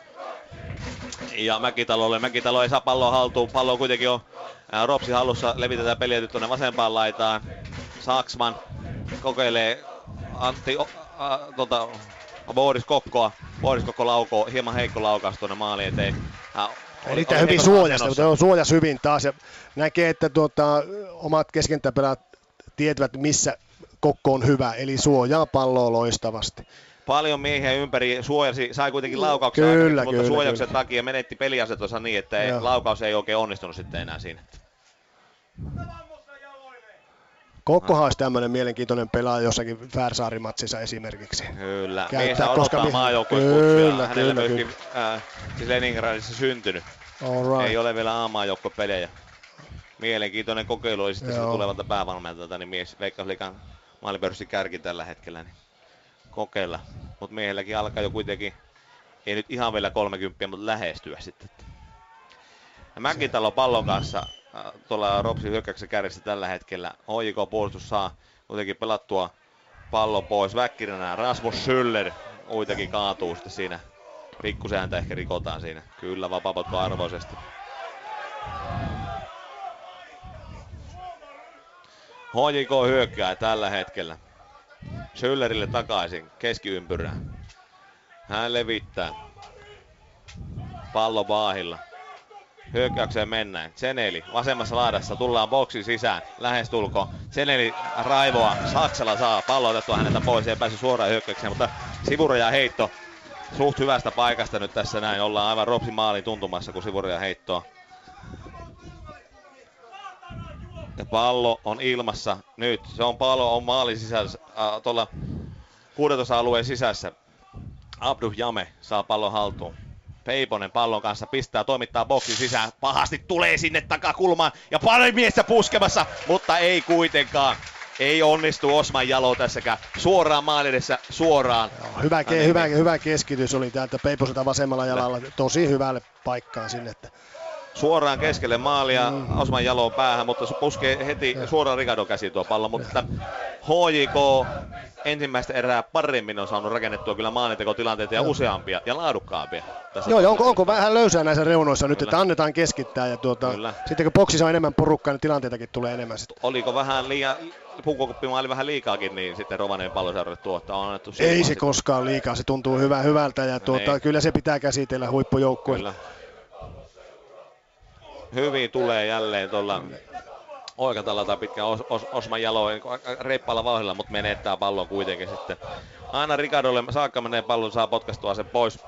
Ja Mäkitalolle. Mäkitalo ei saa palloa haltuun. Pallo kuitenkin on ää, Ropsi hallussa. Levitetään peliä nyt tuonne vasempaan laitaan. Saksman kokeilee Antti o, ä, tota, Boris Kokkoa. Boris Kokko laukoo. Hieman heikko laukaus tuonne maaliin eteen. Ää, Erittäin hyvin suojasta, mutta on suojas hyvin taas. Ja näkee, että tuota, omat keskentäpelaat tietävät, missä Kokko on hyvä. Eli suojaa palloa loistavasti. Paljon miehiä ympäri suojasi, sai kuitenkin laukauksen kyllä, aikana, mutta kyllä, suojauksen kyllä. takia menetti peliasetonsa niin, että ei, laukaus ei oikein onnistunut sitten enää siinä. Kokkohan olisi tämmöinen mielenkiintoinen pelaaja jossakin Färsaarimatsissa esimerkiksi. Kyllä, mies odottaa mi- maajoukkueen kutsuja. Hänellä myöskin äh, siis Leningradissa syntynyt. Right. Ei ole vielä A-maajoukkuepelejä. Mielenkiintoinen kokeilu oli sitten tulevalta päävalmentajalta, niin mies Veikkausliigan maalipörssin kärki tällä hetkellä. Niin kokeilla, mutta miehelläkin alkaa jo kuitenkin, ei nyt ihan vielä kolmekymmentä, mutta lähestyä sitten. Ja Mäkitalo pallon kanssa äh, tuolla Ropsin hyökkäyksen kärjessä tällä hetkellä. H J K-puolustus saa kuitenkin pelattua pallon pois. Väkkiränä Rasmus Schüller kuitenkin kaatuu sitten siinä. Pikkusen häntä ehkä rikotaan siinä. Kyllä, vapaapotku arvoisesti. H J K hyökkää tällä hetkellä. Schüllerille takaisin keskiympyrään. Hän levittää. Pallo Vaahilla. Hyökkäykseen mennään. Zeneli vasemmassa laidassa, tullaan boksi sisään, lähestulko. Zeneli raivoa, Saksala saa pallo otettua häneltä pois, ei päässyt suoraan hyökkäykseen, mutta sivuraja heitto suht hyvästä paikasta nyt tässä näin. Ollaan aivan Ropsin maalin tuntumassa, kun sivuraja heittoa. Ja pallo on ilmassa nyt. Se on pallo on maalin sisässä, äh, tuolla kuusitoista-alueen sisässä. Abduh Jame saa pallon haltuun. Peiponen pallon kanssa pistää, toimittaa boksin sisään, pahasti tulee sinne takakulmaan ja pari miestä puskemassa, mutta ei kuitenkaan. Ei onnistu Osman Jalo tässäkään. Suoraan maalin edessä, suoraan. Joo, hyvä, ke- hyvä, hyvä keskitys oli täältä Peiposelta vasemmalla jalalla, tosi hyvälle paikkaan sinne. Että... Suoraan keskelle maalia, mm. Osman Jaloon päähän, mutta se puskee heti ja. suoraan Ricardon käsiin tuo pallo, mutta H J K ensimmäistä erää paremmin on saanut rakennettua kyllä maalintekotilanteita ja useampia ja laadukkaampia. Joo, ja onko, onko vähän löysää näissä reunoissa kyllä. nyt, että annetaan keskittää ja tuota, sitten kun boksissa on enemmän porukkaa, niin tilanteitakin tulee enemmän. Sit. Oliko vähän liian, pukukoppimaali vähän liikaakin, niin sitten Rovaniemen Palloseuralle tuottaa on annettu. Ei se koskaan liikaa, se tuntuu hyvä, hyvältä ja tuota, kyllä se pitää käsitellä huippujoukkueella. Hyvin tulee jälleen tuolla oikeatalla tai pitkään Os- Os- Osman Jaloen reippaalla vauhdilla, mutta menettää pallon kuitenkin sitten. Aina Ricardolle saakka menee pallon, saa potkastua sen pois.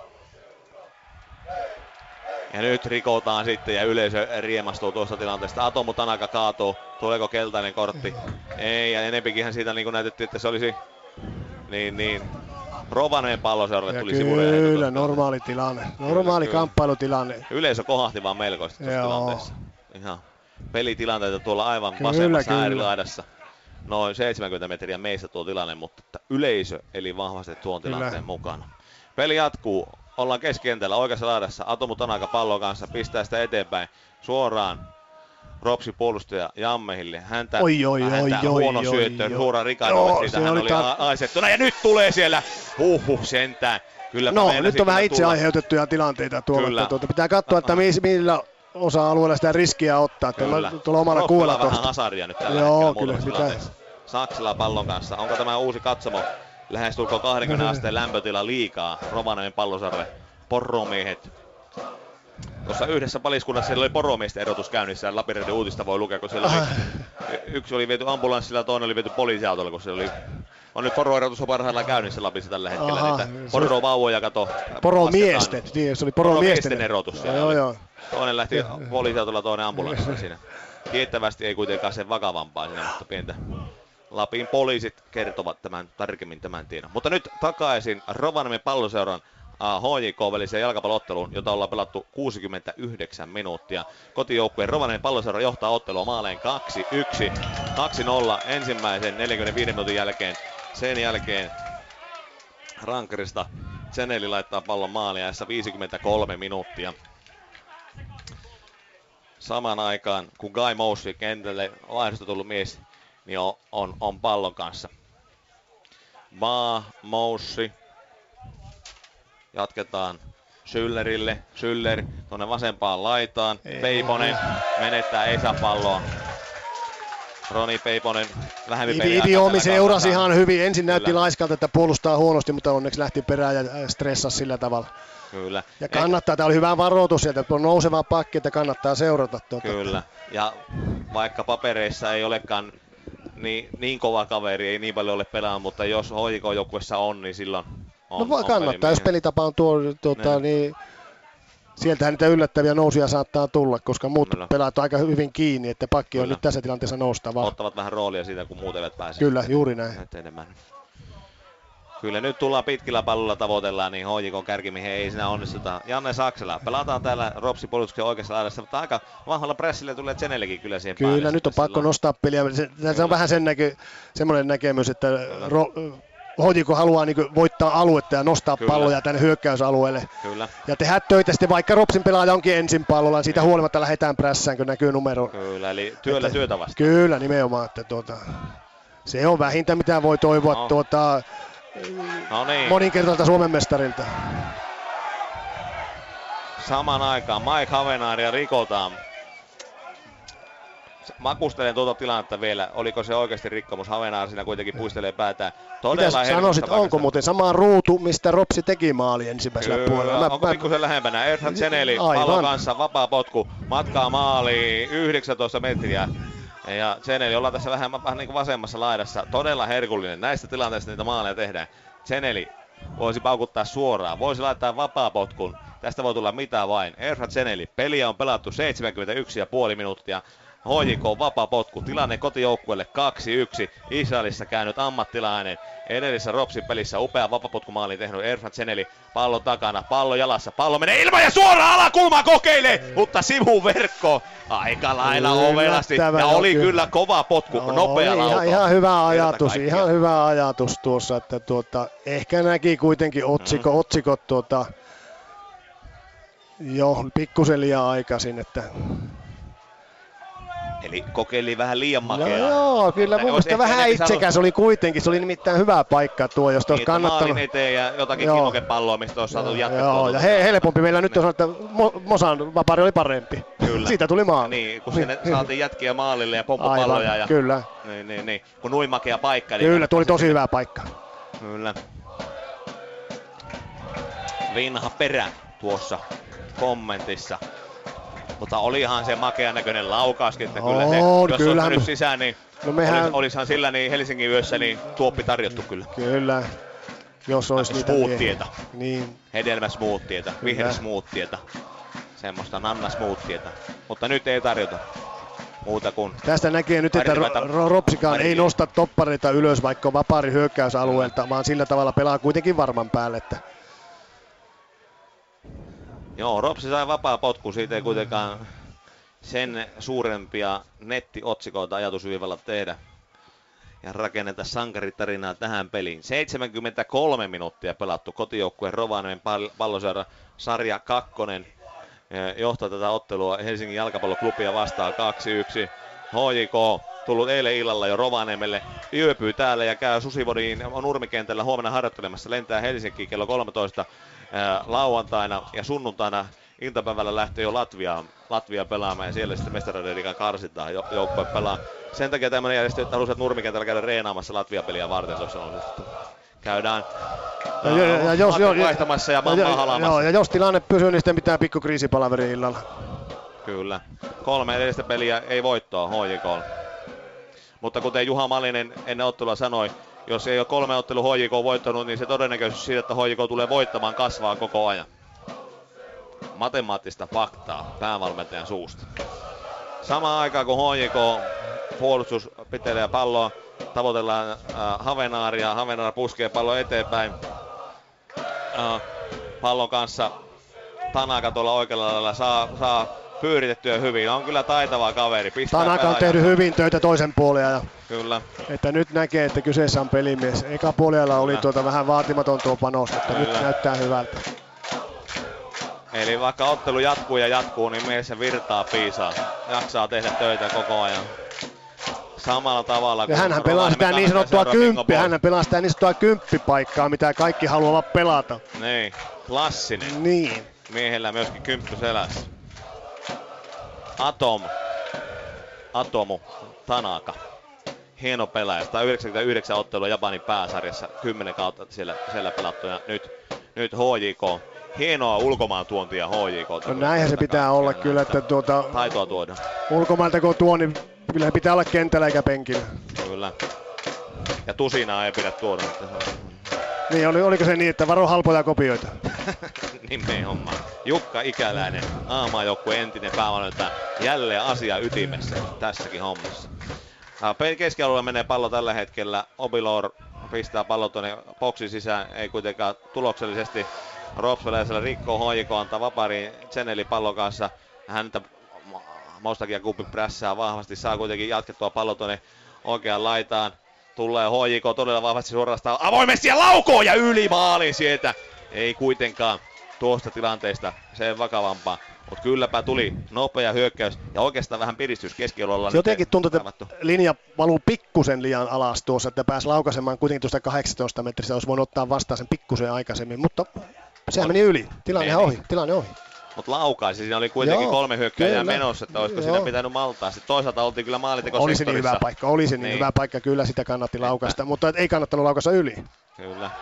Ja nyt rikotaan sitten ja yleisö riemastuu tuosta tilanteesta. Atomu Tanaka kaatuu. Tuleeko keltainen kortti? Ei, ja enempikinhän siitä niin kuin näytettiin, että se olisi niin, niin. Rovaniemen Palloseuralle tuli sivureja. Kyllä, normaali tilanne. Normaali kyllä. Kamppailutilanne. Yleisö kohahti vaan melkoisesti tuossa tilanteessa. Ihan pelitilanteita tuolla aivan kyllä, vasemmassa kyllä. äärilaidassa. Noin seitsemänkymmentä metriä meistä tuo tilanne, mutta yleisö eli vahvasti tuon tilanteen kyllä. mukana. Peli jatkuu. Ollaan keskikentällä oikeassa laidassa. Atomu Tanaka pallon kanssa pistää sitä eteenpäin. Suoraan Ropsi puolustaja Jammehille. Häntä, oi, oi, häntä oi, huono oi, syöttö. oi, suoraan Ricardolle. Siitä hän oli ta- aisettuna. Ja nyt tulee siellä. Huhhuh sentään. Kyllä no nyt on vähän itse tulla. aiheutettuja tilanteita tuolla. Tuota, pitää katsoa, että millä osa-alueella sitä riskiä ottaa. Tuolla, tuolla omalla kuulla vähän hasaria nyt tällä Joo, hetkellä kyllä, Saksala pallon kanssa. Onko tämä uusi katsomo? Lähestulkoon kaksikymmentä asteen lämpötila liikaa Rovaniemen Palloseuralle. Poromiehet. Tuossa yhdessä paliskunnassa siellä oli poromiesten erotus käynnissä. Lapinlehden uutista voi lukea, kun siellä oli, yksi oli viety ambulanssilla, toinen oli viety poliisiautolla, kun siellä oli on nyt poroerotus on parhaillaan käynnissä Lapissa tällä hetkellä. Aha, niitä porovauvoja kato. Poromiesten, niin, se oli poromiesten erotus. Joo, joo. Toinen lähti poliisiautolla, toinen ambulanssilla siinä. Tiettävästi ei kuitenkaan sen vakavampaa siinä, mutta pientä. Lapin poliisit kertovat tämän tarkemmin tämän tiedon. Mutta nyt takaisin Rovaniemen Palloseuran H J K-väliseen jalkapallootteluun, jota ollaan pelattu kuusikymmentäyhdeksän minuuttia. Kotijoukkueen Rovaniemen Palloseura johtaa ottelua maaleen kaksi yksi. kaksi nolla ensimmäisen neljänkymmenenviiden minuutin jälkeen. Sen jälkeen rankerista Zeneli laittaa pallon maaliin ajassa viisikymmentäkolme minuuttia. Samaan aikaan, kun Guy Moussi kentälle vaihdosta tullut mies, niin on, on, on pallon kanssa. Maa, Moussi. Jatketaan Schüllerille. Schüller tuonne vasempaan laitaan. Ei. Peiponen menettää, ei saa palloa. Roni Peiponen vähemmin peliä. Idiomi seurasi ihan hyvin. Ensin Kyllä. näytti laiskalta, että puolustaa huonosti, mutta onneksi lähti perään ja stressasi sillä tavalla. Kyllä. Ja kannattaa, tämä oli hyvä varoitus sieltä, on nouseva pakki, että kannattaa seurata. Tuota. Kyllä. Ja vaikka papereissa ei olekaan niin, niin kova kaveri, ei niin paljon ole pelaa, mutta jos H J K-joukkuessa on, niin silloin on, no on kannattaa, jos pelitapa on tuo, tuota, niin sieltähän niitä yllättäviä nousuja saattaa tulla, koska muut Kyllä. pelaat aika hyvin kiinni, että pakki Kyllä. on nyt tässä tilanteessa noustava. Ottavat vähän roolia siitä, kun muut eivät pääse. Kyllä, juuri näin. Enemmän. Kyllä nyt tullaan pitkillä pallolla tavoitellaan, niin H J K kärkimiehen ei siinä onnistuta. Janne Saksala, pelataan täällä Ropsi puolustuksen oikeassa laidassa, mutta aika vahvalla pressillä tulee Zenelikin kyllä siihen Kyllä, päälle. nyt on pakko nostaa peliä. Se, se on vähän sen näkö, semmoinen näkemys, että ro, H J K haluaa niin voittaa aluetta ja nostaa Kyllä. palloja tänne hyökkäysalueelle. Kyllä. Ja tehdä töitä sitten, vaikka Ropsin pelaaja onkin ensin pallolla, niin siitä huolimatta lähdetään prässään, kun näkyy numero. Kyllä, eli työllä että, työtä vastaan. Kyllä, nimenomaan. Että tuota, se on vähintä, mitä voi toivoa no. tuota, no niin. moninkertailta Suomen mestarilta. Samaan aikaan Mike Havenaaria rikotaan. Makustelen tuota tilannetta vielä. Oliko se oikeasti rikkomus? Havenaar siinä kuitenkin puistelee päätään. Todella mitä sanoisit, onko paikasta muuten sama ruutu, mistä Ropsi teki maali ensimmäisellä Kyllä, puolella? Mä, onko mä... pikkusen lähempänä? Erhan Zeneli pallon kanssa, vapaa potku, matkaa maaliin yhdeksäntoista metriä. Ja Zeneli ollaan tässä vähän, vähän niin kuin vasemmassa laidassa. Todella herkullinen. Näistä tilanteista niitä maaleja tehdään. Zeneli voisi paukuttaa suoraan, voisi laittaa vapaa potkun. Tästä voi tulla mitä vain. Erhan Zeneli. Peliä on pelattu seitsemänkymmentäyksi pilkku viisi minuuttia. H J K vapaa potku. Tilanne kotijoukkueelle kaksi yksi. Israelissa käynyt ammattilainen. Edellisessä Ropsin pelissä upea vapapotkumaali tehnyt Erhan Zeneli. Pallo takana, pallo jalassa, pallo menee ilman ja suoraan alakulmaa kokeilee, mutta sivuverkko aika lailla ovelasti. Ja oli kyllä, kyllä kova potku, no, nopea laukaus. Ihan, ihan hyvä ajatus, ihan hyvä ajatus tuossa, että tuota, ehkä näki kuitenkin otsikko, mm. otsikot tuota, jo pikkusen liian aikaisin, että eli kokeili vähän liian makeaa. No, joo, kyllä mun mielestä vähän itsekäs oli kuitenkin. Se oli nimittäin hyvä paikka tuo, jos niin, olisi kannattanut. Maalin eteen ja jotakin kimokepalloa, mistä olisi saatu jatkettua. Joo, ja he, helpompi meillä nyt on sanoa, että Mo- Mosan vapari oli parempi. Kyllä. Siitä tuli maali. Niin, kun sinne saatiin jätkiä maalille ja pomppopalloja. Ja, kyllä. Niin, niin, niin. Kun nuin makea paikka. Niin kyllä, tuli tosi hyvä paikka. Kyllä. Vinha perä tuossa kommentissa. Mutta olihan se makean näköinen laukauskin, että kyllä se, jos kyllähän olisi mennyt sisään, niin no mehän olis, olisihan sillä niin Helsingin yössä niin tuoppi tarjottu kyllä. Kyllä, jos olisi niitä smooth-tietä. Niin. Hedelmä smooth-tietä, vihreä smooth-tietä, semmoista nanna smooth-tietä. Mutta nyt ei tarjota muuta kuin tästä näkee nyt, että Ro- Ropsikaan ei nosta toppareita ylös, vaikka on vapaari hyökkäysalueelta, vaan sillä tavalla pelaa kuitenkin varman päälle. Että joo, Ropsi sai vapaa potku, siitä ei kuitenkaan sen suurempia nettiotsikoita ajatusviivalla tehdä ja rakenneta sankaritarinaa tähän peliin. seitsemänkymmentäkolme minuuttia pelattu kotijoukkueen Rovaniemen palloseura sarja kakkonen johtaa tätä ottelua Helsingin jalkapalloklubia vastaan kaksi yksi. H J K tullut eilen illalla jo Rovaniemelle, yöpyy täällä ja käy Susivodiin nurmikentällä huomenna harjoittelemassa, lentää Helsinkiin kello kolmetoista ää, lauantaina ja sunnuntaina iltapäivällä lähtee jo Latviaan, Latvia pelaamaan ja siellä sitten mestareiden liigan karsitaan jo, joukkue pelaa. Sen takia tämmöinen järjestö, että haluaisit nurmikentällä käydä reenaamassa Latvia-peliä varten tuossa on käydään ja, ja, ja, jos, jo, vaihtamassa ja mammaa halaamassa. Ja jos tilanne pysyy, niin sitten pitää pikku kriisipalaveri illalla. Kyllä. Kolme edellistä peliä ei voittoa H J K:lla. Mutta kuten Juha Malinen ennen ottelua sanoi, jos ei ole kolme ottelu H J K voittanut, niin se todennäköisyys siitä, että H J K tulee voittamaan, kasvaa koko ajan. Matemaattista faktaa päävalmentajan suusta. Samaan aikaan kun H J K puolustus pitelee palloa, tavoitellaan äh, Havenaaria. Havenaar puskee pallon eteenpäin. Äh, pallon kanssa Tanaka tuolla oikealla lailla saa, saa pyöritettyä hyvin. On kyllä taitava kaveri. Pistää Tanaka on tehnyt hyvin töitä toisen puolella. Ja kyllä. Että nyt näkee, että kyseessä on pelimies. Eka puolella oli tuota vähän vaatimaton tuo panos, mutta kyllä. Nyt näyttää hyvältä. Eli vaikka ottelu jatkuu ja jatkuu, niin miehessä virtaa piisaa. Jaksaa tehdä töitä koko ajan. Samalla tavalla kuin hänhän pelaa sitä niin sanottua kymppiä, hänhän pelaa sitä niin sanottua kymppipaikkaa, mitä kaikki haluavat pelata. Niin, klassinen. Niin. Miehellä myöskin kymppi selässä. Atom. Atomu. Tanaka. Hieno pelaaja. sata yhdeksänkymmentäyhdeksän ottelua Japanin pääsarjassa. kymmenen kautta siellä, siellä pelattu ja nyt, nyt H J K. Hienoa ulkomaan tuontia H J K. No näinhän se pitää olla kyllä, että tuota taitoa tuoda. Ulkomailta kun tuo, niin kyllä pitää olla kentällä eikä penkillä. Kyllä. Ja tusinaa ei pidä tuoda. Niin, oli, oliko se niin, että varo halpoja kopioita? Nimenomaan. Jukka Ikäläinen, A-maajoukkueen entinen päävalmentaja, jälleen asia ytimessä tässäkin hommassa. Keskialueella menee pallo tällä hetkellä. Obilor pistää pallo tuonne boksin sisään, ei kuitenkaan tuloksellisesti. Ropsveläisellä rikkoo H J K, antaa vapaariin Zeneli pallon kanssa. Häntä Mostakia Kuppi prässää vahvasti, saa kuitenkin jatkettua pallo tuonne oikeaan laitaan. Tulee H J K todella vahvasti suorastaan avoimesti ja laukoo ja yli maalin sieltä. Ei kuitenkaan tuosta tilanteesta sen vakavampaa. Mutta kylläpä tuli nopea hyökkäys ja oikeastaan vähän piristys keskialueella. Jotenkin tuntuu, että linja valuu pikkusen liian alas tuossa, että pääsi laukaisemaan kuitenkin tuosta kahdeksantoista metrissä. Olisi voinut ottaa vastaan sen pikkusen aikaisemmin, mutta sehän meni yli. Tilanne ohi. Tilanne ohi. Mutta laukaisi, siinä oli kuitenkin Joo, kolme hyökkääjää kyllä. menossa, että olisiko Joo. siinä pitänyt maltaa. Sitten toisaalta oltiin kyllä maalintekosektorissa. Oli se niin hyvä paikka, oli se niin, Niin. hyvä paikka, kyllä sitä kannatti laukasta, mutta ei kannattanut laukasta yli. Kyllä.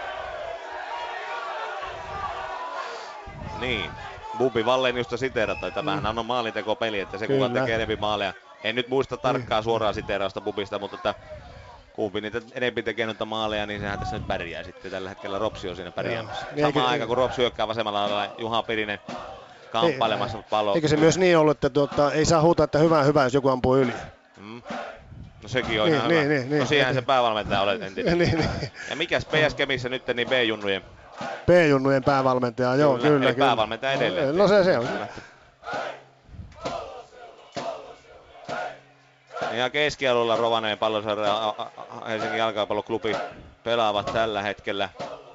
Niin. Bubi Walleniusta siteerata, tämähän mm. on maalintekopeli, että se kuka Kyllä. tekee enemmän maaleja. En nyt muista tarkkaa suoraa siteerausta Bubista, mutta että kumpi niitä enemmän tekee noita maaleja, niin sehän tässä nyt pärjää sitten. Tällä hetkellä Ropsi on siinä pärjäämässä. Niin, Samaan eikö- aikaan kun Ropsi hyökkää vasemmalla lailla, Juha Pirinen kamppailemassa palloa. Eikö se myös niin ollut, että tuota, ei saa huutaa, että hyvä hyvä, jos joku ampuu yli? Mm. No sekin on Niin, ihan niin, hyvä. niin, niin. No siihenhän se päävalmentaja olet entinen. niin, niin. Ja mikäs P S Kemissä nyt niin B-junnujen? B-junnujen päävalmentaja, joo, Kyllä, kyllä. eli kyllä. päävalmentaja edelleen. No se, se on. Kyllä. Ja keskialueella Rovaniemen Palloseura ja Helsingin jalkapalloklubi pelaavat tällä hetkellä.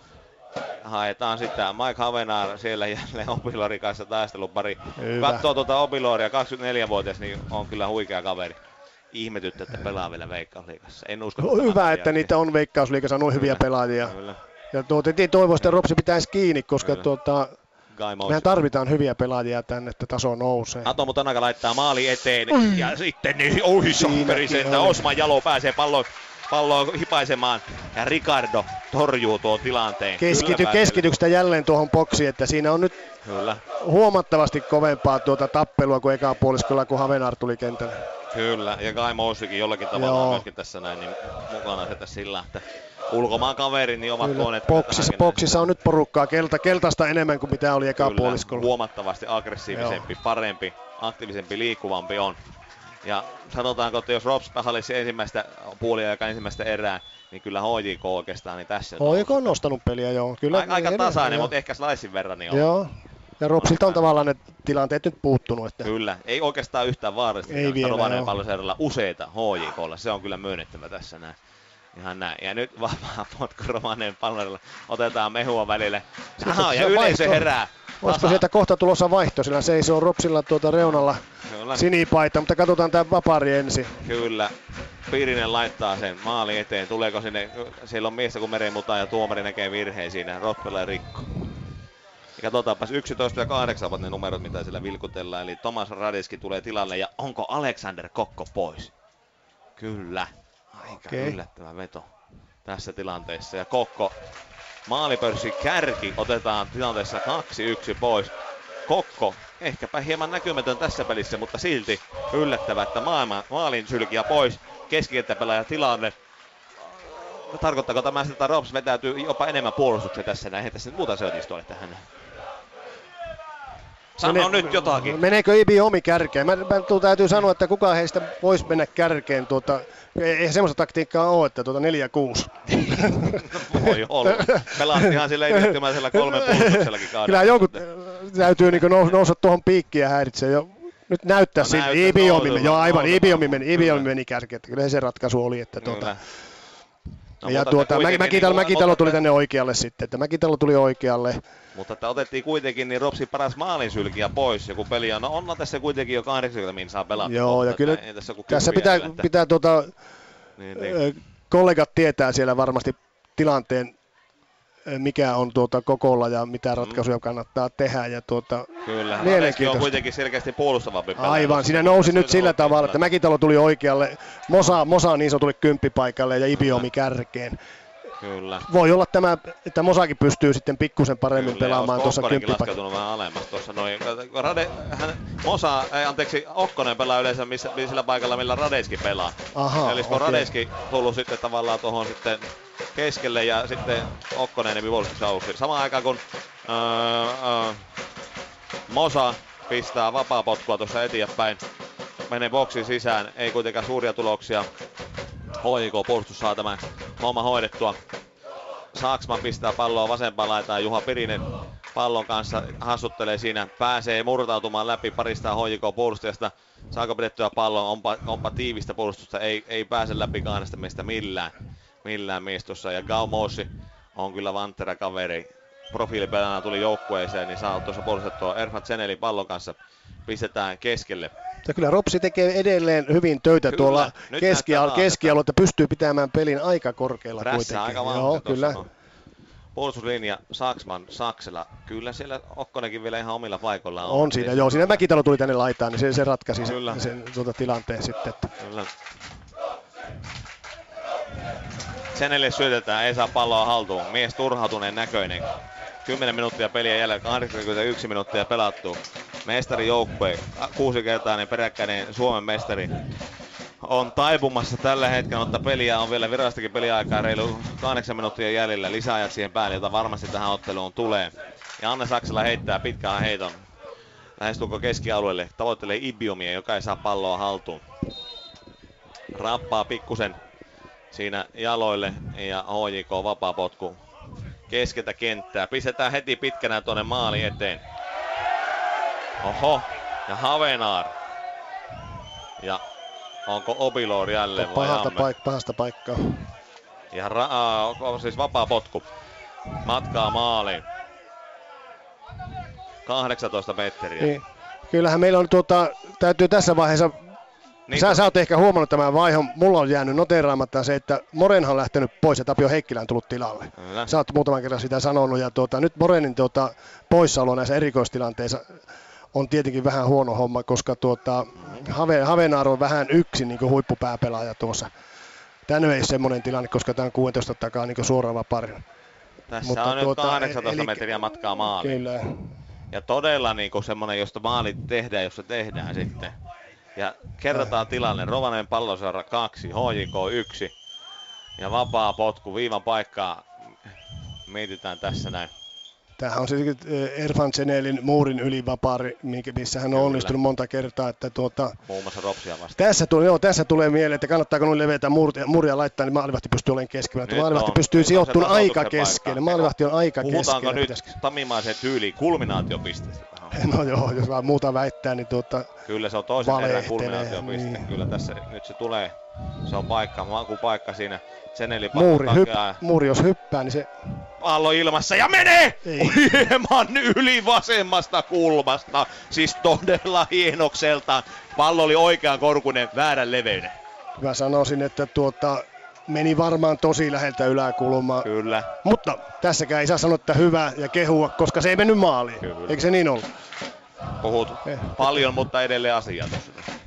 Haetaan sitä Mike Havenaar siellä jälleen Opilorin kanssa taistelupari. Hyvä. Katsoo tuota Opiloria, kaksikymmentäneljävuotias, niin on kyllä huikea kaveri. Ihmetyttä, että pelaa vielä Veikkausliigassa. En usko. No, hyvä, että niitä on Veikkausliigassa noin hyviä pelaajia. Kyllä. Ja tuota, toivoa, että Ropsi pitäisi kiinni, koska tuota, mehän tarvitaan hyviä pelaajia tänne, että taso nousee. Atomo Tanaka laittaa maali eteen mm. ja sitten niin, oi sokkeri sen, Osman Jalo pääsee palloon palloa hipaisemaan ja Ricardo torjuu tuon tilanteen. Keskity, keskityksestä jälleen tuohon boksiin, että siinä on nyt Kyllä. huomattavasti kovempaa tuota tappelua kuin eka puoliskolla, kun Havenaar tuli kentälle. Kyllä, ja Kai Moussikin jollakin tavalla Joo. myöskin tässä näin niin mukana se tässä sillä, että ulkomaan kaveri, niin ovat tuoneet. Boksissa, boksissa on nyt porukkaa, kelta, keltaista enemmän kuin mitä oli eka puoliskolla. Huomattavasti aggressiivisempi, Joo. parempi, aktiivisempi, liikkuvampi on. Ja sanotaanko, että jos Rops hallitsi ensimmäistä puolia ja ensimmäistä erää, niin kyllä H J K oikeastaan niin tässä. H J K on nostanut peliä, joo. Kyllä, aika, aika tasainen, joo. mutta ehkä slicein verran niin on. Joo. Ja Ropsilta on tavallaan ne tilanteet nyt puuttunut. Että Kyllä, ei oikeastaan yhtään vaarallista. Ei vielä, Rovaniemen Palloseuralla useita H J K:lla, se on kyllä myönnettävä tässä näin. Ihan näin. Ja nyt vapaa potku Rovaniemen Palloseuralla, otetaan mehua välille. Aha, ja yleisö herää. Olisiko sieltä kohta tulossa vaihto, sillä seisoo Ropsilla tuota reunalla Kyllä. sinipaita, mutta katsotaan tämä vapari ensin. Kyllä. Pirinen laittaa sen maali eteen. Tuleeko sinne, siellä on miestä kuin merenmuta ja tuomari näkee virheen siinä. Roppela ja Rikko. Ja katsotaanpas yksitoista ja kahdeksan ovat ne numerot, mitä siellä vilkutellaan. Eli Tomas Radeski tulee tilalle ja onko Alexander Kokko pois? Kyllä. Aika okay. yllättävä veto tässä tilanteessa. Ja Kokko, maalipörssi kärki, otetaan tilanteessa kaksi yksi pois. Kokko, ehkäpä hieman näkymätön tässä pelissä, mutta silti yllättävä, että maailman maalin sylkiä pois. Keskikenttäpelaaja tilanne. Tarkoittaako tämä sitä, että Rops vetäytyy jopa enemmän puolustuksia tässä näin? Eihän tässä nyt muuta selitistä ole tähän. Sano Mene, nyt jotakin. Meneekö Ibi Omi kärkeen? Mä, mä täytyy sanoa, että kukaan heistä voisi mennä kärkeen. Tuota, ei semmoista taktiikkaa ole, että tuota neljä kuusi. Voi olla. Pelastihan sillä yhdistymäisellä kolmen puolustuksellakin kaudella. Kyllä joku täytyy niin nous, nousta tuohon piikkiin ja häiritsee jo. Nyt näyttää no, siltä. Ibi Omi meni, joo aivan, Ibi Omi meni, Ibi Omi meni kärkeen. Kyllä se ratkaisu oli, että tuota... No, ja tuota, Mäkitalo, niin, Mäkitalo tuli tänne oikealle sitten, että Mäkitalo tuli oikealle. Mutta että otettiin kuitenkin niin Ropsin paras maalinsylkiä pois joku peli. No on tässä kuitenkin jo kahdeksankymmentä minsaa pelattu. Joo, kohta, ja kyllä tässä, tässä pitää, jäljellä, että... pitää tuota, niin, niin. kollegat tietää siellä varmasti tilanteen, mikä on tuota kokolla ja mitä ratkaisuja kannattaa tehdä. Ja tuota, kyllä, Radeski on kuitenkin selkeästi puolustavampi pelaaja. Aivan, siinä nousi nyt sillä tavalla, että Mäkitalo tuli oikealle, Mosa, Mosa niin sanotulle kymppipaikalle ja Ibiomi kärkeen. Kyllä. Voi olla tämä, että Mosakin pystyy sitten pikkusen paremmin Kyllä, pelaamaan tuossa kymppipaikalla. Laskeutunut vähän alemmas tuossa noin. Rade, hän, Mosa, ei, anteeksi, Okkonen pelaa yleensä missä, sillä paikalla, millä Radeski pelaa. Aha, eli okay. Radeski tullut sitten tavallaan tuohon sitten keskelle ja sitten Okkonen nimi puolustuksessa. Samaan aikaan kun öö, öö, Mosa pistää vapaapotkua tuossa eteenpäin, menee boksiin sisään, ei kuitenkaan suuria tuloksia. H J K-puolustus saa tämän homma hoidettua. Saaksman pistää palloa vasempaan laitaan. Juha Pirinen pallon kanssa hassuttelee siinä. Pääsee murtautumaan läpi parista H J K-puolustajasta. Saako pidettyä pallon? Onpa, onpa tiivistä puolustusta. Ei, ei pääse läpi kahdesta miestä millään. Millään miestossa. Ja Gaumossi on kyllä vanttera kaveri. Profiilipelänä tuli joukkueeseen, niin saa tuossa puolustettua Erfat Senelin pallon kanssa. Pistetään keskelle. Ja kyllä Ropsi tekee edelleen hyvin töitä kyllä, tuolla keskialueella, keskialue, että pystyy pitämään pelin aika korkealla Rässä kuitenkin. Aika Joo, kyllä. No. Puolustuslinja Saksman, Saksela. Kyllä siellä Okkonenkin vielä ihan omilla paikoillaan on. On siinä, joo. Siinä Mäkitalo tuli tänne laitaan, niin se, se ratkaisi Kyllä. sen, sen tuota, tilanteen sitten. Että. Kyllä. Senelle syötetään, ei saa palloa haltuun. Mies turhautuneen näköinen. kymmenen minuuttia peliä jäljellä, kahdeksankymmentäyksi minuuttia pelattu. Mestari joukkue, kuusikertainen peräkkäinen Suomen mestari, on taipumassa tällä hetkellä, mutta peliä on vielä virastakin peliaikaa reilu kahdeksan minuuttia jäljellä. Lisäajat siihen päälle, jota varmasti tähän otteluun tulee. Ja Anne Saksela heittää pitkään heiton. Lähestulko keskialueelle, tavoittelee Ibiomia, joka ei saa palloa haltuun. Rappaa pikkusen siinä jaloille ja H J K vapaa potku keskeltä kenttää. Pistetään heti pitkänä tuonne maali eteen. Oho, ja Havenaar. Ja onko Obilor jälleen vai Pahasta, paik- pahasta paikkaa. Ja ra- äh, siis vapaa potku. Matkaa maaliin. kahdeksantoista metriä. Niin. Kyllähän meillä on tuota, täytyy tässä vaiheessa, niin sä, sä oot ehkä huomannut tämän vaihon, mulla on jäänyt noteraamatta se, että Morenhan on lähtenyt pois ja Tapio Heikkilä on tullut tilalle. Kyllä. Sä oot muutaman kerran sitä sanonut ja tuota, nyt Morenin tuota, poissaolo näissä erikoistilanteissa on tietenkin vähän huono homma, koska tuota, Have, Havenaar on vähän yksin niin kuin huippupääpelaaja tuossa. Tänne ei semmoinen tilanne, koska tämä on kuusitoista takaa niin suoraan vaparin. Tässä Mutta on tuota, nyt kahdeksantoista eli, metriä matkaa maaliin. Kyllä. Ja todella niin semmoinen, josta maalit tehdään, jos se tehdään sitten. Ja kerrotaan tilanne. Rovaniemen Palloseura kaksi, H J K yksi. Ja vapaa potku viivan paikkaa mietitään tässä näin. Tämähän on se Erfan Cenelin muurin ylivapaari, missä hän on Kyllä. onnistunut monta kertaa. Että tuota, muun muassa Ropsia vastaan. Tässä tulee, joo, tässä tulee mieleen, että kannattaako noin leveätä muuria, muuria laittaa, niin maalivahti pystyy olemaan keskellä. Maalivahti on, pystyy sijoittumaan aika keskelle. Maalivahti on aika keskellä. Puhutaanko nyt tamimaiseen tyyliin kulminaatiopisteestä? No joo, jos vaan muuta väittää, niin tuota Kyllä se on toisen erän kulminaatiopiste. Niin. Kyllä tässä nyt se tulee. Se on paikka, makupaikka siinä. Ceneli muuri, hypp- muuri jos hyppää, niin se pallo ilmassa ja menee! Hieman yli vasemmasta kulmasta. Siis todella hienokseltaan. Pallo oli oikean korkuinen, väärän leveinen. Mä sanoisin, että tuota, meni varmaan tosi läheltä yläkulmaa. Kyllä. Mutta tässäkään ei saa sanoa, että hyvä ja kehua, koska se ei mennyt maaliin. Kyllä. Eikö se niin ollut? Puhut eh. paljon, mutta edelleen asiaa tuossa.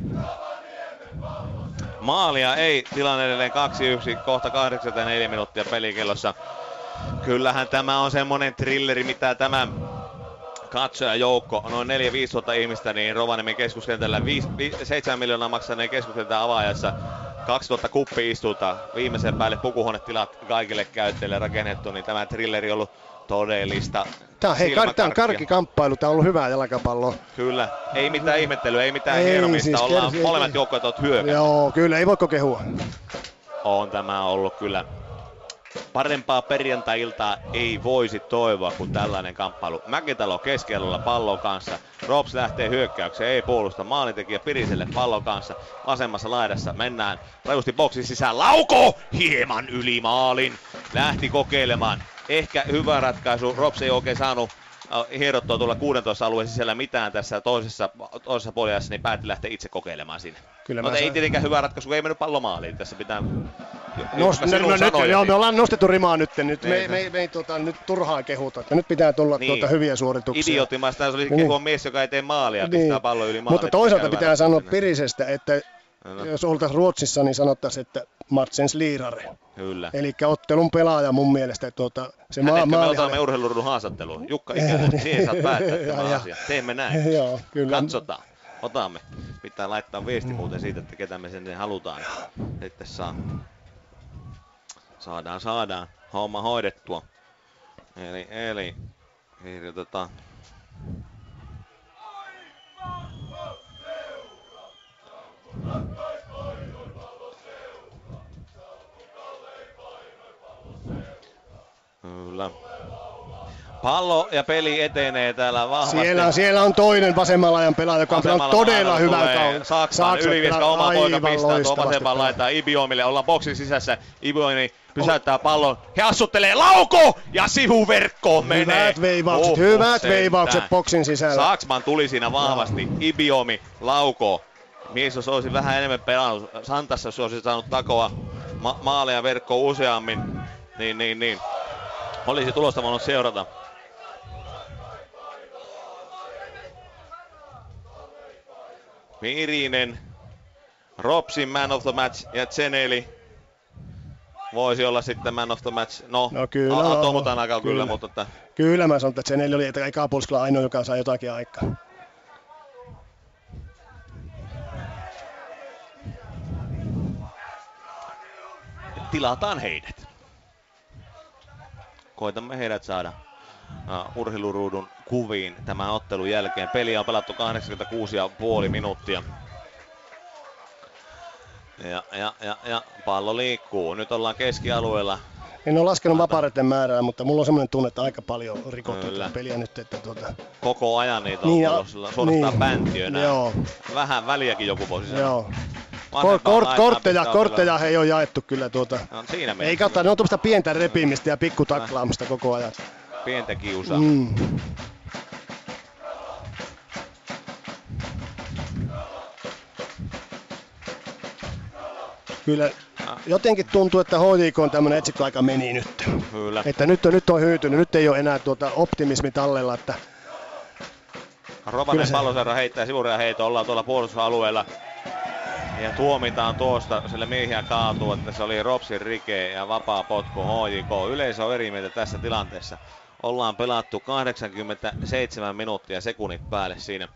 Maalia ei, tilanne edelleen kaksi yksi, kohta kahdeksankymmentäneljä minuuttia pelikellossa. Kyllähän tämä on semmonen thrilleri, mitä tämä katsojajoukko, noin neljä viisi tuhatta ihmistä, niin Rovaniemen keskuskentällä seitsemän miljoonaa maksaneen keskuskentän avaajassa kaksituhatta kuppi-istuuta, viimeisen päälle pukuhuonetilat kaikille käyttäjille rakennettu, niin tämä thrilleri on ollut todellista. Tämä on, hei, tämä on karkkikamppailu, tämä on ollut hyvää jalkapalloa. Kyllä, ei mitään ihmettelyä, ei mitään ei, hieromista, siis ollaan kersi, molemmat joukkueet ovat hyökänneet. Joo, kyllä, ei voiko kehua. On tämä ollut kyllä. Parempaa perjantai-iltaa ei voisi toivoa kuin tällainen kamppailu. Mäkitalo keskellä pallon kanssa. Rops lähtee hyökkäykseen, ei puolusta. Maalintekijä Piriselle pallon kanssa. Vasemmassa laidassa mennään rajusti boksin sisään. Lauko! Hieman yli maalin. Lähti kokeilemaan. Ehkä hyvä ratkaisu. Rops ei oikein saanut hierottua tuolla kuusitoista alueen sisällä mitään tässä toisessa, toisessa puolessa, niin päätti lähteä itse kokeilemaan siinä. Kyllä mutta ei tietenkään hyvä ratkaisu, kun ei mennyt pallo maaliin. Tässä pitää... Nost, no, no, nyt, joo, me ollaan nostettu rimaa nyt. nyt me, me, me, me ei tuota, nyt turhaa kehuta. Että nyt pitää tulla niin. tuota, hyviä suorituksia. Idioottimaista se oli niin. kehua mies, joka ei tee maalia ja niin. pistää pallo yli maalia. Mutta toisaalta pitää sanoa Pirisestä, että no. jos oltaisiin Ruotsissa, niin sanottaisiin, että Martsens Liirare. Kyllä. Eli ottelun pelaaja mun mielestä. Tuota, se maa, me otamme urheilurudun haastatteluun. Jukka Ikänen, siihen saat päättää tämän asian. Teemme näin. Joo, kyllä. Katsotaan. Otamme. Pitää laittaa viesti muuten siitä, että ketä me sen halutaan. Sitten saa. Saadaan, saadaan. Homma hoidettua. Eli, eli. Kirjoitetaan. Kyllä. Pallo ja peli etenee täällä vahvasti. Siellä, siellä on toinen vasemmalla ajan pelaaja, joka on todella hyvä kauden. Saksan Ylivieska, oma poika pistää tuo vasemman laitaa Ibiomille. Ollaan boksin sisässä. Ibiomi pysäyttää pallon. He assuttelee lauko ja sivuverkkoon menee. Hyvät veivaukset, Oho, hyvät sentään. veivaukset boksin sisällä. Saksman tuli siinä vahvasti. Ibiomi, lauko. Mies jos olisi vähän enemmän pelannut. Santassa jos olisi saanut takoa ma- maaleja verkkoon useammin. Niin, niin, niin. olisi tulosta voinut seurata. Pirinen, Ropsin man of the match ja Zeneli voisi olla sitten man of the match. No, no kyllä, a- Tomu Tanaka kyllä, kyllä, mutta... Että... Kyllä mä sanon, että Zeneli oli eka puoliskolla ainoa, joka sai jotakin aikaa. Tilataan heidät. Koitamme heidät saada uh, urheiluruudun kuviin tämän ottelun jälkeen. Peliä on pelattu kahdeksankymmentäkuusi pilkku viisi minuuttia. Ja, ja, ja, ja pallo liikkuu. Nyt ollaan keskialueella. En ole laskenut vapaareiden määrää, mutta mulla on semmoinen tunne, että aika paljon on rikottu tätä peliä nyt. Että tuota... Koko ajan niitä on niin, ollut suorastaan niin, päntiönä. Joo. Vähän väliäkin joku voisi sanoa. Joo. Kort, kort, kortteja, kortteja he ei ole jaettu kyllä tuota. No, siinä ei katso, ne on tuosta pientä repimistä ja pikkutaklaamista koko ajan. Pientä kiusaa. Mm. Kyllä jotenkin tuntuu, että H J K on tämmöinen etsikkoaika meni nyt. Kyllä. Että nyt on, nyt on hyytynyt, nyt ei ole enää tuota optimismi tallella, että Rovanen se... Palloseura heittää sivurajan heito, ollaan tuolla puolustusalueella. Ja tuomitaan tuosta, sille miehiä kaatuu, että se oli Ropsin rike ja vapaa potku H J K. Yleisö on eri mieltä tässä tilanteessa. Ollaan pelattu kahdeksankymmentäseitsemän minuuttia sekunnit päälle siinä.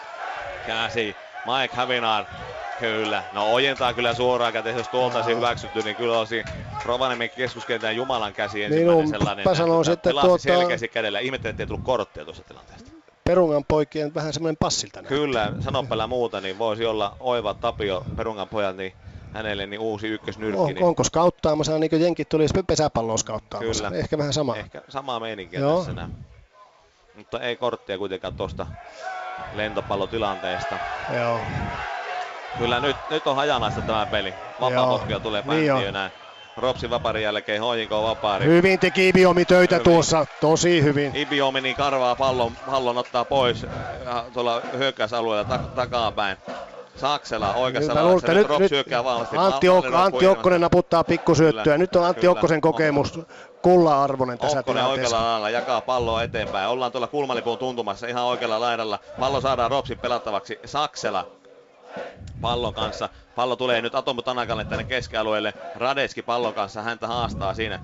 Käsi Mike Havinar. Kyllä. No ojentaa kyllä suoraan käteen, jos tuolta olisi hyväksytty, niin kyllä olisi Rovaniemen keskuskentän Jumalan käsi ensimmäinen niin sellainen. Mä sanoisin, että tuota... selkäsi kädellä. Ihmettelen, ettei tullut korttia tuossa tilanteesta. Perungan poikien vähän semmoinen passilta. Kyllä, sanopella muuta, niin voisi olla oiva Tapio Perungan pojat, niin hänelle niin uusi ykkösnyrkki. On, niin... Onko skauttaamassa, niin kuin jenkit tulisi pesäpalloa skauttaamassa? Kyllä. Ehkä vähän sama. Ehkä samaa meininkiä tässä näin. Mutta ei korttia kuitenkaan tuosta lentopallotilanteesta. Joo. Kyllä nyt, nyt on hajanaista tämä peli. Vapaa-potkia tulee päntiö niin näin. Ropsin vapaarin jälkeen H J K vapaari. Hyvin teki Ibiomi töitä hyvin. Tuossa, tosi hyvin. Ibiomi niin karvaa pallon, pallon ottaa pois tuolla hyökkäysalueella tak- takapäin. Saksela oikeassa laidassa, nyt Rops hyökkää vahvasti. Antti, ok- Antti Okkonen naputtaa pikkusyöttöä. Kyllä, nyt on Antti kyllä. Okkosen kokemus kullan-arvoinen tässä Okkonen tilanteessa. oikealla lailla jakaa palloa eteenpäin. Ollaan tuolla kulmalipuun tuntumassa ihan oikealla laidalla. Pallo saadaan Ropsin pelattavaksi. Saksela pallon kanssa. Pallo tulee nyt Atomu Tanakalle tänne keskialueelle. Radeski pallon kanssa, häntä haastaa siinä.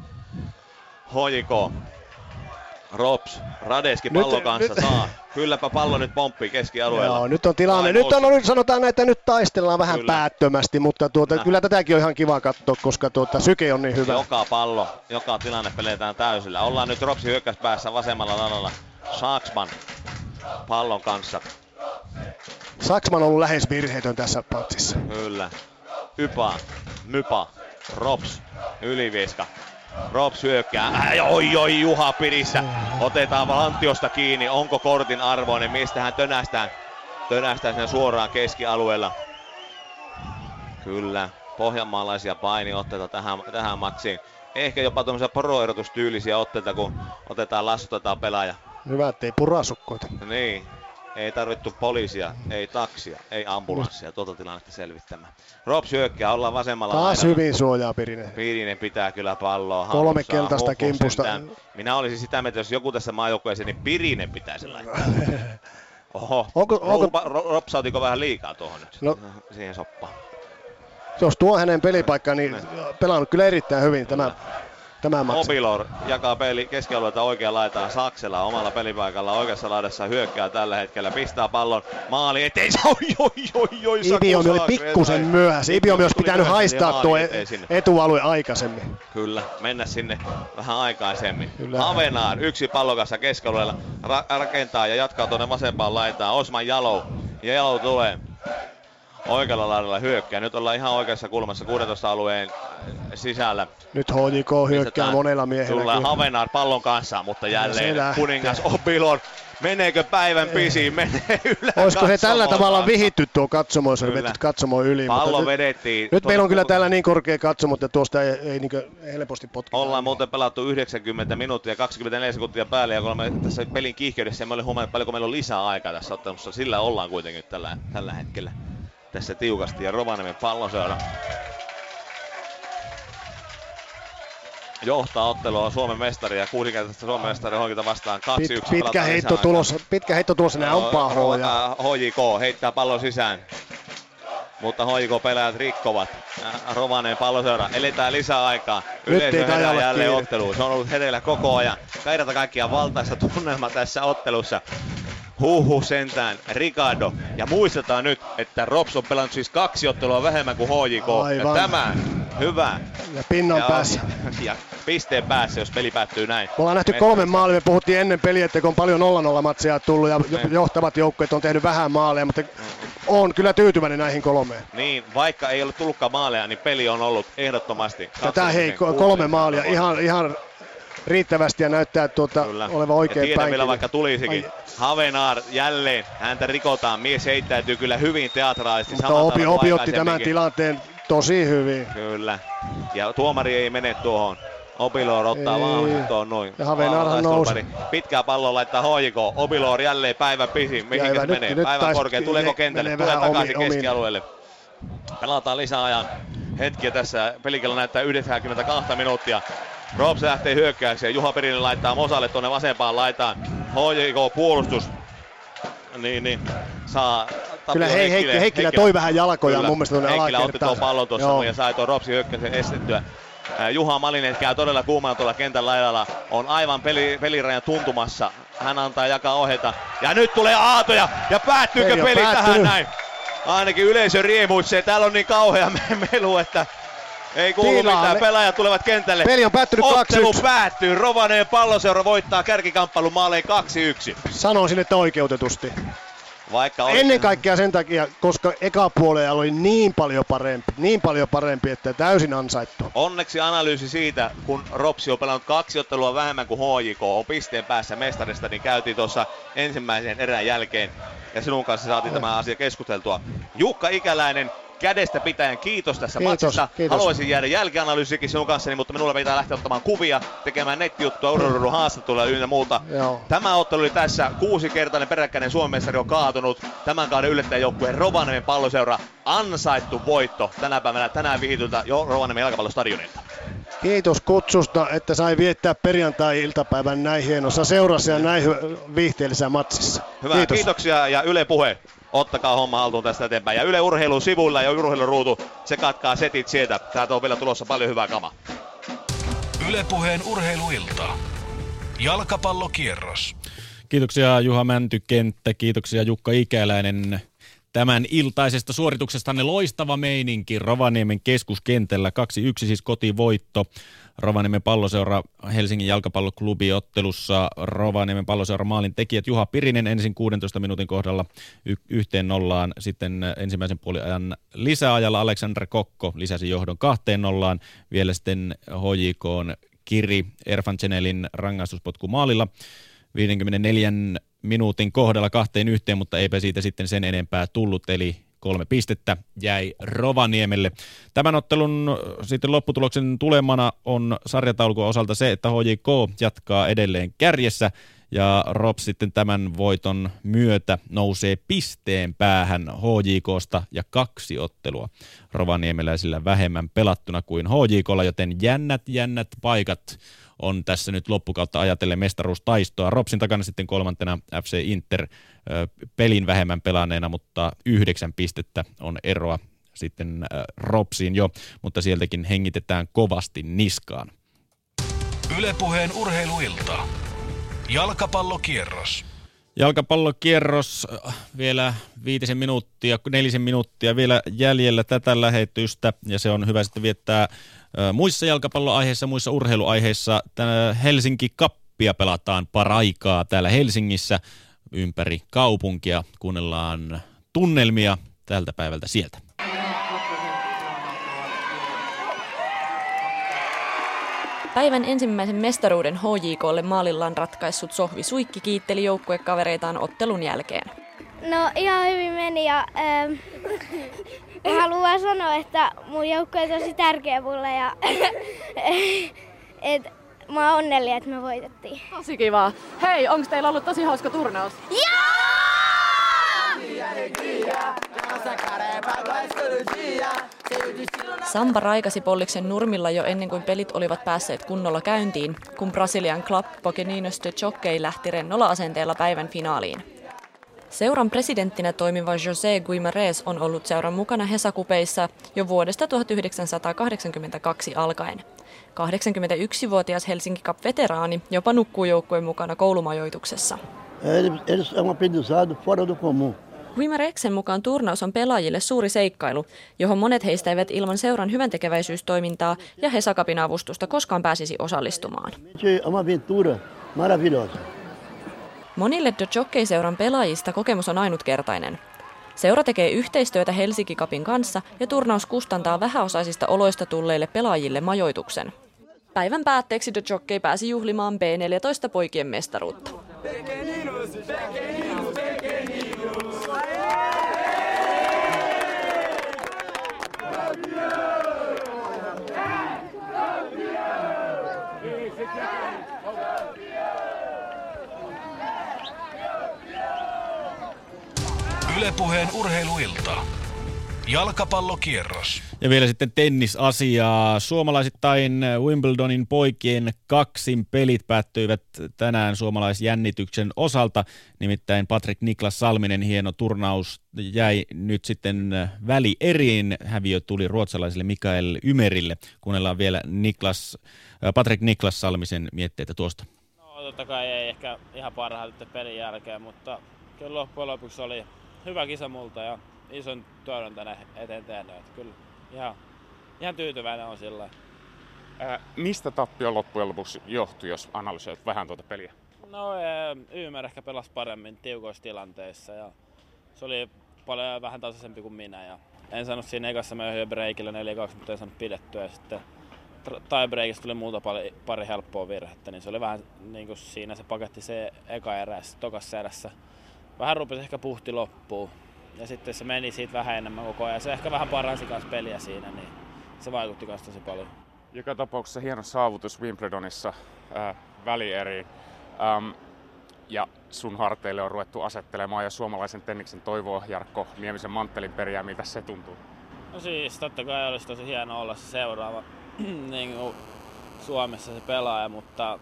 H J K. Rops, Radeski pallon nyt, kanssa nyt. Saa. Kylläpä pallo nyt pomppii keskialueella. Joo, nyt on tilanne. Nyt on, nyt sanotaan näitä, nyt taistellaan vähän kyllä. Päättömästi, mutta tuota, kyllä tätäkin on ihan kiva katsoa, koska tuota, syke on niin hyvä. Joka pallo, joka tilanne peletään täysillä. Ollaan nyt Ropsin hyökkäyspäässä vasemmalla laidalla. Saksman pallon kanssa. Saksman on ollut lähes virheetön tässä patsissa. Kyllä. Ypa, Mypa, Rops, Yliviska. Rops hyökkää. Äh, oi oi Juha Pirissä. Otetaan Antiosta kiinni. Onko kortin arvoinen? Mistä hän tönästään? Tönästään sen suoraan keskialueella. Kyllä. Pohjanmaalaisia painiotteita tähän, tähän matsiin. Ehkä jopa tuommoisia poroerotustyylisiä otteita, kun otetaan lassutetaan pelaaja. Hyvä, ettei purasukkoita. Niin. Ei tarvittu poliisia, ei taksia, ei ambulanssia tuota tilannetta selvittämään. Rops hyökkää, ollaan vasemmalla taas laidalla. Hyvin suojaa Pirinen. Pirinen pitää kyllä palloa hallussa. Kolme keltaista kimpusta. Minä olisin sitä mieltä, jos joku tässä maajoukkueessa, niin Pirinen pitäisi laittaa. Oho, onko, onko... ropsautiko vähän liikaa tuohon nyt, no, siihen soppaan. Jos tuo hänen pelipaikkaan, niin pelannut kyllä erittäin hyvin tämä. Tämä Mobilor jakaa peli keskialueelta oikeaan laitaan. Saksela omalla pelipaikalla oikeassa laidassa hyökkää tällä hetkellä. Pistää pallon maali eteen. Oi, oi, oi, oi, Ibiomi oli pikkusen myöhässä. Ibiomi olisi pitänyt haistaa tuo etualue aikaisemmin. Kyllä, mennä sinne vähän aikaisemmin. Kyllä. Avenaar yksi pallokassa keskialueella ra- rakentaa ja jatkaa tuonne vasempaan laitaan. Osman Jalou. Ja Jalou tulee. Oikealla laidalla hyökkää. Nyt ollaan ihan oikeassa kulmassa kuudentoista alueen sisällä. Nyt H J K hyökkää Pistetään, monella miehellä. Tulee Havenaar pallon kanssa, mutta jälleen kuningas Obilor. Meneekö päivän pisiin? Menee ylä. Olisiko he tällä tavalla kanssa vihitty tuo katsomo, jos oli vetty katsomo yli. Pallo mutta vedettiin. Nyt, nyt meillä on kyllä täällä niin korkea katsomo, että tuosta ei, ei niin helposti potkita. Ollaan muuten pelattu yhdeksänkymmentä minuuttia, kaksikymmentäneljä sekuntia päälle. Ja kun olemme tässä pelin kiihkeydessä, emme ole huomannut paljonko meillä on lisää aikaa tässä ottelussa. Sillä ollaan kuitenkin tällä, tällä hetkellä. Tässä tiukasti ja Rovaniemen Palloseura johtaa ottelua Suomen mestari ja kuusinkertaista Suomen mestari H J K vastaan kaksi yksi. Pit, pitkä, heitto tulos, pitkä heitto tulos, nämä on pahoja. H J K heittää pallon sisään, mutta H J K-pelaajat rikkovat. Rovaniemen Palloseura, eletään lisää aikaa. Yleisö herää jälleen otteluun. Se on ollut hereillä koko ajan. Kaikilta kaikkiaan valtaisa tunnelma tässä ottelussa. Huhhuh sentään, Ricardo. Ja muistetaan nyt, että Rops on pelannut siis kaksi ottelua vähemmän kuin H J K. Aivan. Ja tämä, hyvä. Ja pinnan ja, päässä. Ja pisteen päässä, jos peli päättyy näin. Me ollaan nähty kolme maalia. Me puhuttiin ennen peliä, että kun on paljon nolla nolla matseja tullut ja ne. johtavat joukkueet on tehnyt vähän maaleja, mutta on kyllä tyytyväinen näihin kolmeen. Niin, vaikka ei ole tullutkaan maaleja, niin peli on ollut ehdottomasti. Tätä hei, kolme maalia, ihan, ihan riittävästi ja näyttää tuota olevan oikein päin. Tiedän vielä vaikka tulisikin. Havenaar jälleen, häntä rikotaan, mies heittäytyy kyllä hyvin teatraalisesti. Mutta Opi, Opi otti tämän tilanteen tosi hyvin. Kyllä, ja tuomari ei mene tuohon. Opiloor ottaa vaan tuon noin. Ja Havenaarhan nousi. Pitkää palloa laittaa H J K. Opiloor jälleen päivän pisin. Mihinkä se menee? Nyt päivän korkea. Tuleeko kentälle? Tulee takaisin omi, keskialueelle. Pelataan lisäajan hetkiä tässä. Pelikello näyttää yhdeksänkymmentäkaksi minuuttia. Rops lähtee hyökkäykseen. Juha Perinen laittaa Mosalle tuonne vasempaan laitaan. H J K puolustus. Niin, niin. Saa kyllä hei, Heikkilä, Heikkilä toi vähän jalkoja kyllä. mun mielestä tuonne alakertaan. Heikkilä otti tuon pallon tuossa ja sai tuon Ropsin hyökkäyksen estettyä. Juha Malinen käy todella kuumana tuolla kentän laidalla. On aivan peli, pelirajan tuntumassa. Hän antaa jakaa ohjata. Ja nyt tulee aatoja. Ja päättyykö peli, peli tähän näin? Ainakin yleisö riemuitsee. Täällä on niin kauhea melu, että ei kuulu Tiilaa, mitään. Pelaajat tulevat kentälle. Peli on päättynyt kaksi yksi. Ottelu päättyy. Rovaniemen Palloseura voittaa kärkikamppailun maalein kaksi yksi. Sanoisin, että oikeutetusti. Vaikka Ennen kaikkea sen takia, koska eka puolella oli niin paljon parempi, niin paljon parempi, että täysin ansaittu. Onneksi analyysi siitä, kun Ropsi on pelannut kaksi ottelua vähemmän kuin H J K on pisteen päässä mestarista, niin käytiin tuossa ensimmäisen erän jälkeen ja sinun kanssa saatiin tämä asia keskusteltua. Jukka Ikäläinen, kädestä pitäen kiitos tässä kiitos, matsissa. Kiitos. Haluaisin jäädä jälkianalyysikin sinun kanssani, mutta minulla pitää lähteä ottamaan kuvia, tekemään nettijuttua, Urheiluruudun haastatteluja ynnä muuta. Joo. Tämä ottelu oli tässä. Kuusikertainen peräkkäinen Suomen mestari on kaatunut. Tämän kauden yllättäjäjoukkueen Rovaniemen Palloseura. Ansaittu voitto tänä päivänä tänään vihityltä jo Rovaniemen jalkapallostadionilta. Kiitos kutsusta, että sai viettää perjantai-iltapäivän näin hienossa seurassa ja näin viihteellisessä matsissa. Hyvä, Kiitos. Kiitoksia ja Yle Puhe. Ottakaa homma haltuun tästä eteenpäin. Ja Yle Urheilun sivuilla ja Urheiluruutu, se katkaa setit sieltä. Täältä on vielä tulossa paljon hyvää kamaa. Yle Puheen urheiluilta. Jalkapallokierros. Kiitoksia Juha Mäntykenttä, kiitoksia Jukka Ikäläinen. Tämän iltaisesta suorituksestanne loistava meininki Rovaniemen keskuskentällä. kaksi yksi siis kotivoitto. Rovaniemen Palloseura Helsingin jalkapalloklubi ottelussa. Rovaniemen Palloseura maalin tekijät Juha Pirinen ensin kuudentoista minuutin kohdalla y- yhteen nollaan. Sitten ensimmäisen puoliajan lisäajalla Alexander Kokko lisäsi johdon kahteen nollaan. Vielä sitten H J K:n Kiri Erfan Cenelin rangaistuspotku maalilla viidenkymmenenneljän minuutin kohdalla kahteen yhteen, mutta eipä siitä sitten sen enempää tullut, eli kolme pistettä jäi Rovaniemelle. Tämän ottelun sitten lopputuloksen tulemana on sarjataulukon osalta se, että H J K jatkaa edelleen kärjessä ja Rops sitten tämän voiton myötä nousee pisteen päähän H J K:sta ja kaksi ottelua rovaniemeläisillä vähemmän pelattuna kuin H J K:lla, joten jännät jännät paikat on tässä nyt loppukautta ajatellen mestaruustaistoa. Ropsin takana sitten kolmantena F C Inter pelin vähemmän pelaaneena, mutta yhdeksän pistettä on eroa sitten Ropsiin jo, mutta sieltäkin hengitetään kovasti niskaan. Yle Puheen urheiluilta. Jalkapallokierros. Jalkapallokierros vielä viitisen minuuttia, nelisen minuuttia vielä jäljellä tätä lähetystä ja se on hyvä sitten viettää muissa jalkapalloaiheissa, muissa urheiluaiheissa. Tänä Helsinki Cupia pelataan paraikaa täällä Helsingissä ympäri kaupunkia. Kuunnellaan tunnelmia tältä päivältä sieltä. Päivän ensimmäisen mestaruuden H J K:lle maalillaan ratkaissut Sohvi Suikki kiitteli joukkuekavereitaan ottelun jälkeen. No ihan hyvin meni ja ähm, haluan sanoa, että mun joukkue on tosi tärkeä mulle ja et, mä oon onnellinen, että me voitettiin. Tosi kivaa. Hei, onko teillä ollut tosi hauska turnaus? Joo! Samba raikasi Polliksen nurmilla jo ennen kuin pelit olivat päässeet kunnolla käyntiin, kun Brasilian Club Pequeninos de Jockey lähti rennolla asenteella päivän finaaliin. Seuran presidenttinä toimiva José Guimarães on ollut seuran mukana Hesa-kupeissa jo vuodesta tuhatyhdeksänsataakahdeksankymmentäkaksi alkaen. kahdeksankymmentäyksivuotias Helsinki Cup-veteraani jopa nukkuu joukkueen mukana koulumajoituksessa. Guimarãesen mukaan turnaus on pelaajille suuri seikkailu, johon monet heistä eivät ilman seuran hyväntekeväisyystoimintaa ja Hesa-cupin avustusta koskaan pääsisi osallistumaan. Monille The Jockey-seuran pelaajista kokemus on ainutkertainen. Seura tekee yhteistyötä Helsinki Cupin kanssa ja turnaus kustantaa vähäosaisista oloista tulleille pelaajille majoituksen. Päivän päätteeksi The Jockey pääsi juhlimaan B neljätoista poikien mestaruutta. Yle Puheen urheiluilta. Jalkapallokierros. Ja vielä sitten tennisasiaa. Suomalaisittain Wimbledonin poikien kaksin pelit päättyivät tänään suomalaisjännityksen osalta. Nimittäin Patrick Niklas Salminen hieno turnaus jäi nyt sitten välieriin. Häviö tuli ruotsalaiselle Mikael Ymerille. Kuunnellaan vielä Niklas, Patrick Niklas Salmisen mietteitä tuosta. No totta kai ei ehkä ihan parhaiten pelin jälkeen, mutta kyllä loppujen lopuksi oli hyvä kisa multa ja ison työn tänne eteen tehnyt. Että kyllä ihan, ihan tyytyväinen on sillä. Ää, mistä tappio loppujen lopuksi johtui, jos analysoit vähän tuota peliä? No Ymer ehkä pelasi paremmin tiukoissa tilanteissa ja se oli paljon vähän tasaisempi kuin minä. Ja en saanut siinä ekassa myöhemmin breikillä neljä kaksi, mutta en saanut pidettyä. Ja sitten tiebreakissa tuli muuta pari, pari helppoa virhettä, niin se oli vähän niin kuin siinä se paketti se eka erä ja tokassa erässä. Vähän rupesi ehkä puhti loppuun ja sitten se meni siitä vähän enemmän koko ajan. Se ehkä vähän paransi kanssa peliä siinä, niin se vaikutti kanssa tosi paljon. Joka tapauksessa hieno saavutus Wimbledonissa äh, välieriin. Ähm, ja sun harteille on ruvettu asettelemaan ja suomalaisen tenniksen toivoa Jarkko Niemisen manttelin periä. Miltä se tuntuu? No siis totta kai olisi tosi hieno olla se seuraava niin kuin Suomessa se pelaaja, mutta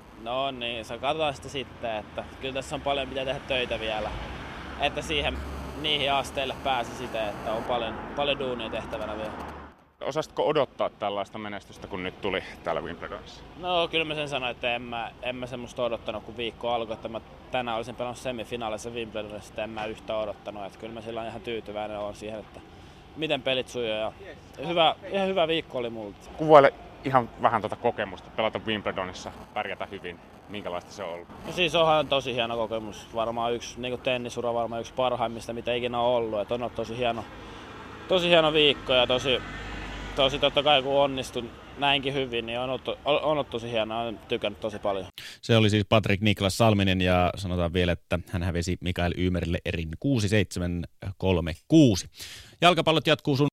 no niin, se katsotaan sitten sitten, että kyllä tässä on paljon mitä tehdä töitä vielä, että siihen niihin asteille pääsi siten, että on paljon, paljon duunia tehtävänä vielä. Osasitko odottaa tällaista menestystä, kun nyt tuli täällä Wimbledonissa? No kyllä mä sen sanoin, että en mä, en mä semmoista odottanut, kun viikko alkoi, että mä tänään olisin pelannut semifinaalissa Wimbledonissa, että en mä yhtään odottanut, että kyllä mä sillä ihan tyytyväinen olen siihen, että miten pelit sujuu ja hyvä, ihan hyvä viikko oli multa. Kuvaile ihan vähän tuota kokemusta, pelata Wimbledonissa, pärjätä hyvin. Minkälaista se on ollut? No siis onhan tosi hieno kokemus. Varmaan yksi, niin kuin tennisura varmaan yksi parhaimmista, mitä ikinä on ollut. Et on ollut tosi hieno, tosi hieno viikko ja tosi, tosi totta kai kun onnistun näinkin hyvin, niin on ollut, on ollut tosi hienoa. Olen tykännyt tosi paljon. Se oli siis Patrick Niklas Salminen ja sanotaan vielä, että hän hävisi Mikael Ymerille erin kuusi seitsemän kolme kuusi. Jalkapallot jatkuu sun